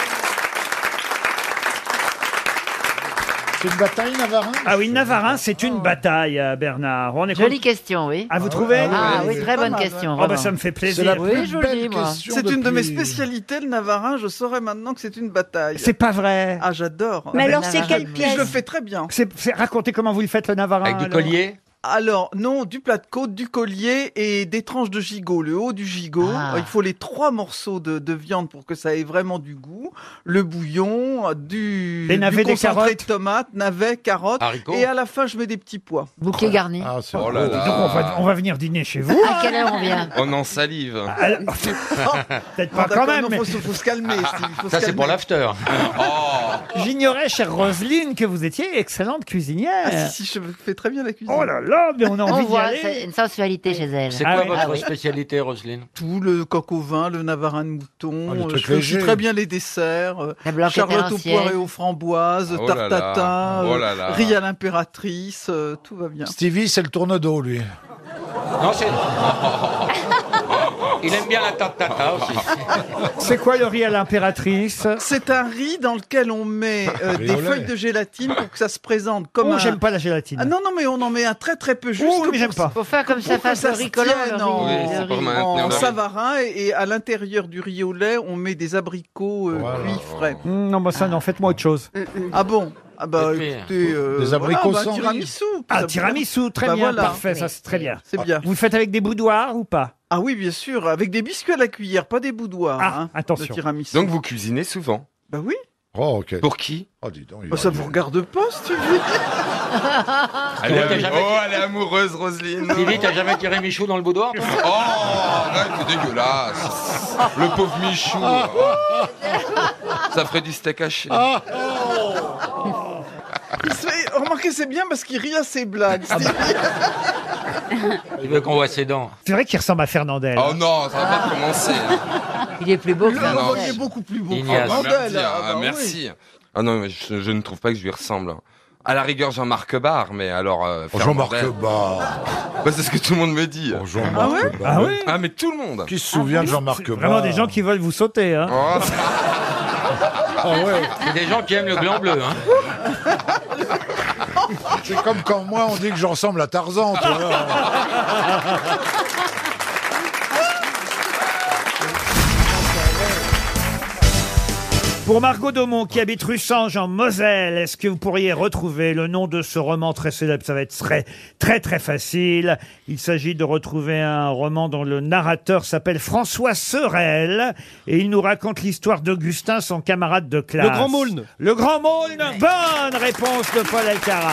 C'est une bataille, Navarin. Ah oui, Navarin, c'est une bataille, euh, Bernard. On est Jolie question, oui. Ah, vous trouvez Ah oui, c'est très pas bonne mal, question. Oh, bah, vraiment. ça me fait C'est plaisir. la Oui, plus je le belle dis, moi. question C'est une de mes depuis- spécialités, le navarin. Je saurais maintenant que c'est une bataille. C'est pas vrai. Ah, j'adore. Mais Ah, alors, ben, c'est quelle je- pièce Je le fais très bien. C'est, c'est- racontez comment vous le faites, le Navarin. Avec du alors. collier. Alors, non, du plat de côte, du collier et des tranches de gigot. Le haut du gigot, Ah. euh, il faut les trois morceaux de, de viande pour que ça ait vraiment du goût. Le bouillon, du, Des navets, du des concentré carottes. de tomates, navets, carottes. Haricots. Et à la fin, je mets des petits pois. Bouquet garni. Ah, c'est Oh là Donc, là. on va, on va venir dîner chez vous. À quelle heure on vient? On en salive. Alors, peut-être Non, pas d'accord, quand même. non, mais- faut, se- faut se calmer, Steve, faut se Ça, c'est calmer. pour l'after. Oh. J'ignorais, chère Roselyne, que vous étiez excellente cuisinière. Ah si, si, je fais très bien la cuisine. Oh là là, mais on a envie On d'y voit, aller. c'est une sensualité chez elle. C'est Ah quoi oui. votre Ah oui. spécialité, Roselyne? Tout, le coq au vin, le navarin de mouton, Ah, le euh, truc je fais aussi léger. très bien les desserts, euh, La blanquette charlotte aux ancienne. poires et aux framboises, Oh là là. tartatin, Oh euh, là là. riz à l'impératrice, euh, tout va bien. Stevie, c'est le tourne-dos, lui. Non, c'est... Il aime bien la tartata aussi. C'est quoi le riz à l'impératrice? C'est un riz dans lequel on met euh, Riz des au lait. feuilles de gélatine pour que ça se présente comme Oh, un... j'aime pas la gélatine. Ah non, non, mais on en met un très très peu juste. Oh, mais pour- j'aime pas. Faut faire comme ça, Pour que fasse ça le se riz collant, le tienne riz. en, Oui, le c'est pour riz. maintenir en le riz. savarin et, et à l'intérieur du riz au lait, on met des abricots euh, Voilà. cuits frais. Hum, Non, bah ça, non, faites-moi autre chose. Ah bon? Ah bah Faites-le. écoutez, euh, Des abricots voilà, bah, sans riz. tiramisu. Ah, Ça- tiramisu, très Bah bien, voilà. parfait, ça c'est très bien. C'est bien. Vous le faites avec des boudoirs ou pas? Ah oui, bien sûr, avec des biscuits à la cuillère, pas des boudoirs. Ah, hein, attention. Le tiramisu. Donc vous cuisinez souvent. Bah oui. Oh, ok. Pour qui? Oh, dis donc, il Bah, a- ça vous regarde pas, si tu veux. Elle est, t'as amou- jamais- Oh, elle est amoureuse, Roselyne. Stevie, t'as jamais tiré Michou dans le boudoir, toi? Oh, arrête, c'est dégueulasse. Le pauvre Michou. Oh. Ça ferait du steak haché. Il se fait- Remarquez, c'est bien parce qu'il rit à ses blagues. Ah bah. Stevie. Il veut qu'on voit ses dents. C'est vrai qu'il ressemble à Fernandel. Oh non, ça va pas commencer. hein. Il est plus beau que Le non. robot, Fernandel. il est beaucoup plus beau. Ignace. que Ah, Fernandel, merci, ah, ah, bah oui. merci. Ah non, mais je, je ne trouve pas que je lui ressemble. À la rigueur, Jean-Marc Barr, mais alors... Euh, Oh, Jean-Marc Fernandel- Barr. Bah, c'est ce que tout le monde me dit. Oh, Jean-Marc Ah ouais Barr. Ah oui. Ah, mais tout le monde. Qui se souvient de Jean-Marc Barr? Vraiment des gens qui veulent vous sauter. Hein. Oh. Ah ouais. C'est des gens qui aiment le gland bleu, hein. C'est comme quand moi on dit que je ressemble à Tarzan, tu vois. Pour Margot Daumont, qui habite Russange en Moselle, est-ce que vous pourriez retrouver le nom de ce roman très célèbre? Ça va être très, très, très facile. Il s'agit de retrouver un roman dont le narrateur s'appelle François Sorel et il nous raconte l'histoire d'Augustin, son camarade de classe. Le Grand Maulne. Le Grand Maulne. Bonne réponse de Paul Elkarat.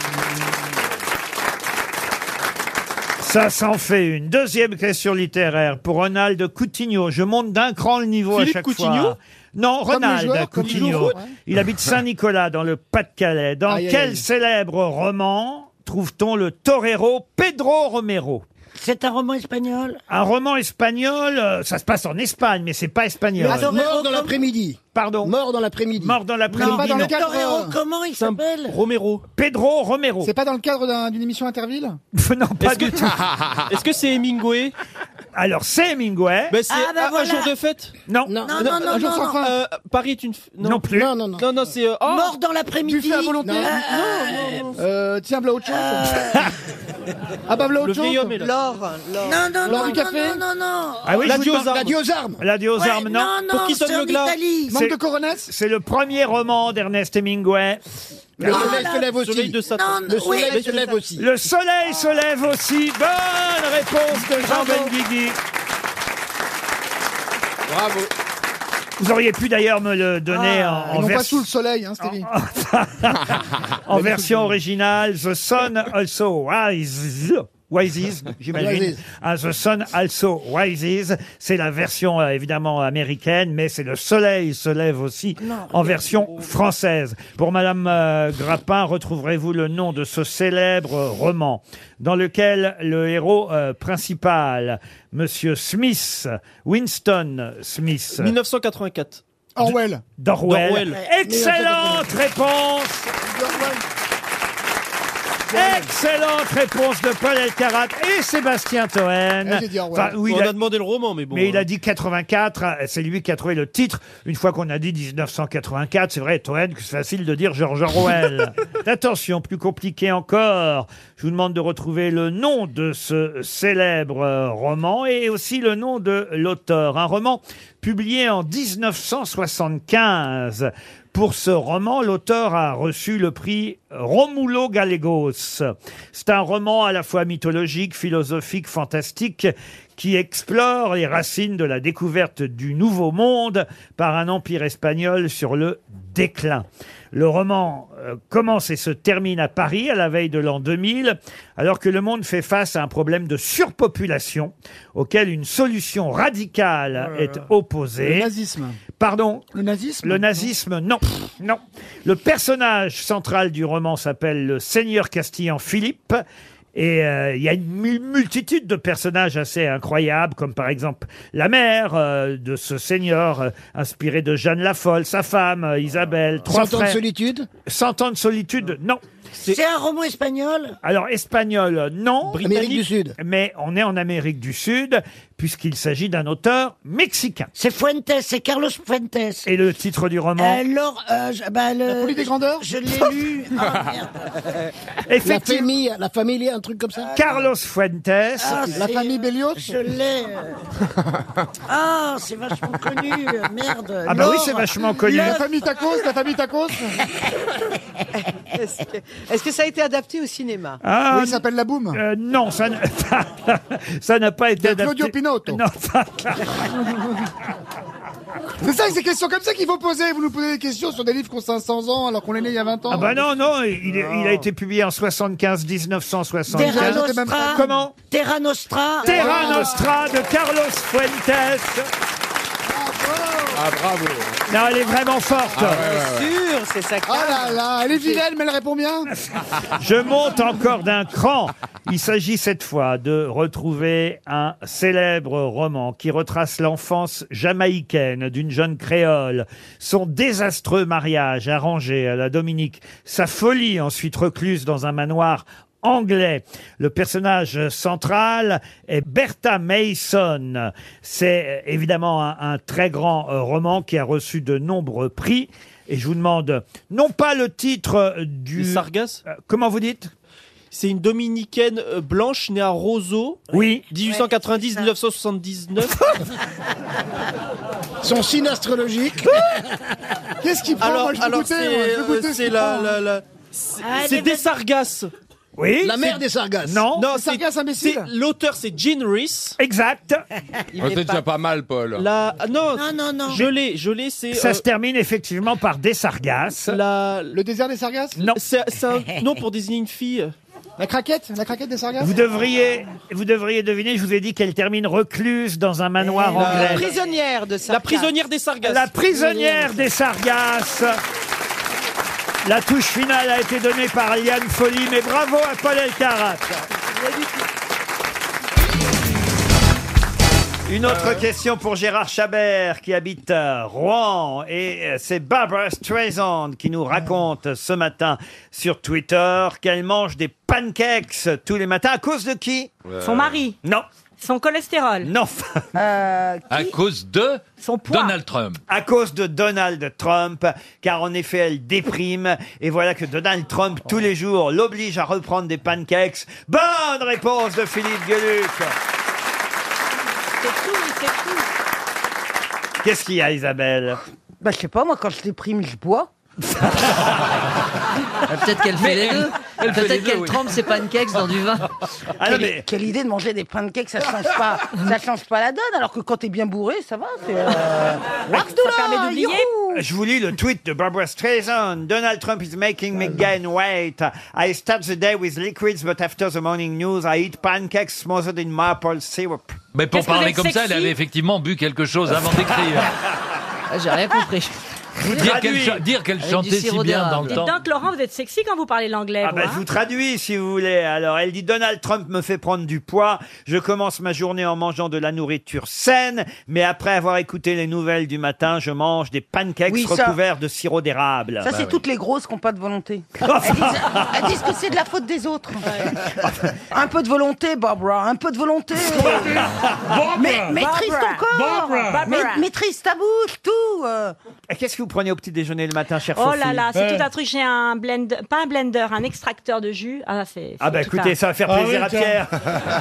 Ça s'en fait une. Deuxième question littéraire pour Ronald Coutinho. Je monte d'un cran le niveau Philippe à chaque Coutinho fois. Non, Comme le Ronald joueur, comme il joue au Coutinho. foot. Il habite Saint-Nicolas dans le Pas-de-Calais. Dans Aïe, aïe, quel aïe. célèbre roman trouve-t-on le torero Pedro Romero? C'est un roman espagnol. Un roman espagnol, euh, ça se passe en Espagne, mais c'est pas espagnol. Mort dans l'après-midi. Pardon. Mort dans l'après-midi. Mort dans l'après-midi. Non, pas dans non. le cadre. Comment il s'appelle Romero. Pedro Romero. C'est pas dans le cadre d'un- d'une émission Interville Non, pas Est-ce du que, tout. est-ce que c'est Hemingway? Alors, c'est Hemingway. Ben, c'est Ah, bah un, voilà. un jour de fête. Non. Non, non, non, non, un jour non, sans non. fin. Euh, Paris est une. f- Non plus. Non, non, non. Non, non, c'est. euh, oh, Mort dans l'après-midi. Buffet à volonté. Non, Non, non, non. Euh, tiens, v'là autre chose. ah bah v'là Le autre chose. vieil homme est là. L'or, l'or. Non, non, L'or du café. non, non. Ah oui, je vous L'adieu demande- aux armes. L'adieu aux armes. L'adieu aux armes, non. Pour qui sonne le glas? C'est- Manque de coronesse. C'est le premier roman d'Ernest Hemingway. Le soleil se lève Soleil aussi. de Satan. Le soleil se lève aussi. Le soleil se lève aussi. Bonne réponse de Jean Benguigui. Bravo. Vous auriez pu d'ailleurs me le donner Ah, en, en non pas vers- sous le soleil, hein, Stevie. en version originale. The sun also rises. Rises, j'imagine. Rises. Ah, The Sun Also Rises. C'est la version euh, évidemment américaine, mais c'est le soleil se lève aussi en version française. Pour Madame euh, Grappin, retrouverez-vous le nom de ce célèbre roman dans lequel le héros euh, principal, Monsieur Smith, Winston Smith, mille neuf cent quatre-vingt-quatre. Orwell. d'Orwell. d'Orwell. Excellente réponse. Excellente réponse de Paul Elkarat et Sébastien Toen. Eh, j'ai dit Orwell. Enfin, oui, On il a- a demandé le roman, mais bon. mais il a hein. dit quatre-vingt-quatre, c'est lui qui a trouvé le titre. Une fois qu'on a dit dix-neuf cent quatre-vingt-quatre, c'est vrai, Toen, que c'est facile de dire George Orwell. Attention, plus compliqué encore. Je vous demande de retrouver le nom de ce célèbre euh, roman et aussi le nom de l'auteur. Un roman publié en dix-neuf cent soixante-quinze. Pour ce roman, l'auteur a reçu le prix Romulo Gallegos. C'est un roman à la fois mythologique, philosophique, fantastique, qui explore les racines de la découverte du Nouveau Monde par un empire espagnol sur le déclin. Le roman euh, commence et se termine à Paris à la veille de l'an deux mille, alors que le monde fait face à un problème de surpopulation auquel une solution radicale Euh, est opposée. le nazisme. Pardon. Le nazisme. Le nazisme, non. Non. Le personnage central du roman s'appelle le Seigneur Castillan Philippe. Et euh, il y a une mu- multitude de personnages assez incroyables, comme par exemple la mère euh, de ce seigneur, euh, inspiré de Jeanne la Folle, sa femme, euh, Isabelle, trois Cent ans de frères. solitude. Cent ans de solitude, non. C'est un roman espagnol? Alors, espagnol, euh, non. Amérique du Sud. Mais on est en Amérique du Sud, puisqu'il s'agit d'un auteur mexicain. C'est Fuentes, c'est Carlos Fuentes. Et le titre du roman Alors, euh, je- bah, le, La folie des grandeurs. je l'ai lu. Ah, merde. La Effectivement, famille, la famille, un truc comme ça. Carlos Fuentes. Ah, La c'est- famille Bélios. Je l'ai. euh. Ah, c'est vachement connu. euh, Merde. Ah bah oui, Laure, c'est vachement connu. La famille Tacos, la famille Tacos. Est-ce que, est-ce que ça a été adapté au cinéma? Ah, Oui, il s'appelle La Boum. euh, non, ça n'a ça n'a pas été De adapté. Claudio Pinotto. Non, pas- C'est ça, c'est des questions comme ça qu'il faut poser. Vous nous posez des questions sur des livres qui ont cinq cents ans alors qu'on est né il y a vingt ans. Ah bah non, non, il, est- il a été publié en soixante-quinze, dix-neuf cent Terra soixante-quinze. j'étais même Nostra. pas- Comment Terra Nostra. Terra Nostra de Carlos Fuentes. Ah, bravo. Non, elle est vraiment forte. Ah, ouais, ouais, ouais. Sûr, c'est ça. Ah là là, elle est vilaine, mais elle répond bien. Je monte encore d'un cran. Il s'agit cette fois de retrouver un célèbre roman qui retrace l'enfance jamaïcaine d'une jeune créole, son désastreux mariage arrangé à la Dominique, sa folie ensuite recluse dans un manoir anglais. Le personnage central est Bertha Mason. C'est euh, évidemment un, un très grand euh, roman qui a reçu de nombreux prix. Et je vous demande, non pas le titre euh, du... Les Sargasses. Euh, comment vous dites? C'est une dominicaine euh, blanche née à Roseau. Oui. dix-huit cent quatre-vingt-dix à dix-neuf cent soixante-dix-neuf. Son signe astrologique. Qu'est-ce qu'il prend? Alors, Moi, je veux alors goûter, c'est moi, je veux euh, goûter ce c'est qu'il la, prend. la, la- c'est Ah, c'est les des va- Sargasses. Oui. La c'est- mère des Sargasses. Non. Non, Les c'est Sargasses imbéciles. c'est- l'auteur c'est Gene Reese. Exact. Il Oh, est c'est pas- déjà pas mal, Paul. La ah, non, Non, non, non. je l'ai, je l'ai. C'est Ça euh, se termine effectivement par des sargasses. la. Le désert des Sargasses. Non. C'est c'est un nom pour désigner une fille. La craquette, la craquette des Sargasses. Vous devriez, vous devriez deviner, je vous ai dit qu'elle termine recluse dans un manoir La- La anglais. prisonnière de Sargasses. La prisonnière des Sargasses. La prisonnière des Sargasses. La touche finale a été donnée par Liane Folly, mais bravo à Paul Elkarat. Une autre question pour Gérard Chabert qui habite à Rouen et euh, c'est Barbara Streisand qui nous raconte ce matin sur Twitter qu'elle mange des pancakes tous les matins. À cause de qui? Son mari. Non. Son cholestérol. Non. À cause de Son poids. Donald Trump. À cause de Donald Trump, car en effet elle déprime et voilà que Donald Trump tous les jours l'oblige à reprendre des pancakes. Bonne réponse de Philippe Gueluc. C'est tout, c'est tout. Qu'est-ce qu'il y a, Isabelle? Bah, je sais pas, moi, quand je déprime, je bois. Peut-être qu'elle fait les deux. elle fait les Peut-être deux, qu'elle oui. trempe ses pancakes dans du vin. Ah non, quelle, mais- quelle idée de manger des pancakes, ça change pas, ça change pas la donne, alors que quand t'es bien bourré, ça va, c'est... Euh... Ça permet d'oublier. Je vous lis le tweet de Barbara Streisand. Donald Trump is making me gain weight. I start the day with liquids, but after the morning news, I eat pancakes smothered in maple syrup. Mais pour Qu'est-ce que vous parler êtes comme ça, sexy elle avait effectivement bu quelque chose avant d'écrire. Ah, j'ai rien compris. Dire qu'elle cha- dire qu'elle Avec chantait du si sirop bien dans d'érable. le Dites temps. donc, Laurent, vous êtes sexy quand vous parlez l'anglais. Ah vous, ben, hein. je vous traduis si vous voulez. Alors, elle dit Donald Trump me fait prendre du poids. Je commence ma journée en mangeant de la nourriture saine, mais après avoir écouté les nouvelles du matin, je mange des pancakes Oui, ça- recouverts de sirop d'érable. Ça, c'est toutes les grosses qui n'ont pas de volonté. Elles disent, elles disent que c'est de la faute des autres. Un peu de volonté, Barbara, un peu de volonté. Mais maîtrise ton corps. Barbara. Ma- Maîtrise ta bouche, tout. euh. Et Qu'est-ce que vous prenez au petit déjeuner le matin, cher Oh Sophie là là, c'est tout un truc. J'ai un blender, pas un blender, un extracteur de jus. Ah, c'est. Ah ben c'est tout écoutez, un- ça va faire Ah plaisir oui, à tiens. Pierre.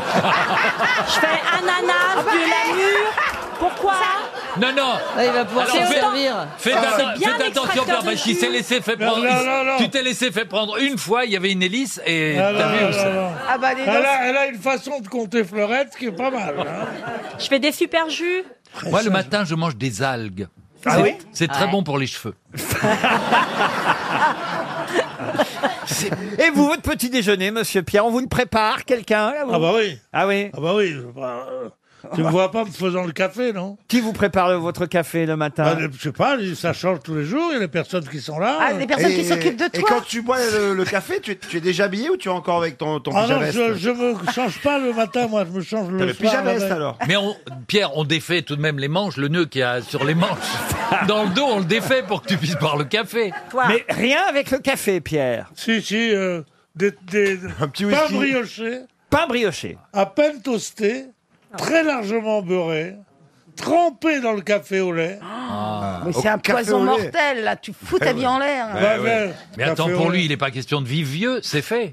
Je fais ananas, de la mûre. Pourquoi? Non, non. Ah, il va pouvoir Alors, s'en fais- servir. Faites, Ah, atten- c'est bien faites attention, l'extracteur Pierre, de parce qu'il jus. s'est laissé fait Non, prendre. non, non, non. Tu t'es laissé fait prendre une fois, il y avait une hélice et Ah, t'as non, vu non, où ça non, non. Ah bah, les Elle dents- a, elle a une façon de compter fleurettes qui est pas mal. hein. Je fais des super jus. Moi, le matin, je mange des algues. Ah C'est- oui C'est très Ouais. bon pour les cheveux. Et vous, votre petit déjeuner, monsieur Pierre, on vous le prépare, quelqu'un là, vous Ah bah oui. Ah oui. Ah bah oui. je- bah, euh, tu me vois pas me faisant le café, non? Qui vous prépare le- votre café le matin? Bah, je sais pas, ça change tous les jours, il y a des personnes qui sont là. Ah, des personnes qui s'occupent de Et toi. quand tu bois le, le café, tu, tu es déjà habillé ou tu es encore avec ton, ton Ah non, pyjama je, je me change pas le matin, moi, je me change le le soir. pyjama la veille. alors. Mais on, Pierre, on défait tout de même les manches, le nœud qu'il y a sur les manches. Dans le dos, on le défait pour que tu puisses boire le café. Mais rien avec le café, Pierre. Si, si, euh, des, des Un petit pain whisky. brioché, Pain brioché. à peine toasté, très largement beurré, trempé dans le café au lait. Mais c'est un poison mortel, là. Tu fous ta vie en l'air. Bah, ouais. ouais, Mais café attends, au pour lait. lui, il n'est pas question de vivre vieux, c'est fait.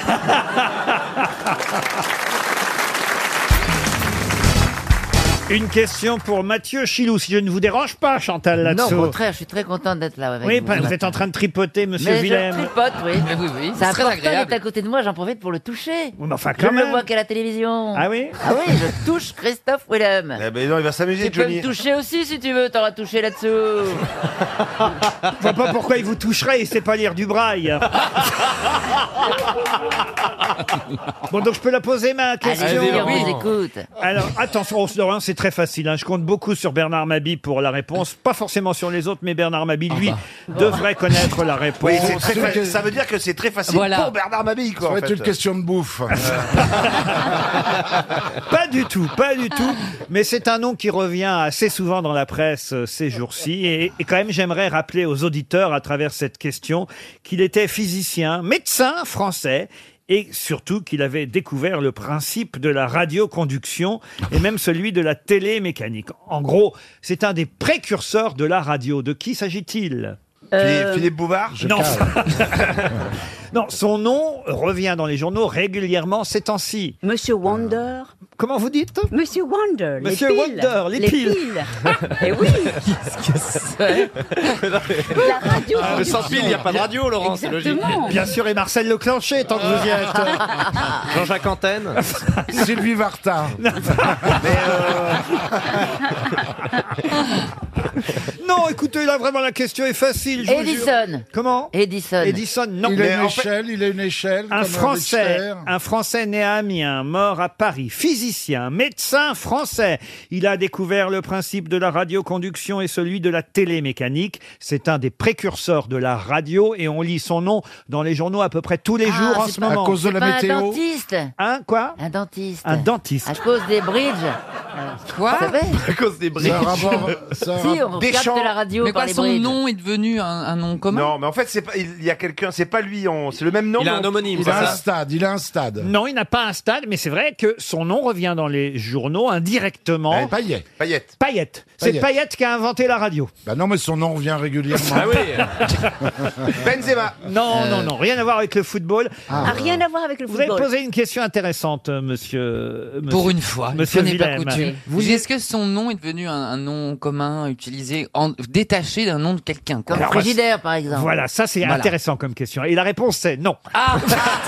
Une question pour Mathieu Chilou, si je ne vous dérange pas, Chantal Non, là-dessous. au contraire, je suis très contente d'être là avec Oui, vous. bah, ce vous êtes matin. en train de tripoter, monsieur Mais Willem. je tripote, oui. Mais oui, oui, C'est c'est très important agréable. d'être à côté de moi, j'en profite pour le toucher. Oui, mais enfin, Je quand ne même. le vois qu'à la télévision. Ah oui Ah oui, je touche Christophe Willem. Eh ben non, il va s'amuser, Tu peux Johnny. me toucher aussi si tu veux, t'auras touché là-dessous. Je vois pas pourquoi il vous toucherait, il sait pas lire du braille. Bon, donc je peux la poser ma question. Allez-y, on oui. vous écoute. Alors, attention, on se demande, c'est très facile. hein. Je compte beaucoup sur Bernard Mabie pour la réponse. Pas forcément sur les autres, mais Bernard Mabie, lui, devrait connaître la réponse. Oui, c'est très fa- ça veut dire que c'est très facile Voilà. pour Bernard Mabille, quoi. Ça en va être fait. une question de bouffe. Pas du tout, pas du tout. Mais c'est un nom qui revient assez souvent dans la presse euh, ces jours-ci. Et, et quand même, j'aimerais rappeler aux auditeurs, à travers cette question, qu'il était physicien, médecin français. Et surtout qu'il avait découvert le principe de la radioconduction et même celui de la télémécanique. En gros, c'est un des précurseurs de la radio. De qui s'agit-il? Philippe, Philippe Bouvard. Non. Non, son nom revient dans les journaux régulièrement ces temps-ci. Monsieur Wonder. Comment vous dites? Monsieur Wonder. les Monsieur piles. Wonder, les piles. Eh oui. Qu'est-ce que c'est La radio. Ah, mais sans pile, il n'y a pas de radio, Laurent, c'est logique. Exactement. Bien sûr, et Marcel Leclanché, tant que vous y êtes. Jean-Jacques Antenne. Sylvie Vartan. Non, écoutez, là, vraiment, la question est facile. je vous jure. Edison. Comment? Edison. Edison, non. Il a Mais une en fait, échelle, il a une échelle. un comme Français, Richter. un Français né à Amiens, mort à Paris, physicien, médecin français. Il a découvert le principe de la radioconduction et celui de la télémécanique. C'est un des précurseurs de la radio et on lit son nom dans les journaux à peu près tous les Ah, jours en c'est ce pas- moment. À cause de C'est la pas météo. un dentiste. Hein, quoi? Un dentiste. Un dentiste. À cause des bridges. Quoi Vous savez À cause des C'est briques. un rapport. c'est un Si, rapport- on Deschamps. capte la radio Mais par quoi, les son bridges. nom est devenu un, un nom commun? Non, mais en fait, c'est pas. Il y a quelqu'un. C'est pas lui. On... C'est le même nom. Il a mais un on- homonyme, Il c'est a un ça? stade, il a un stade. Non, il n'a pas un stade, mais c'est vrai que son nom revient dans les journaux indirectement. Eh, Payet. Paillette. Payette. C'est Payette. Payette qui a inventé la radio. Bah non, mais son nom revient régulièrement. Ah oui. Benzema. Non, non, non, rien à voir avec le football. A rien à voir avec le Vous avez football. posé une question intéressante, euh, monsieur. monsieur Pour une fois, monsieur ce n'est pas Willem. coutume. Vous Vous est-ce que son nom est devenu un, un nom commun utilisé, en, détaché d'un nom de quelqu'un quoi. Comme Alors, frigidaire, par exemple. Voilà, ça c'est Voilà. intéressant comme question. Et la réponse c'est non. Ah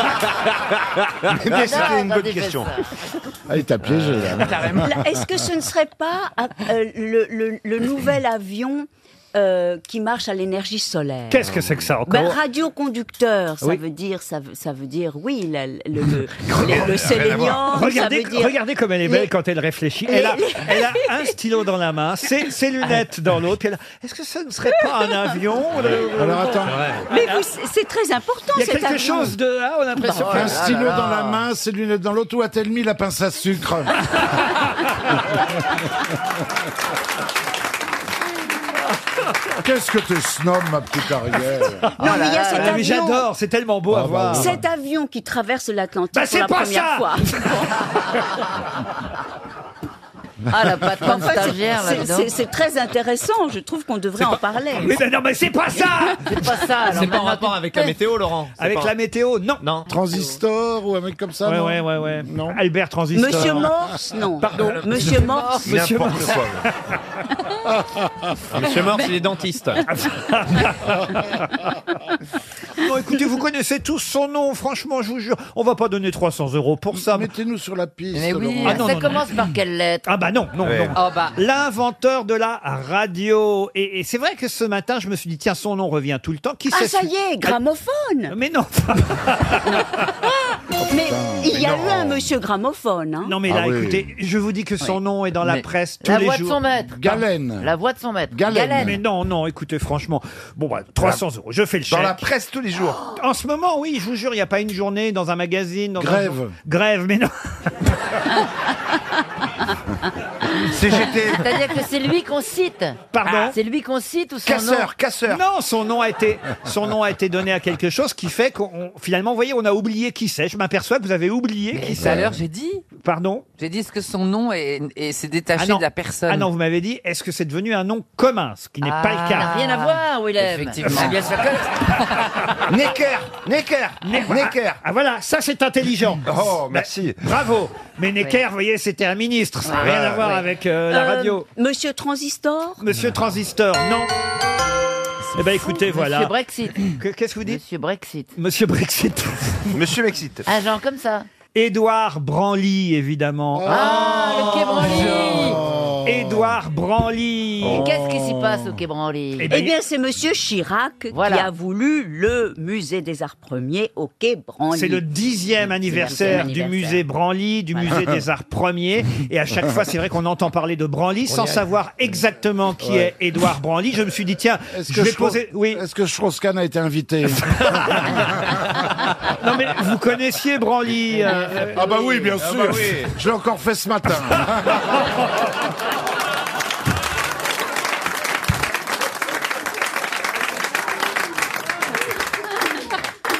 Mais c'était une quand bonne il fait question. ça. Ah, il t'a piégé, là. Carrément. Là, Est-ce que ce ne serait pas euh, le, le- le nouvel avion euh, qui marche à l'énergie solaire? Qu'est-ce que c'est que ça encore? Ben, radioconducteur, ça Oui. veut dire, ça veut, ça veut dire, oui, la- le, le, le, le sélénium, ça Regardez, veut dire. regardez comme elle est belle les- quand elle réfléchit. les- Elle a, les- elle a un stylo dans la main, ses, ses lunettes dans l'autre. puis elle a- Est-ce que ce ne serait pas un avion? Alors attends, Mais vous, c'est c'est très important. Il y a cet quelque avion. chose de... Ah, on a l'impression Oh que- là un stylo là. dans la main, ses lunettes dans l'autre, où a-t-elle mis la pince à sucre? Qu'est-ce que t'es snob, ma petite Ariel? Non, mais il y a cet Ah, mais avion. j'adore, c'est tellement beau à Ah, bah, voir. oui. Cet avion qui traverse l'Atlantique Bah, pour c'est la pas première ça. fois. Ah, la patronne Enfin, c'est- stagiaire, c'est- là-dedans. c'est- c'est très intéressant. Je trouve qu'on devrait en parler. Oui, mais non, mais c'est pas ça. C'est pas ça. alors C'est pas en maintenant, rapport tu avec te la tais. météo, Laurent. C'est Avec pas- la météo, non. Non. Transistor ou un mec comme ça, Ouais, non? ouais, ouais, ouais. Non. Albert Transistor. Monsieur Morse, non. Pardon. Monsieur Morse. Monsieur N'importe Morse. quoi. Monsieur Mort, c'est les dentistes. Non, écoutez, vous connaissez tous son nom, franchement, je vous jure. On va pas donner trois cents euros pour ça. Mettez-nous sur la piste. Mais oui, Ah, non, ça non, commence par quelle lettre? Ah bah non, non, Ouais. non. Oh bah. L'inventeur de la radio. Et, et c'est vrai que ce matin, je me suis dit, tiens, son nom revient tout le temps. Qui Ah, c'est ça ce- y est, gramophone. Mais non. Mais il y a non. eu un monsieur gramophone. Hein. Non mais là, écoutez, je vous dis que son Oui. nom est dans la Mais presse tous La les voix jours. de son maître. Galen. La voix de son maître. Mais non, non, écoutez, franchement. Bon, bah, trois cents euros, je fais le chèque. Dans la presse tous les jours. En ce moment, oui, je vous jure, il n'y a pas une journée dans un magazine. Dans un Grève. jour- Grève, mais non. C G T. C'est-à-dire que c'est lui qu'on cite. Pardon. C'est lui qu'on cite ou son Casseur, nom casseur. Non, son nom a été, son nom a été donné à quelque chose qui fait qu'on, finalement, vous voyez, on a oublié qui c'est. Je m'aperçois que vous avez oublié qui Et c'est. tout à l'heure, j'ai dit. Pardon. J'ai dit ce que son nom est, et s'est détaché Ah non. de la personne. Ah non, vous m'avez dit, est-ce que c'est devenu un nom commun, ce qui n'est Ah. pas le Ça cas. n'a rien à voir, Willem. Effectivement. C'est bien sûr que- Necker, Necker, Ne- Necker. Ah voilà, ça c'est intelligent. Oh, merci. Bravo. Mais Necker, vous voyez, c'était un ministre. Ça n'a rien à voir Ouais. avec euh, la Euh, radio. Monsieur Transistor. Monsieur Transistor, non. Eh ben écoutez, voilà. Monsieur Brexit. Que- Qu'est-ce que vous dites? Monsieur Brexit. Monsieur Brexit. Monsieur Mexite. Un genre comme ça. Édouard Branly, évidemment. Ah, le Quai Branly. Édouard Branly. Et qu'est-ce qui s'y passe au Quai Branly Eh ben, Eh bien, c'est Monsieur Chirac Voilà. qui a voulu le musée des Arts Premiers au Quai Branly. C'est le dixième anniversaire du anniversaire. musée Branly, du musée des Arts Premiers. Et à chaque fois, c'est vrai qu'on entend parler de Branly sans savoir exactement qui Ouais. est Édouard Branly. Je me suis dit, tiens, Est-ce je que, vais Strauss- poser... Oui. Est-ce que Strauss-Kahn a été invité? Non mais vous connaissiez Branly euh, Ah bah oui, bien Ah sûr. bah oui. Je l'ai encore fait ce matin.